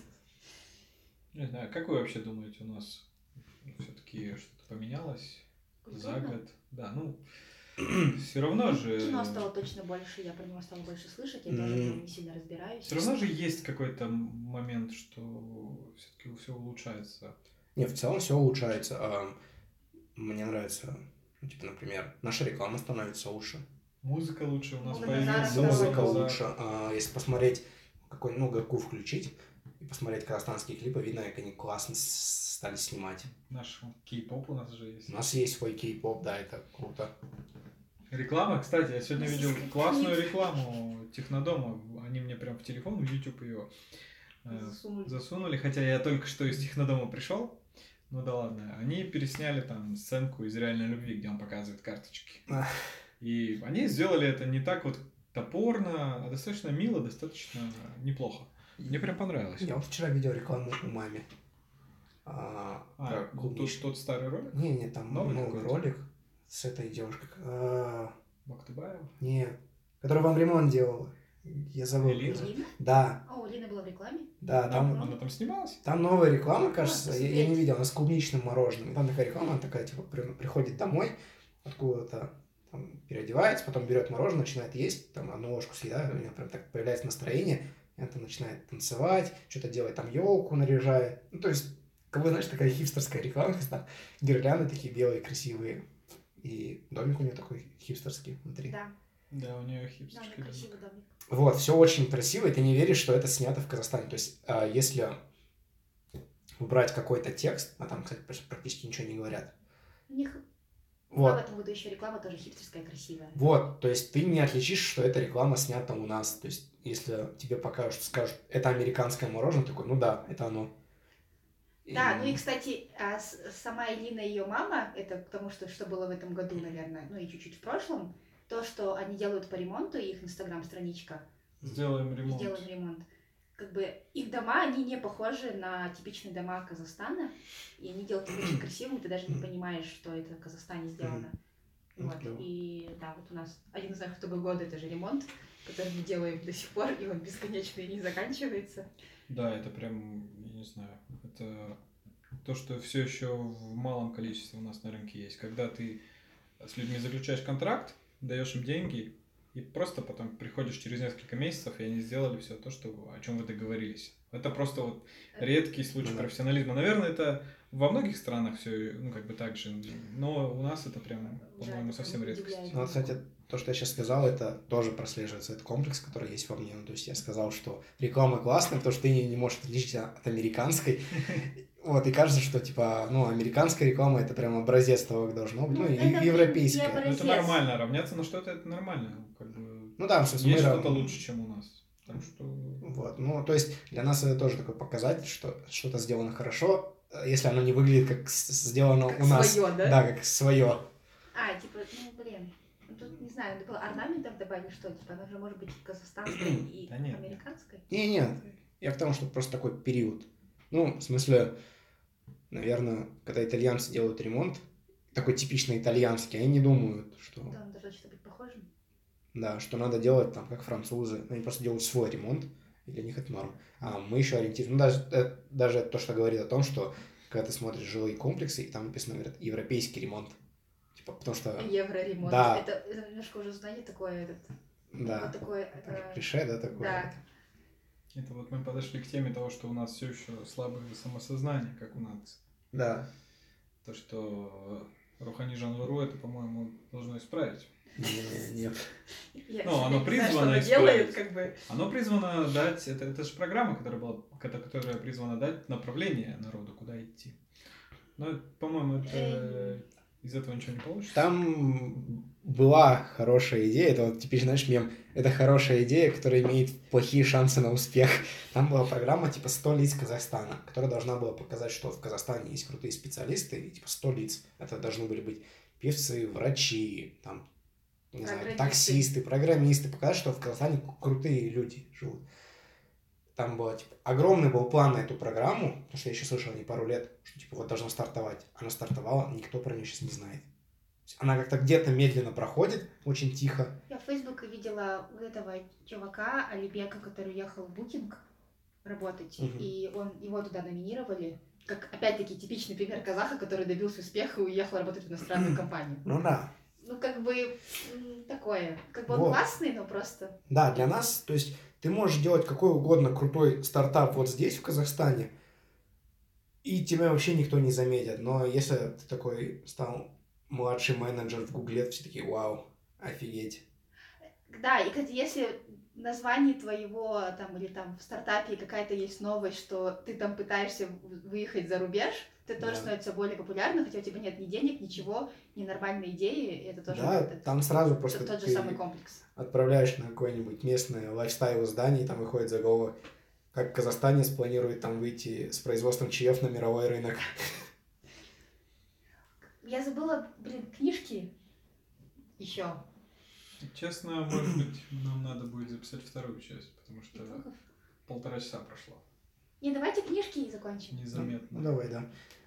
Не знаю, как вы вообще думаете, у нас все-таки что-то поменялось за год? Да, ну, все равно же... Кино стало точно больше, я про него стала больше слышать, я тоже не сильно разбираюсь. Все равно же есть какой-то момент, что все-таки все улучшается. Не, в целом все улучшается. Мне нравится, ну, типа, например, наша реклама становится лучше. Музыка лучше у нас Музыка появилась. Музыка лучше. А, если посмотреть, какой, ну, гаку включить и посмотреть казахстанские клипы, видно, как они классно стали снимать. Наш кей-поп у нас же есть. У нас есть свой кей-поп, да, это круто. Реклама, кстати, я сегодня видел классную рекламу Технодома. Они мне прям в телефон, в YouTube ее засунули. засунули. Хотя я только что из Технодома пришел. Ну да ладно. Они пересняли там сценку из «Реальной любви», где он показывает карточки. И они сделали это не так вот топорно, а достаточно мило, достаточно неплохо. Мне прям понравилось. Я вот вчера видел рекламу у маме. А, а тот, тот старый ролик? Не, не, там новый, новый ролик с этой девушкой. А... Бактыбаева? Нет, которая вам ремонт делала. Я забыл. Лина? Да. А, у Лины была в рекламе? Да, она, там... Она там снималась? Там новая реклама, кажется, я, я не видел, она с клубничным мороженым. Там такая реклама, она такая, типа, при, приходит домой, откуда-то там переодевается, потом берет мороженое, начинает есть, там одну ложку съедает, у нее прям так появляется настроение, и она там начинает танцевать, что-то делать, там елку наряжает. Ну, то есть, как бы, знаешь, такая хипстерская реклама, там гирлянды такие белые, красивые, и домик у нее такой хипстерский внутри. Да. Да, у нее хипстерский домик. Красивый домик. Вот, все очень красиво, и ты не веришь, что это снято в Казахстане. То есть, если убрать какой-то текст, а там, кстати, практически ничего не говорят. У них вот. в этом году еще реклама тоже хипстерская, красивая. Вот, то есть ты не отличишь, что эта реклама снята у нас. То есть, если тебе покажут, скажут, это американское мороженое, такой, ну да, это оно. Да, и... ну и, кстати, сама Элина и ее мама, это потому что, что было в этом году, наверное, ну и чуть-чуть в прошлом, то, что они делают по ремонту, их инстаграм-страничка. Сделаем ремонт. Сделаем ремонт. Как бы их дома, они не похожи на типичные дома Казахстана, и они делают их очень красивыми, ты даже не понимаешь, что это в Казахстане сделано. Вот. И да, вот у нас один из наших итогов года, это же ремонт, который мы делаем до сих пор, и он бесконечно и не заканчивается. Да, это прям, я не знаю, это то, что все еще в малом количестве у нас на рынке есть. Когда ты с людьми заключаешь контракт, даешь им деньги, и просто потом приходишь через несколько месяцев, и они сделали все то, что, о чем вы договорились. Это просто вот редкий случай да. профессионализма. Наверное, это во многих странах все, ну, как бы так же, но у нас это прям, по-моему, совсем редкость. Ну, кстати, то, что я сейчас сказал, это тоже прослеживается, это комплекс, который есть во мне. Ну, то есть я сказал, что реклама классная, потому что ты не, не можешь отличиться от американской. Вот, и кажется, что, типа, ну, американская реклама — это прям образец того, как должно быть, ну, ну и европейская. Ну, это нормально, равняться на что-то — это нормально, как бы. Ну да, есть что-то рав... лучше, чем у нас. Так что... Вот, ну, то есть для нас это тоже такой показатель, что что-то сделано хорошо, если оно не выглядит как сделано как у нас. Своё, да? Да, как свое. А, типа, ну, блин, тут, не знаю, надо было орнаментов добавить, что, типа, оно же может быть казахстанской и американской? Не, нет, я к тому, что просто такой период. Ну, в смысле, наверное, когда итальянцы делают ремонт, такой типично итальянский, они не думают, что... Да, он должен что-то быть похожим. Да, что надо делать там, как французы. Они просто делают свой ремонт, и для них это норм. А мы еще ориентируемся... Ну, даже, это, даже то, что говорит о том, что когда ты смотришь жилые комплексы, и там написано, говорят, европейский ремонт. Типа, потому что... Евроремонт. Да. Это, это немножко уже, знаете, такое... Этот... Да. Вот такое... Это... Клише, да, такое. Да. Это вот мы подошли к теме того, что у нас все еще слабое самосознание, как у нас. Да. То, что Рухани Жанвару, это, по-моему, должно исправить. Нет. Ну, оно призвано исправить. Как бы. Оно призвано дать, это, это же программа, которая была, которая призвана дать направление народу, куда идти. Но, по-моему, это из этого ничего не получится. Там была хорошая идея, это вот теперь, знаешь, мем, это хорошая идея, которая имеет плохие шансы на успех. Там была программа типа сто лиц Казахстана, которая должна была показать, что в Казахстане есть крутые специалисты, и типа сто лиц. Это должны были быть певцы, врачи, там, не знаю, таксисты, программисты, показать, что в Казахстане крутые люди живут. Там был, типа, огромный был план на эту программу, потому что я еще слышал не пару лет, что, типа, вот должна стартовать. Она стартовала, никто про нее сейчас не знает. Она как-то где-то медленно проходит, очень тихо. Я в Фейсбуке видела вот этого чувака, Алибека, который уехал в Booking работать, угу. и он, его туда номинировали. Как, опять-таки, типичный пример казаха, который добился успеха и уехал работать в иностранную компанию. Ну да. Ну, как бы, такое. Как бы он вот. Классный, но просто... Да, для нас, то есть... Ты можешь делать какой угодно крутой стартап вот здесь, в Казахстане, и тебя вообще никто не заметит. Но если ты такой стал младший менеджер в Гугле, все такие, вау, офигеть. Да, и, кстати, если в названии твоего, там, или там в стартапе какая-то есть новость, что ты там пытаешься выехать за рубеж, ты тоже да. становится более популярным, хотя у тебя нет ни денег, ничего, ни нормальной идеи, и это тоже... Да, это, там сразу просто тот же самый комплекс. Отправляешь на какое-нибудь местное лайфстайл-издание, и там выходит заголовок, как казахстанец планирует там выйти с производством чаев на мировой рынок. Я забыла, блин, книжки еще. Честно, может быть, нам надо будет записать вторую часть, потому что Итогов? полтора часа прошло. Не, давайте книжки и закончим. Незаметно. Ну, давай, да.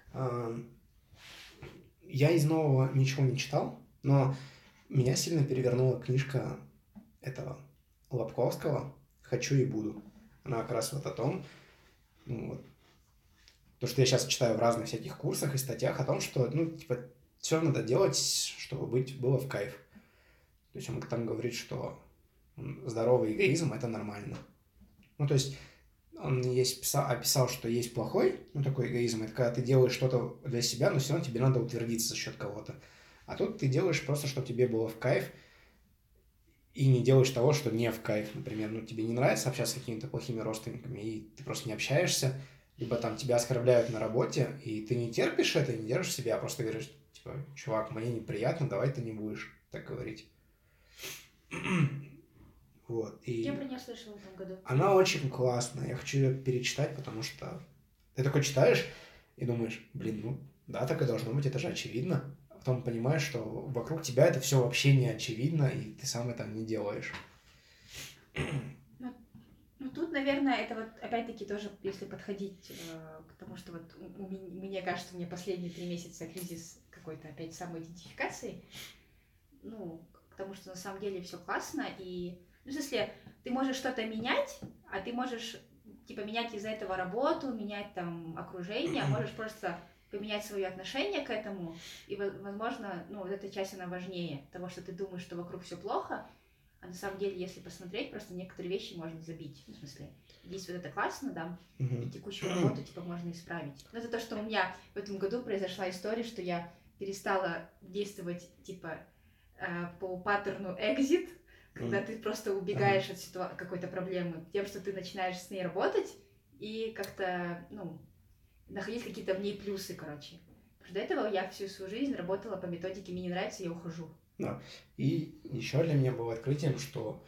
Я из нового ничего не читал, но меня сильно перевернула книжка этого Лобковского «Хочу и буду». Она как раз вот о том, ну, вот, то, что я сейчас читаю в разных всяких курсах и статьях о том, что, ну, типа, все надо делать, чтобы быть, было в кайф. То есть он там говорит, что здоровый эгоизм – это нормально. Ну, то есть он есть, писал, описал, что есть плохой, ну, такой эгоизм, это когда ты делаешь что-то для себя, но все равно тебе надо утвердиться за счет кого-то. А тут ты делаешь просто, чтобы тебе было в кайф, и не делаешь того, что не в кайф, например. Ну, тебе не нравится общаться с какими-то плохими родственниками, и ты просто не общаешься, либо там тебя оскорбляют на работе, и ты не терпишь это, не держишь себя, а просто говоришь, типа, чувак, мне неприятно, давай ты не будешь так говорить. Вот, и я про нее слышала в этом году. Она очень классная, я хочу ее перечитать, потому что ты такой читаешь и думаешь, блин, ну да, так и должно быть, это же очевидно. А потом понимаешь, что вокруг тебя это все вообще не очевидно, и ты сам это не делаешь. Ну, ну тут, наверное, это вот опять-таки тоже, если подходить э, к тому, что вот у, у, мне кажется, у меня последние три месяца кризис какой-то опять самоидентификации, ну, к тому, что на самом деле все классно, и ну, в смысле, ты можешь что-то менять, а ты можешь, типа, менять из-за этого работу, менять там окружение, а можешь просто поменять свое отношение к этому, и, возможно, ну, вот эта часть, она важнее того, что ты думаешь, что вокруг все плохо, а на самом деле, если посмотреть, просто некоторые вещи можно забить, ну, в смысле, здесь вот это классно, да, и текущую работу, типа, можно исправить. Но это то, что у меня в этом году произошла история, что я перестала действовать, типа, по паттерну exit, когда mm. ты просто убегаешь ага. от ситуа- какой-то проблемы, тем, что ты начинаешь с ней работать и как-то, ну, находить какие-то в ней плюсы, короче. Потому что до этого я всю свою жизнь работала по методике «мне не нравится, я ухожу». Да. И еще для меня было открытием, что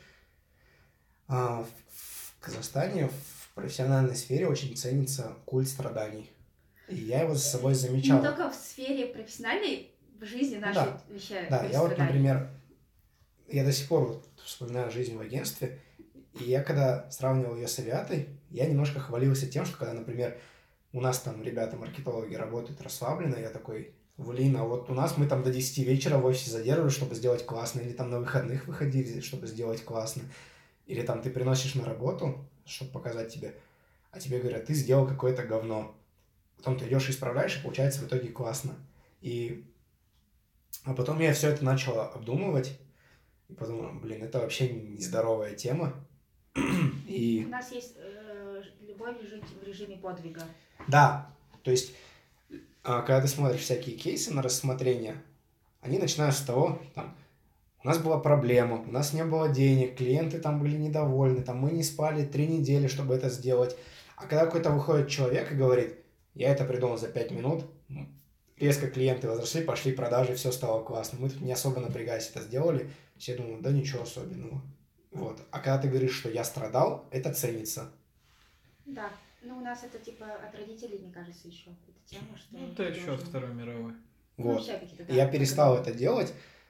а, в, в Казахстане в профессиональной сфере очень ценится культ страданий. И я его за собой замечал. Не только в сфере профессиональной, в жизни нашей да. вещи. Да, я вот, например, я до сих пор вот вспоминаю жизнь в агентстве, и я когда сравнивал ее с Авиатой, я немножко хвалился тем, что когда, например, у нас там ребята-маркетологи работают расслабленно, я такой, блин, а вот у нас мы там до десяти вечера в офисе задерживались, чтобы сделать классно, или там на выходных выходили, чтобы сделать классно, или там ты приносишь на работу, чтобы показать тебе, а тебе говорят, ты сделал какое-то говно. Потом ты идешь и исправляешь, и получается в итоге классно. И... А потом я все это начал обдумывать, и подумал, блин, это вообще нездоровая тема. И... У нас есть э, любовь жить в режиме подвига. Да, то есть а, когда ты смотришь всякие кейсы на рассмотрение, они начинают с того, там, у нас была проблема, у нас не было денег, клиенты там были недовольны, там мы не спали три недели, чтобы это сделать. А когда какой-то выходит человек и говорит, я это придумал за пять минут, резко клиенты возросли, пошли продажи, все стало классно. Мы тут не особо напрягаясь это сделали, все думают, да ничего особенного. Вот. А когда ты говоришь, что я страдал, это ценится. Да, ну у нас это типа от родителей, мне кажется, еще эта тема, что... Ну, это еще от Второй мировой. Ну, Вот. вообще какие-то, да, Я перестал по-другому. это делать,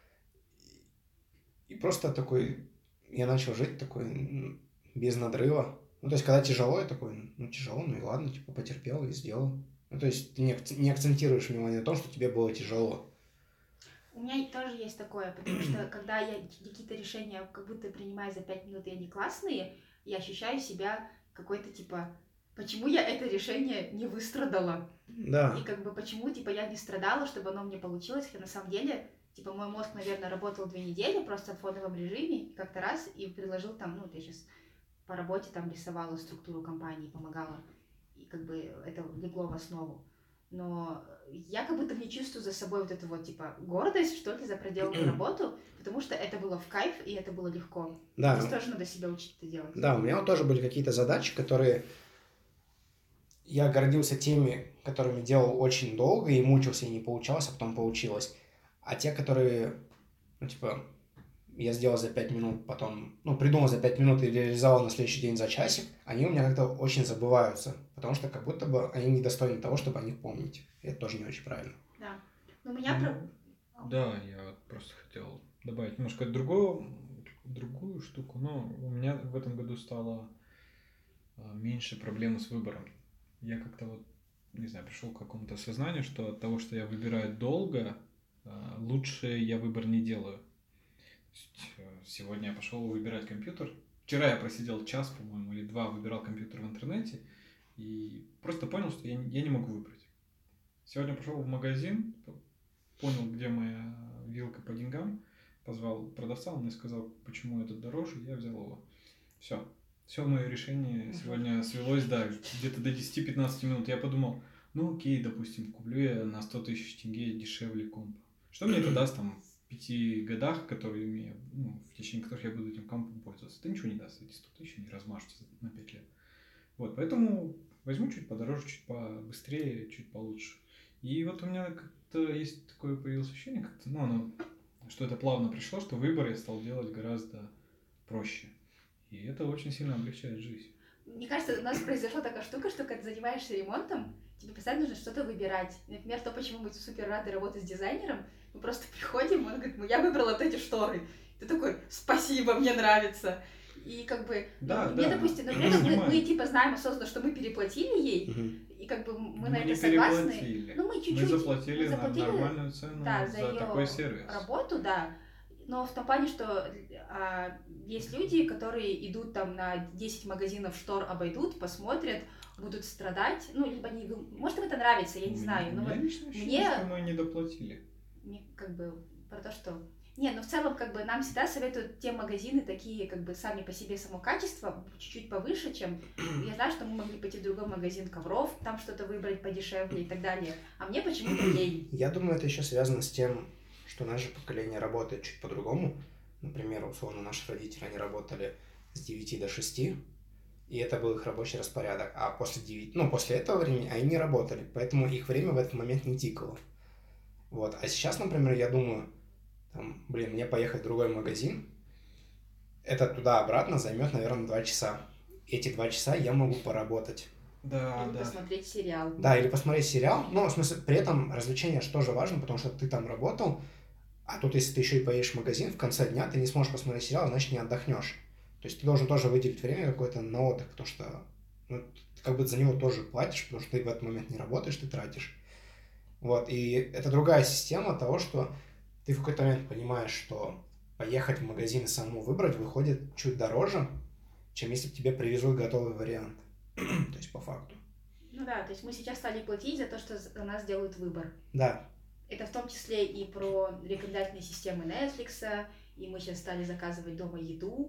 и просто такой, я начал жить такой м, без надрыва. Ну, то есть, когда тяжело, я такой, ну, тяжело, ну и ладно, типа, потерпел и сделал. Ну, то есть, ты не, акц- не акцентируешь внимание на том, что тебе было тяжело. У меня и тоже есть такое, потому что когда я какие-то решения как будто принимаю за пять минут, и они классные, я ощущаю себя какой-то типа, почему я это решение не выстрадала? Да, И как бы почему типа я не страдала, чтобы оно мне получилось, хотя на самом деле, типа мой мозг, наверное, работал две недели просто в фоновом режиме, как-то раз, и предложил там, ну, ты сейчас по работе там рисовала структуру компании, помогала, и как бы это легло в основу. Но я как будто не чувствую за собой вот эту вот, типа, гордость, что ли, за проделанную работу, потому что это было в кайф, и это было легко. да, Здесь тоже надо себя учить это делать. да, у меня вот тоже были какие-то задачи, которые я гордился теми, которыми делал очень долго и мучился, и не получалось, а потом получилось. А те, которые, ну, типа, я сделал за пять минут, потом, ну, придумал за пять минут и реализовал на следующий день за часик, они у меня как-то очень забываются, потому что как будто бы они недостойны того, чтобы о них помнить. И это тоже не очень правильно. Да. Но у меня... Ну, про- да, я просто хотел добавить немножко другую, другую штуку, но у меня в этом году стало а, меньше проблем с выбором. Я как-то вот, не знаю, пришел к какому-то осознанию, что от того, что я выбираю долго, а, лучше я выбор не делаю. То есть, э, сегодня я пошел выбирать компьютер. Вчера я просидел час, по-моему, или два, выбирал компьютер в интернете и просто понял, что я, не- я не могу выбрать. Сегодня пошел в магазин, п- понял, где моя вилка по деньгам, позвал продавца, он мне сказал, почему этот дороже, я взял его. Все. Все мое решение сегодня свелось, да, где-то до десяти-пятнадцати минут. Я подумал, ну окей, допустим, куплю я на сто тысяч тенге дешевле комп. Что мне это даст там в пяти годах, которые мне, ну, в течение которых я буду этим компом пользоваться? Это ничего не даст, эти сто тысяч не размажутся на пять лет. Вот, поэтому возьму чуть подороже, чуть побыстрее, чуть получше. И вот у меня как-то есть такое появилось ощущение, как-то, ну, оно, что это плавно пришло, что выбор я стал делать гораздо проще. И это очень сильно облегчает жизнь. Мне кажется, у нас произошла такая штука, что когда занимаешься ремонтом, тебе постоянно нужно что-то выбирать. Например, то, почему мы супер рады работать с дизайнером, мы просто приходим, он говорит, ну я выбрала вот эти шторы. Ты такой, спасибо, мне нравится. И как бы, Да, ну, мне, да, допустим, например, мы, понимаю. мы типа знаем осознанно, что мы переплатили ей, Мгм. и как бы мы Мы на не это согласны. переплатили. Ну, мы Мы чуть-чуть заплатили, мы заплатили, на нормальную цену да, за, за её такой сервис. работу, да. Но в том плане, что а, есть люди, которые идут там на десять магазинов штор, обойдут, посмотрят, будут страдать. Ну, либо они... Может, им это нравится, я не знаю. Но У меня вот лично ощущение, мне- что мы не доплатили. мне как бы про то, что... Не, ну в целом, как бы нам всегда советуют те магазины такие, как бы сами по себе само качество чуть-чуть повыше, чем... Я знаю, что мы могли пойти в другой магазин ковров, там что-то выбрать подешевле и так далее. А мне почему-то лень. Я думаю, это еще связано с тем, что наше поколение работает чуть по-другому. Например, условно, наши родители, они работали с девяти до шести, и это был их рабочий распорядок. А после девяти, ну, после этого времени они не работали, поэтому их время в этот момент не тикало. Вот. А сейчас, например, я думаю, там, блин, мне поехать в другой магазин, это туда-обратно займет, наверное, два часа. Эти два часа я могу поработать. Да, Или да. посмотреть сериал. Да, или посмотреть сериал. Но, в смысле, при этом развлечение же тоже важно, потому что ты там работал, а тут, если ты еще и поедешь в магазин, в конце дня ты не сможешь посмотреть сериал, значит, не отдохнешь. То есть ты должен тоже выделить время какое-то на отдых, потому что ну, ты как бы за него тоже платишь, потому что ты в этот момент не работаешь, ты тратишь. Вот, и это другая система того, что ты в какой-то момент понимаешь, что поехать в магазин и самому выбрать выходит чуть дороже, чем если бы тебе привезут готовый вариант. То есть по факту. Ну да, то есть мы сейчас стали платить за то, что за нас делают выбор. Да, Это в том числе и про рекомендательные системы Netflix, и мы сейчас стали заказывать дома еду,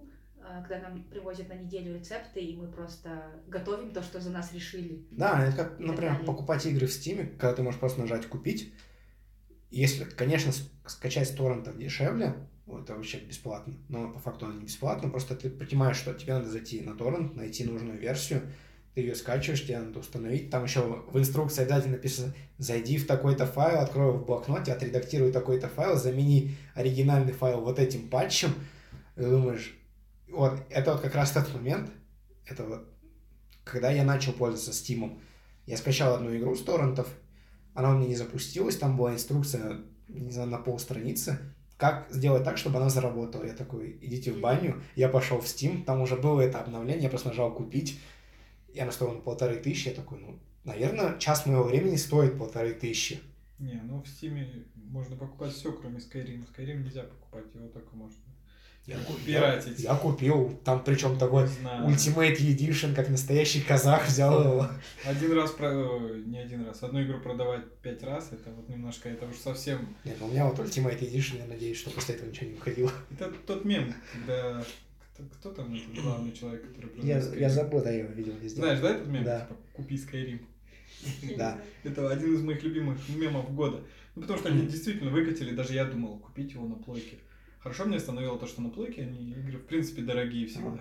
когда нам привозят на неделю рецепты, и мы просто готовим то, что за нас решили. Да, это как, например, покупать игры в Steam, когда ты можешь просто нажать «Купить». Если, конечно, скачать с торрентов дешевле, это вообще бесплатно, но по факту оно не бесплатно, просто ты понимаешь, что тебе надо зайти на торрент, найти нужную версию, ты ее скачиваешь, тебе надо установить, там еще в инструкции обязательно написано: зайди в такой-то файл, открой его в блокноте, отредактируй такой-то файл, замени оригинальный файл вот этим патчем, и думаешь, вот, это вот как раз тот момент, это вот, когда я начал пользоваться Steam, я скачал одну игру с торрентов, она у меня не запустилась, там была инструкция, не знаю, на полстраницы, как сделать так, чтобы она заработала. Я такой: идите в баню, я пошел в Steam, там уже было это обновление, я просто нажал «Купить», и она стоила на полторы тысячи, я такой, ну, наверное, час моего времени стоит полторы тысячи. Не, ну в Steam можно покупать все, кроме Skyrim. Skyrim нельзя покупать, его только можно Я, пиратить. Я, я купил, там причем такой Ultimate Edition, как настоящий казах взял его. Один раз, про... не один раз, одну игру продавать пять раз, это вот немножко, это уж совсем... Нет, у меня вот Ultimate Edition, я надеюсь, что после этого ничего не выходило. Это тот мем, когда... Кто, кто там этот главный человек, который продает Я, Skyrim? я забыл, да, я его видел везде. Знаешь, да, этот мем? Да. Типа, купи Skyrim. Да. Это один из моих любимых мемов года. Ну, потому что они действительно выкатили, даже я думал купить его на плойке. Хорошо мне остановило то, что на плойке они игры, в принципе, дорогие всегда.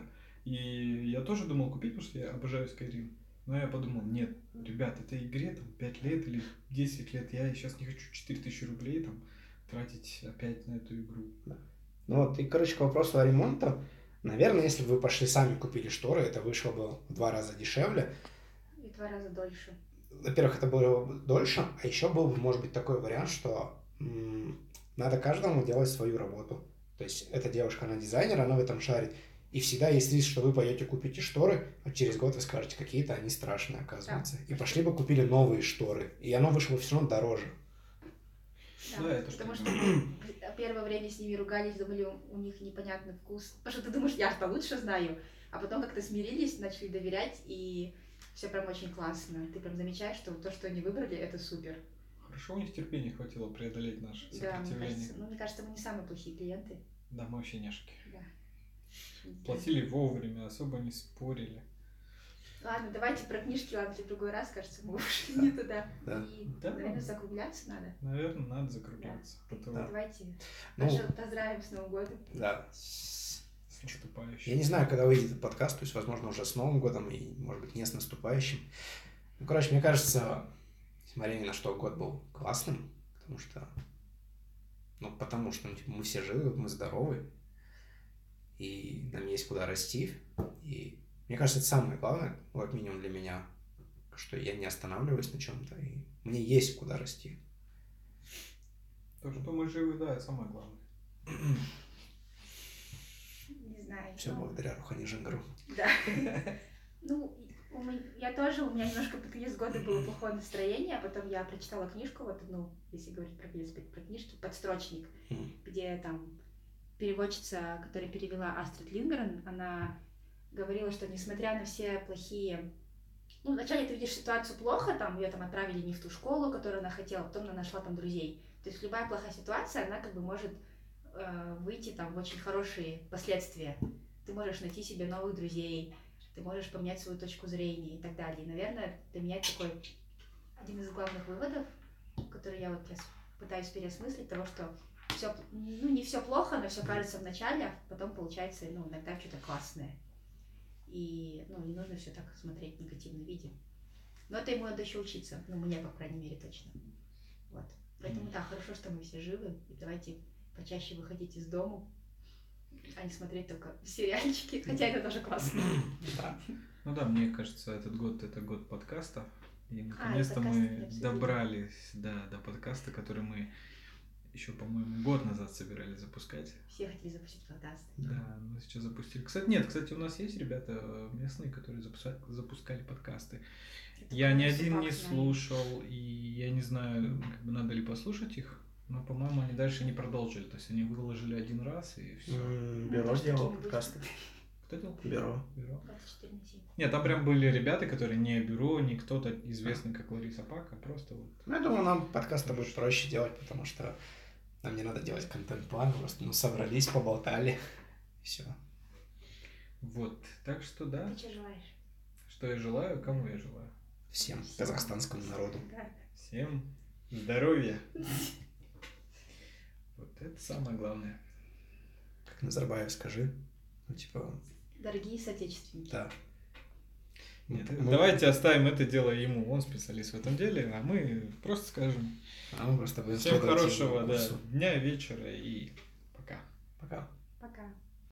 И я тоже думал купить, потому что я обожаю Skyrim. Но я подумал, нет, ребят, этой игре там пять лет или десять лет, я сейчас не хочу четыре тысячи рублей там тратить опять на эту игру. Да. Ну вот, и, короче, к вопросу о ремонте. Наверное, если бы вы пошли сами купили шторы, это вышло бы в два раза дешевле. И в два раза дольше. Во-первых, это было бы дольше, а еще был бы, может быть, такой вариант, что м- надо каждому делать свою работу. То есть эта девушка, она дизайнер, она в этом шарит. И всегда есть риск, что вы пойдете купите шторы, а через год вы скажете, какие-то они страшные, оказывается. Да. И пошли бы купили новые шторы, и оно вышло бы все равно дороже. Да, да, это потому что мы первое время с ними ругались, думали, у них непонятный вкус. Потому что ты думаешь, я-то лучше знаю. А потом как-то смирились, начали доверять, и все прям очень классно. Ты прям замечаешь, что то, что они выбрали, это супер. Хорошо, у них терпения хватило преодолеть наше сопротивление. Да, мне кажется, ну, мне кажется, мы не самые плохие клиенты. Да, мы вообще няшки. Да. Платили вовремя, особо не спорили. Ладно, давайте про книжки, ладно, в другой раз, кажется, мы ушли не туда. Да. И, да. наверное, закругляться надо. Наверное, надо закругляться. Да. Потом... Да. Давайте ну, даже поздравим с Новым годом. Да. С наступающим. Я не знаю, когда выйдет этот подкаст, то есть, возможно, уже с Новым годом и, может быть, не с наступающим. Ну, короче, мне кажется, несмотря ни на что, год был классным, потому что, ну, потому что ну, типа, мы все живы, мы здоровы, и нам есть куда расти, и мне кажется, это самое главное, ну, как минимум для меня, что я не останавливаюсь на чем-то, и мне есть куда расти. То, что мы живы, да, это самое главное. Не знаю. Все но... благодаря Рухани Женгару. Да. Ну, у меня, я тоже, у меня немножко под конец года было плохое настроение, а потом я прочитала книжку, вот одну, если говорить про, про книжки, «Подстрочник», mm. где там переводчица, которая перевела Астрид Лингрен, она говорила, что несмотря на все плохие... Ну, вначале ты видишь ситуацию плохо, там ее там отправили не в ту школу, которую она хотела, потом она нашла там друзей. То есть любая плохая ситуация, она как бы может э, выйти там в очень хорошие последствия. Ты можешь найти себе новых друзей, ты можешь поменять свою точку зрения и так далее. И, наверное, для меня это такой один из главных выводов, который я вот пытаюсь переосмыслить, того, что все, ну, не все плохо, но все кажется в начале, а потом получается, ну, иногда что-то классное. И, ну, не нужно все так смотреть в негативном виде. Но это ему надо еще учиться, ну, мне, по крайней мере, точно. Вот. Поэтому, да, хорошо, что мы все живы, и давайте почаще выходить из дому, а не смотреть только сериальчики, хотя это тоже классно. Да. Ну да, мне кажется, этот год это год подкастов. И наконец-то а, мы добрались да, до подкаста, который мы еще, по-моему, год назад собирались запускать. Все хотели запустить подкаст. Да, мы сейчас запустили. Кстати, нет, кстати, у нас есть ребята местные, которые запускали, запускали подкасты. Это я ни один не слушал, и я не знаю, как бы надо ли послушать их. Но, по-моему, они дальше не продолжили. То есть они выложили один раз и все. Mm, Бюро делал подкасты. Кто делал? Бюро. Бюро. Нет, там прям были ребята, которые не Бюро, не кто-то известный, как Лариса Пак, а просто вот. Ну, я думаю, нам подкасты будет проще делать, потому что нам не надо делать контент-план, просто мы собрались, поболтали, и все. Вот, так что да. Ты что желаешь? Что я желаю, кому я желаю? Всем казахстанскому народу. Да. Всем здоровья. Вот это самое главное. Как Назарбаев скажи. Ну, типа, Дорогие соотечественники. да. Нет, Мы- давайте оставим это дело ему, он специалист в этом деле, а мы просто скажем А мы просто будем всем следовать его хорошего, да, курсу. дня, вечера и пока. Пока. Пока.